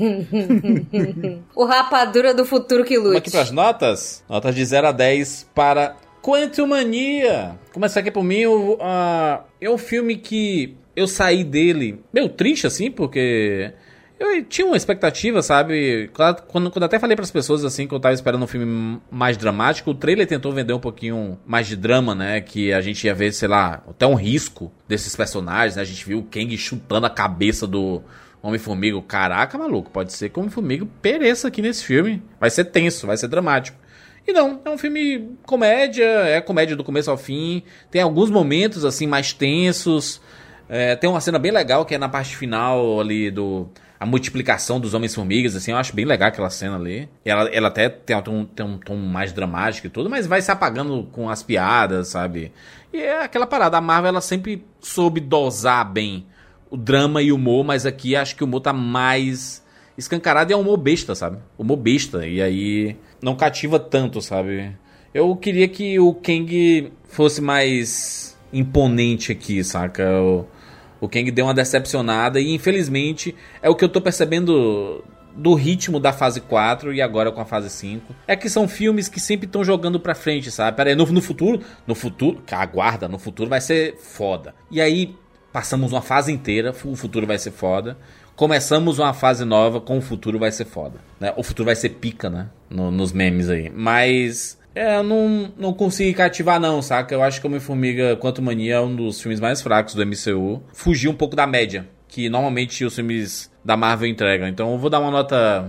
O rapadura do futuro que lute. Vamos aqui pras notas. Notas de 0 a 10 para Quantumania. Começar aqui por mim. É um filme que eu saí dele meio triste, assim, porque... Eu tinha uma expectativa, sabe? Quando até falei pras pessoas, assim, que eu tava esperando um filme mais dramático, o trailer tentou vender um pouquinho mais de drama, né? Que a gente ia ver, sei lá, até um risco desses personagens, né? A gente viu o Kang chutando a cabeça do Homem-Formiga. Caraca, maluco, pode ser que o Homem-Formiga pereça aqui nesse filme. Vai ser tenso, vai ser dramático. E não, é um filme comédia, é comédia do começo ao fim. Tem alguns momentos, assim, mais tensos. Tem uma cena bem legal, que é na parte final ali a multiplicação dos Homens-Formigas, assim, eu acho bem legal aquela cena ali. Ela até tem um tom mais dramático e tudo, mas vai se apagando com as piadas, sabe? E é aquela parada, a Marvel, ela sempre soube dosar bem o drama e o humor, mas aqui acho que o humor tá mais escancarado e é um humor besta, sabe? Humor besta, e aí não cativa tanto, sabe? Eu queria que o Kang fosse mais imponente aqui, saca? O Kang deu uma decepcionada e, infelizmente, é o que eu tô percebendo do ritmo da fase 4 e agora com a fase 5. É que são filmes que sempre estão jogando pra frente, sabe? Pera aí, no futuro, aguarda, no futuro vai ser foda. E aí, passamos uma fase inteira, o futuro vai ser foda. Começamos uma fase nova com o futuro vai ser foda, né? O futuro vai ser pica, né? Nos memes aí. Mas... eu não consegui cativar não, saca? Eu acho que Homem-Formiga Quantumania é um dos filmes mais fracos do MCU. Fugiu um pouco da média, que normalmente os filmes da Marvel entregam. Então eu vou dar uma nota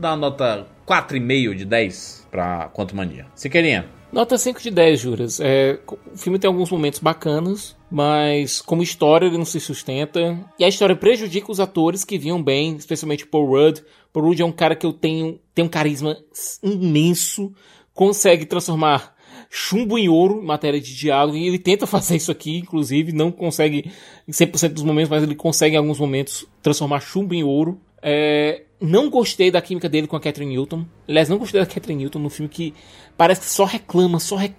4,5 de 10 pra Quantumania. Siqueirinha. Nota 5 de 10, Juras. O filme tem alguns momentos bacanas, mas como história ele não se sustenta. E a história prejudica os atores que vinham bem, especialmente Paul Rudd. Paul Rudd é um cara que eu tenho um carisma imenso. Consegue transformar chumbo em ouro em matéria de diálogo, e ele tenta fazer isso aqui, inclusive, não consegue em 100% dos momentos, mas ele consegue em alguns momentos transformar chumbo em ouro. Não gostei da química dele com a Catherine Newton. Aliás, não gostei da Catherine Newton no filme, que parece que só reclama.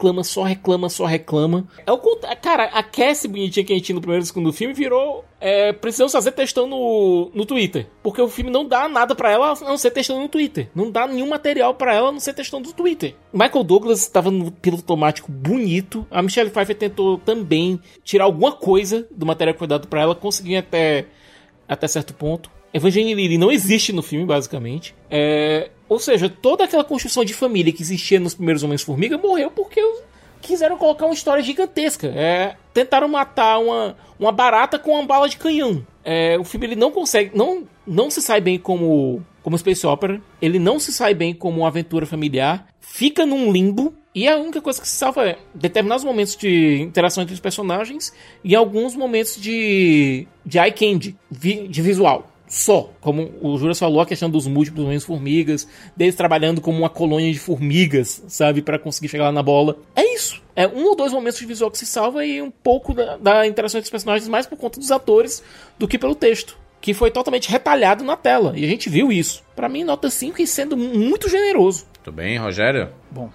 Cara, a Cassie bonitinha que a gente tinha no primeiro e segundo filme virou... precisamos fazer textão no Twitter. Porque o filme não dá nada pra ela a não ser textão no Twitter. Não dá nenhum material pra ela a não ser textão no Twitter. Michael Douglas estava no piloto automático bonito. A Michelle Pfeiffer tentou também tirar alguma coisa do material que foi dado pra ela. Conseguiu até certo ponto. Evangeline Lilly não existe no filme, basicamente. Ou seja, toda aquela construção de família que existia nos primeiros Homens-Formiga morreu porque quiseram colocar uma história gigantesca. Tentaram matar uma barata com uma bala de canhão. O filme ele não consegue... Não se sai bem como space opera. Ele não se sai bem como uma aventura familiar. Fica num limbo. E a única coisa que se salva é determinados momentos de interação entre os personagens e alguns momentos de eye candy, de visual. Só, como o Juras falou, a questão dos múltiplos Homens-Formigas, deles trabalhando como uma colônia de formigas, sabe, pra conseguir chegar lá na bola. É isso. É um ou dois momentos de visual que se salva e um pouco da interação entre os personagens, mais por conta dos atores do que pelo texto, que foi totalmente retalhado na tela, e a gente viu isso. Pra mim, nota 5 e sendo muito generoso. Tudo bem, Rogério? Bom.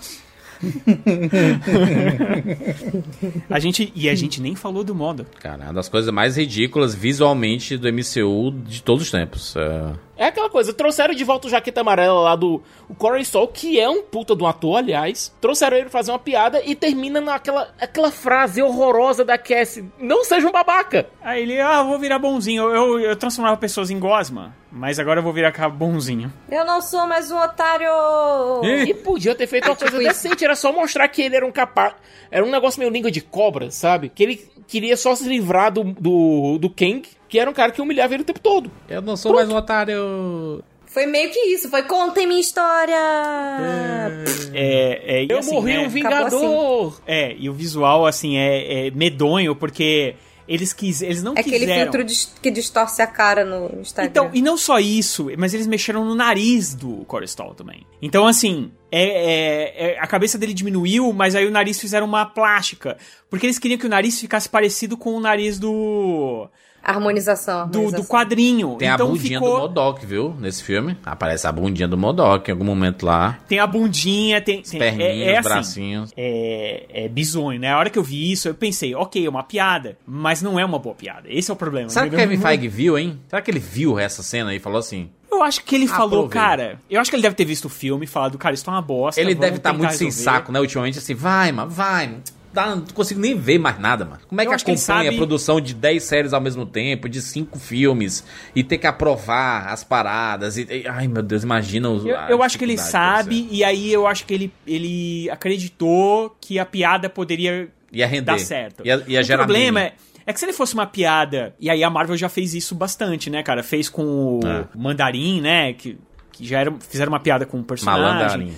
A gente nem falou do modo. Cara, uma das coisas mais ridículas visualmente do MCU de todos os tempos. É aquela coisa, trouxeram de volta o Jaqueta Amarela lá do Corey Stoll, que é um puta de um ator, aliás. Trouxeram ele pra fazer uma piada e termina naquela frase horrorosa da Cassie: não seja um babaca. Aí ele, vou virar bonzinho. Eu transformava pessoas em gosma, mas agora eu vou virar bonzinho. Eu não sou mais um otário. E podia ter feito uma coisa decente, era só mostrar que ele era um capaz. Era um negócio meio língua de cobra, sabe? Que ele queria só se livrar do Kang, que era um cara que humilhava ele o tempo todo. Eu não sou mais um otário. Foi meio que isso, foi contem minha história. Eu assim, morri um vingador. Assim. E o visual, assim, é medonho, porque eles não quiseram... Aquele filtro que distorce a cara no Instagram. Então, e não só isso, mas eles mexeram no nariz do Corey Stoll também. Então, assim, a cabeça dele diminuiu, mas aí o nariz fizeram uma plástica. Porque eles queriam que o nariz ficasse parecido com o nariz do quadrinho. Tem então a bundinha do MODOK, viu? Nesse filme. Aparece a bundinha do MODOK em algum momento lá. Tem a bundinha, tem perninhas, assim, bracinhos. É bizonho, né? A hora que eu vi isso, eu pensei, ok, é uma piada. Mas não é uma boa piada. Esse é o problema. Será que o Kevin Feige viu, hein? Será que ele viu essa cena e falou assim... Eu acho que ele falou, cara... Eu acho que ele deve ter visto o filme e falado, cara, isso tá uma bosta. Ele deve estar muito sem saco, né? Ultimamente, assim, vai, mano. Não consigo nem ver mais nada, mano. Como é que acompanha a produção de 10 séries ao mesmo tempo, de 5 filmes, e ter que aprovar as paradas? Ai, meu Deus, imagina os. Eu acho que ele sabe, e aí eu acho que ele acreditou que a piada poderia dar certo. Ia gerar o problema é que se ele fosse uma piada, e aí a Marvel já fez isso bastante, né, cara? Fez com o Mandarim, né, que já fizeram uma piada com um personagem.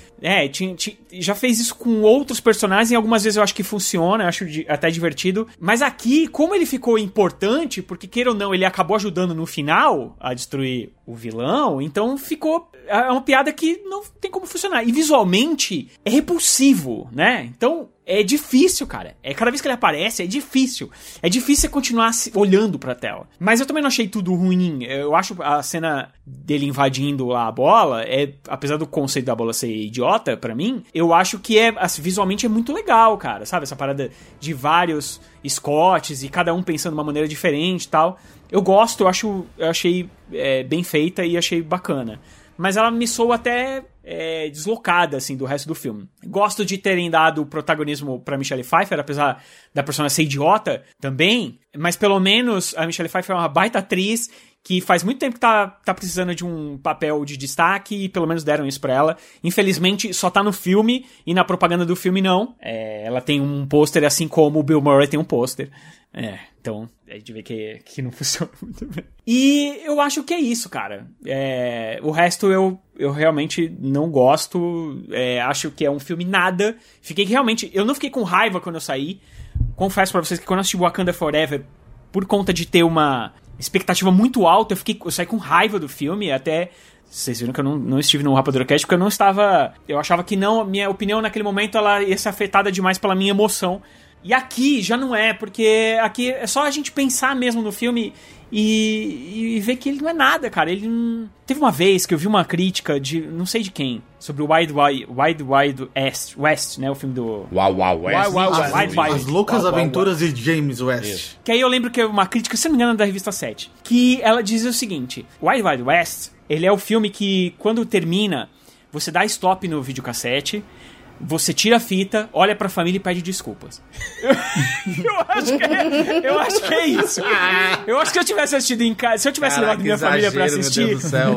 Já fez isso com outros personagens e algumas vezes eu acho que funciona, eu acho até divertido. Mas aqui, como ele ficou importante, porque queira ou não, ele acabou ajudando no final a destruir o vilão, então ficou... É uma piada que não tem como funcionar. E visualmente é repulsivo, né? Então é difícil, cara. Cada vez que ele aparece, é difícil. É difícil continuar olhando pra tela. Mas eu também não achei tudo ruim. Eu acho a cena dele invadindo a bola, apesar do conceito da bola ser idiota pra mim, eu acho que visualmente é muito legal, cara. Sabe? Essa parada de vários Scotts e cada um pensando de uma maneira diferente e tal. Eu gosto, eu achei bem feita e achei bacana. Mas ela me soa até deslocada, assim, do resto do filme. Gosto de terem dado o protagonismo pra Michelle Pfeiffer, apesar da personagem ser idiota também, mas pelo menos a Michelle Pfeiffer é uma baita atriz que faz muito tempo que tá precisando de um papel de destaque e pelo menos deram isso pra ela. Infelizmente, só tá no filme e na propaganda do filme não. Ela tem um pôster assim como o Bill Murray tem um pôster. Então, a gente vê que não funciona muito bem. E eu acho que é isso, cara. O resto eu realmente não gosto. Acho que é um filme nada. Eu não fiquei com raiva quando eu saí. Confesso pra vocês que quando eu assisti Wakanda Forever, por conta de ter uma expectativa muito alta, eu saí com raiva do filme. Até vocês viram que eu não estive no Rapaduracast porque eu não estava... Eu achava que não, minha opinião naquele momento ela ia ser afetada demais pela minha emoção. E aqui já não é, porque aqui é só a gente pensar mesmo no filme e ver que ele não é nada, cara. Ele não... Teve uma vez que eu vi uma crítica de não sei de quem, sobre o Wild West, né? O filme do... As Loucas Aventuras de James West. Isso. Que aí eu lembro que é uma crítica, se não me engano, da revista 7, que ela diz o seguinte: Wild West, ele é o filme que, quando termina, você dá stop no videocassete, você tira a fita, olha pra família e pede desculpas. Eu acho que é isso. Eu acho que se eu tivesse assistido em casa, se eu tivesse levado minha família pra assistir... Meu Deus do céu.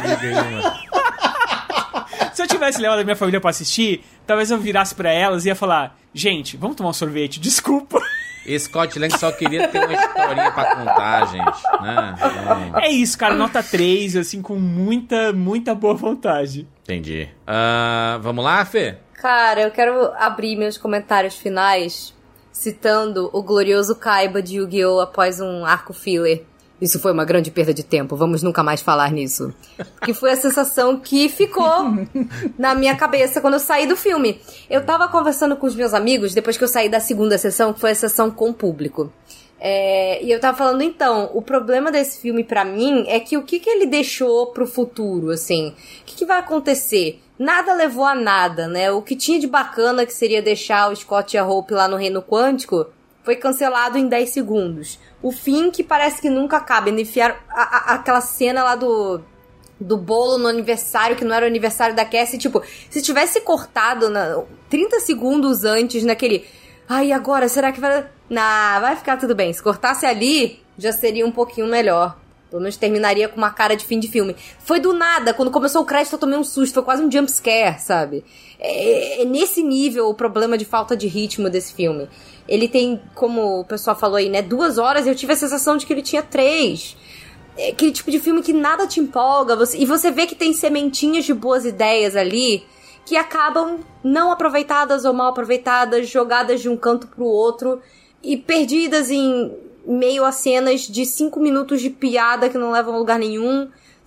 Se eu tivesse levado a minha família pra assistir, talvez eu virasse pra elas e ia falar: gente, vamos tomar um sorvete, desculpa. Scott Lang só queria ter uma historinha pra contar, gente, né? É isso, cara, nota 3, assim, com muita, muita boa vontade. Entendi. Vamos lá, Fê? Cara, eu quero abrir meus comentários finais citando o glorioso Kaiba de Yu-Gi-Oh! Após um arco filler. Isso foi uma grande perda de tempo, vamos nunca mais falar nisso. Que foi a sensação que ficou na minha cabeça quando eu saí do filme. Eu tava conversando com os meus amigos depois que eu saí da segunda sessão, que foi a sessão com o público. E eu tava falando, então, o problema desse filme pra mim é que o que ele deixou pro futuro, assim? O que vai acontecer? Nada levou a nada, né? O que tinha de bacana, que seria deixar o Scott e a Hope lá no Reino Quântico, foi cancelado em 10 segundos. O fim, que parece que nunca acaba. Enfiaram aquela cena lá do bolo no aniversário, que não era o aniversário da Cassie. Tipo, se tivesse cortado 30 segundos antes naquele... Ai, agora, será que vai... vai ficar tudo bem. Se cortasse ali, já seria um pouquinho melhor. Pelo menos terminaria com uma cara de fim de filme. Foi do nada. Quando começou o crédito, eu tomei um susto. Foi quase um jump scare, sabe? É nesse nível o problema de falta de ritmo desse filme. Ele tem, como o pessoal falou aí, né? 2 horas e eu tive a sensação de que ele tinha 3. É aquele tipo de filme que nada te empolga. E você vê que tem sementinhas de boas ideias ali que acabam não aproveitadas ou mal aproveitadas, jogadas de um canto pro outro e perdidas em meio a cenas de 5 minutos de piada que não levam a lugar nenhum,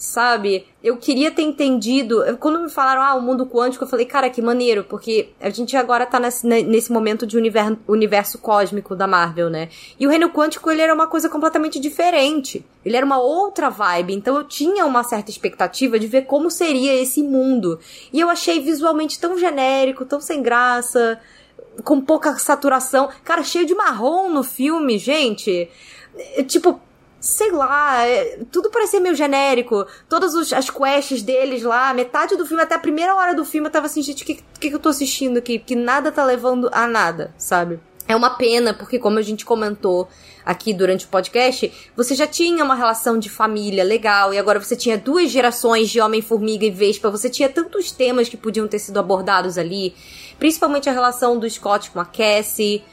sabe? Eu queria ter entendido. Quando me falaram, o mundo quântico, eu falei, cara, que maneiro, porque a gente agora tá nesse momento de universo cósmico da Marvel, né? E o reino quântico, ele era uma coisa completamente diferente. Ele era uma outra vibe, então eu tinha uma certa expectativa de ver como seria esse mundo. E eu achei visualmente tão genérico, tão sem graça, com pouca saturação. Cara, cheio de marrom no filme, gente. Tipo, sei lá, tudo parecia meio genérico. Todas as quests deles lá, metade do filme, até a primeira hora do filme, eu tava assim, gente, o que eu tô assistindo aqui? Que nada tá levando a nada, sabe? É uma pena, porque como a gente comentou aqui durante o podcast, você já tinha uma relação de família legal, e agora você tinha 2 gerações de Homem-Formiga e Vespa, você tinha tantos temas que podiam ter sido abordados ali, principalmente a relação do Scott com a Cassie,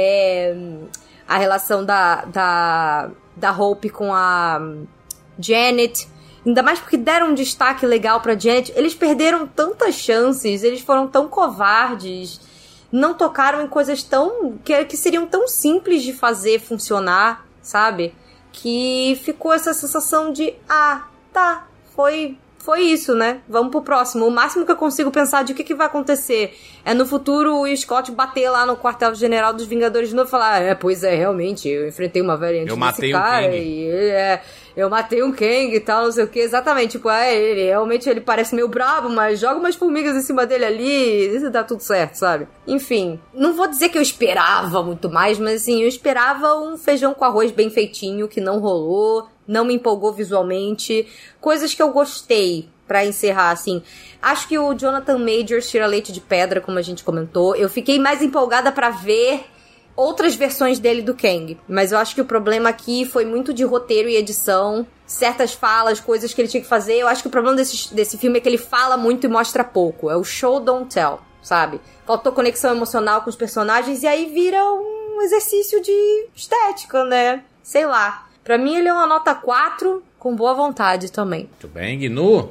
a relação da Hope com a Janet, ainda mais porque deram um destaque legal pra Janet. Eles perderam tantas chances, eles foram tão covardes, não tocaram em coisas que seriam tão simples de fazer funcionar, sabe? Que ficou essa sensação de, tá, foi isso, né? Vamos pro próximo. O máximo que eu consigo pensar de o que vai acontecer é no futuro o Scott bater lá no quartel-general dos Vingadores de novo e falar, pois é, realmente, eu enfrentei uma variante desse cara e eu matei um Kang e tal, não sei o que, exatamente, tipo, ele parece meio brabo, mas joga umas formigas em cima dele ali e dá tudo certo, sabe? Enfim, não vou dizer que eu esperava muito mais, mas assim, eu esperava um feijão com arroz bem feitinho, que não rolou, não me empolgou visualmente, coisas que eu gostei, pra encerrar, assim. Acho que o Jonathan Majors tira leite de pedra, como a gente comentou. Eu fiquei mais empolgada pra ver outras versões dele do Kang. Mas eu acho que o problema aqui foi muito de roteiro e edição. Certas falas, coisas que ele tinha que fazer. Eu acho que o problema desse filme é que ele fala muito e mostra pouco. É o show, don't tell, sabe? Faltou conexão emocional com os personagens e aí vira um exercício de estética, né? Sei lá. Pra mim ele é uma nota 4, com boa vontade também. Muito bem, Gnu?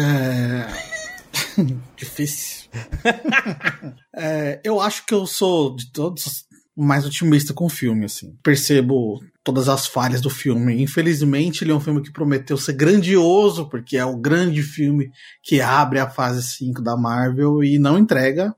Difícil. Eu acho que eu sou, de todos, mais otimista com o filme, assim. Percebo todas as falhas do filme. Infelizmente, ele é um filme que prometeu ser grandioso, porque é o grande filme que abre a fase 5 da Marvel e não entrega.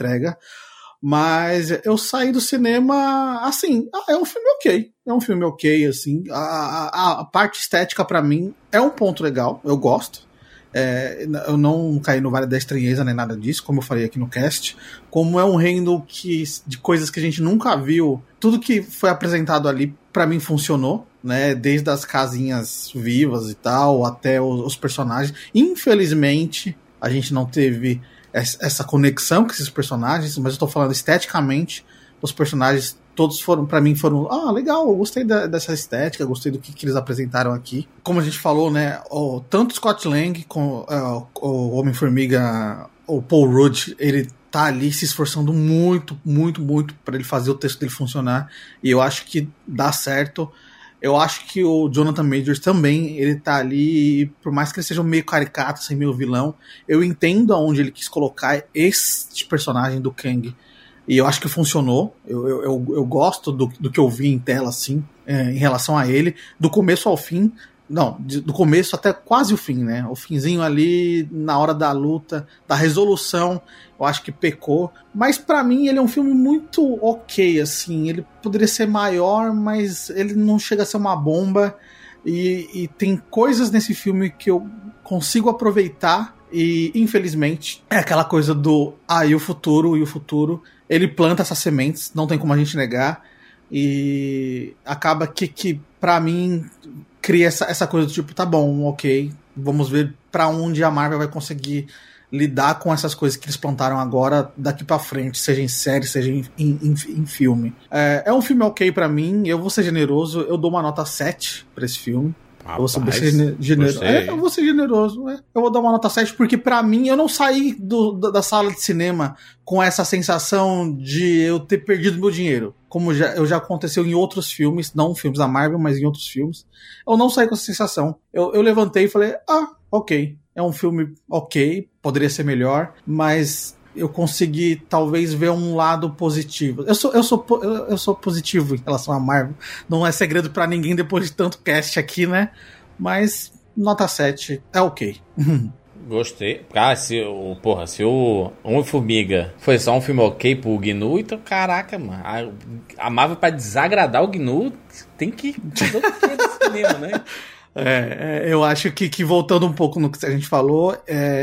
Mas eu saí do cinema, assim, é um filme ok. É um filme ok, assim. A parte estética, pra mim, é um ponto legal. Eu gosto. Eu não caí no Vale da Estranheza nem nada disso, como eu falei aqui no cast. Como é um reino de coisas que a gente nunca viu. Tudo que foi apresentado ali, pra mim, funcionou, né? Desde as casinhas vivas e tal, até os personagens. Infelizmente, a gente não teve essa conexão com esses personagens, mas eu tô falando esteticamente, os personagens todos pra mim foram, legal, eu gostei dessa estética, gostei do que eles apresentaram aqui. Como a gente falou, né, tanto Scott Lang com o Homem-Formiga, o Paul Rudd, ele tá ali se esforçando muito, muito, muito pra ele fazer o texto dele funcionar, e eu acho que dá certo. Eu acho que o Jonathan Majors também, ele tá ali, e por mais que ele seja meio caricato, assim, meio vilão, eu entendo aonde ele quis colocar este personagem do Kang. E eu acho que funcionou. Eu gosto do que eu vi em tela, assim, em relação a ele, do começo ao fim. Não, do começo até quase o fim, né? O finzinho ali, na hora da luta, da resolução, eu acho que pecou. Mas pra mim ele é um filme muito ok, assim. Ele poderia ser maior, mas ele não chega a ser uma bomba. E tem coisas nesse filme que eu consigo aproveitar. E, infelizmente, é aquela coisa do e o futuro. Ele planta essas sementes, não tem como a gente negar. E acaba que pra mim, cria essa coisa do tipo, tá bom, ok, vamos ver pra onde a Marvel vai conseguir lidar com essas coisas que eles plantaram agora, daqui pra frente, seja em série, seja em filme. É um filme ok pra mim, eu vou ser generoso, eu dou uma nota 7 pra esse filme. Rapaz, eu vou ser generoso. Eu vou ser generoso. Eu vou dar uma nota 7, porque pra mim, eu não saí da sala de cinema com essa sensação de eu ter perdido meu dinheiro. Como já aconteceu em outros filmes, não filmes da Marvel, mas em outros filmes. Eu não saí com essa sensação. Eu levantei e falei, ok. É um filme ok, poderia ser melhor, mas eu consegui talvez ver um lado positivo. Eu sou positivo em relação à Marvel. Não é segredo pra ninguém depois de tanto cast aqui, né? Mas nota 7 é ok. Gostei. Cara, se o Homem-Formiga foi só um filme ok pro GNU, então caraca, mano. A Marvel, pra desagradar o GNU, tem que fazer o que nesse cinema, né? Eu acho que voltando um pouco no que a gente falou,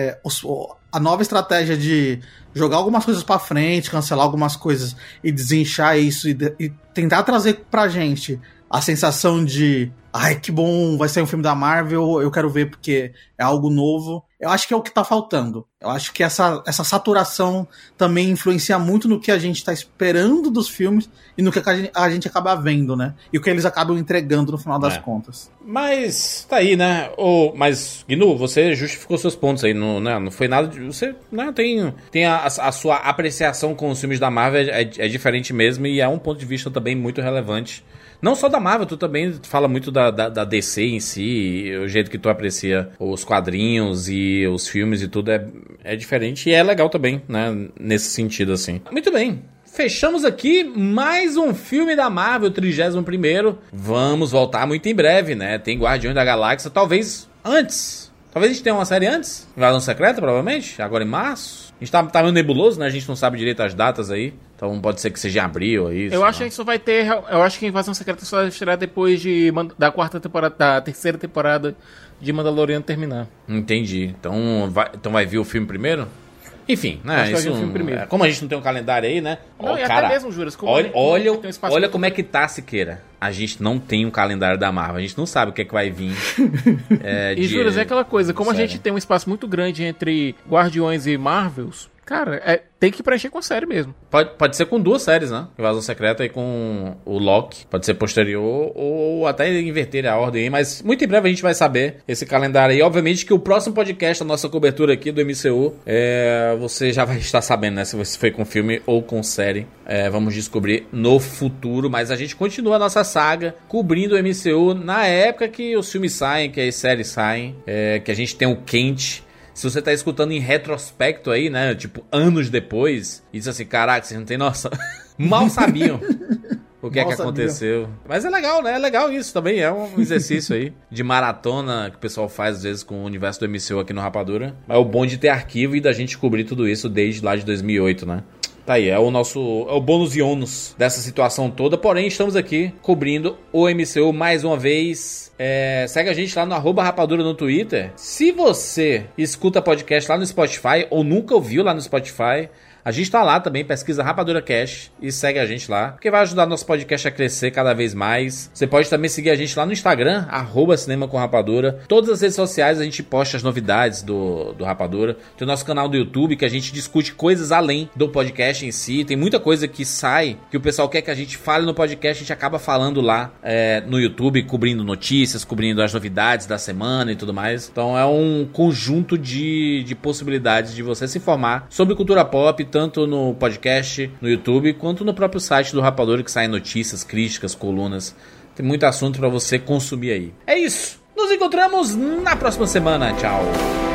a nova estratégia de jogar algumas coisas pra frente, cancelar algumas coisas e desinchar isso e tentar trazer pra gente a sensação de ai, que bom, vai sair um filme da Marvel, eu quero ver porque é algo novo. Eu acho que é o que tá faltando. Eu acho que essa saturação também influencia muito no que a gente tá esperando dos filmes e no que a gente acaba vendo, né? E o que eles acabam entregando no final das contas. Mas, tá aí, né? Mas, GNU, você justificou seus pontos aí, não foi nada de... Você tem a sua apreciação com os filmes da Marvel, é diferente mesmo, e é um ponto de vista também muito relevante. Não só da Marvel, tu também fala muito da DC em si, o jeito que tu aprecia os quadrinhos e os filmes e tudo é diferente e é legal também, né, nesse sentido, assim. Muito bem, fechamos aqui mais um filme da Marvel, 31º. Vamos voltar muito em breve, né, tem Guardiões da Galáxia, talvez antes. Talvez a gente tenha uma série antes, Invasão Secreta, provavelmente, agora em março. A gente tá meio nebuloso, né, a gente não sabe direito as datas aí. Então pode ser que seja em abril ou isso. Eu acho que só vai ter. Eu acho que a Invasão Secreta só vai estrear depois da terceira temporada de Mandaloriano terminar. Entendi. Então vai vir o filme primeiro? Enfim, né? Isso, como a gente não tem um calendário aí, né? Não, cara, até mesmo, Juras. Olha como é que tá, Siqueira. A gente não tem um calendário da Marvel. A gente não sabe o que é que vai vir. E Juras, é aquela coisa. Como a gente tem um espaço muito grande entre Guardiões e Marvels, cara, tem que preencher com a série mesmo. Pode ser com 2 séries, né? Invasão Secreta e com o Loki. Pode ser posterior ou até inverter a ordem aí. Mas muito em breve a gente vai saber esse calendário aí. Obviamente que o próximo podcast, a nossa cobertura aqui do MCU, você já vai estar sabendo, né? Se foi com filme ou com série. Vamos descobrir no futuro. Mas a gente continua a nossa saga cobrindo o MCU na época que os filmes saem, que as séries saem. Que a gente tem o quente. Se você tá escutando em retrospecto aí, né? Tipo, anos depois, e diz assim, caraca, vocês não tem noção. Mal sabiam o que é que aconteceu. Mas é legal, né? É legal isso também. É um exercício aí de maratona que o pessoal faz, às vezes, com o universo do MCU aqui no Rapadura. É o bom de ter arquivo e da gente cobrir tudo isso desde lá de 2008, né? Tá aí, é o bônus e ônus dessa situação toda. Porém, estamos aqui cobrindo o MCU mais uma vez. Segue a gente lá no @rapadura no Twitter. Se você escuta podcast lá no Spotify ou nunca ouviu lá no Spotify, a gente tá lá também, pesquisa Rapadura Cast e segue a gente lá, porque vai ajudar nosso podcast a crescer cada vez mais. Você pode também seguir a gente lá no Instagram, @cinema com Rapadura. Todas as redes sociais a gente posta as novidades do Rapadura. Tem o nosso canal do YouTube, que a gente discute coisas além do podcast em si. Tem muita coisa que sai, que o pessoal quer que a gente fale no podcast, a gente acaba falando lá no YouTube, cobrindo notícias, cobrindo as novidades da semana e tudo mais. Então é um conjunto de possibilidades de você se informar sobre cultura pop, tanto no podcast, no YouTube, quanto no próprio site do Rapadura, que saem notícias, críticas, colunas. Tem muito assunto para você consumir aí. É isso. Nos encontramos na próxima semana. Tchau.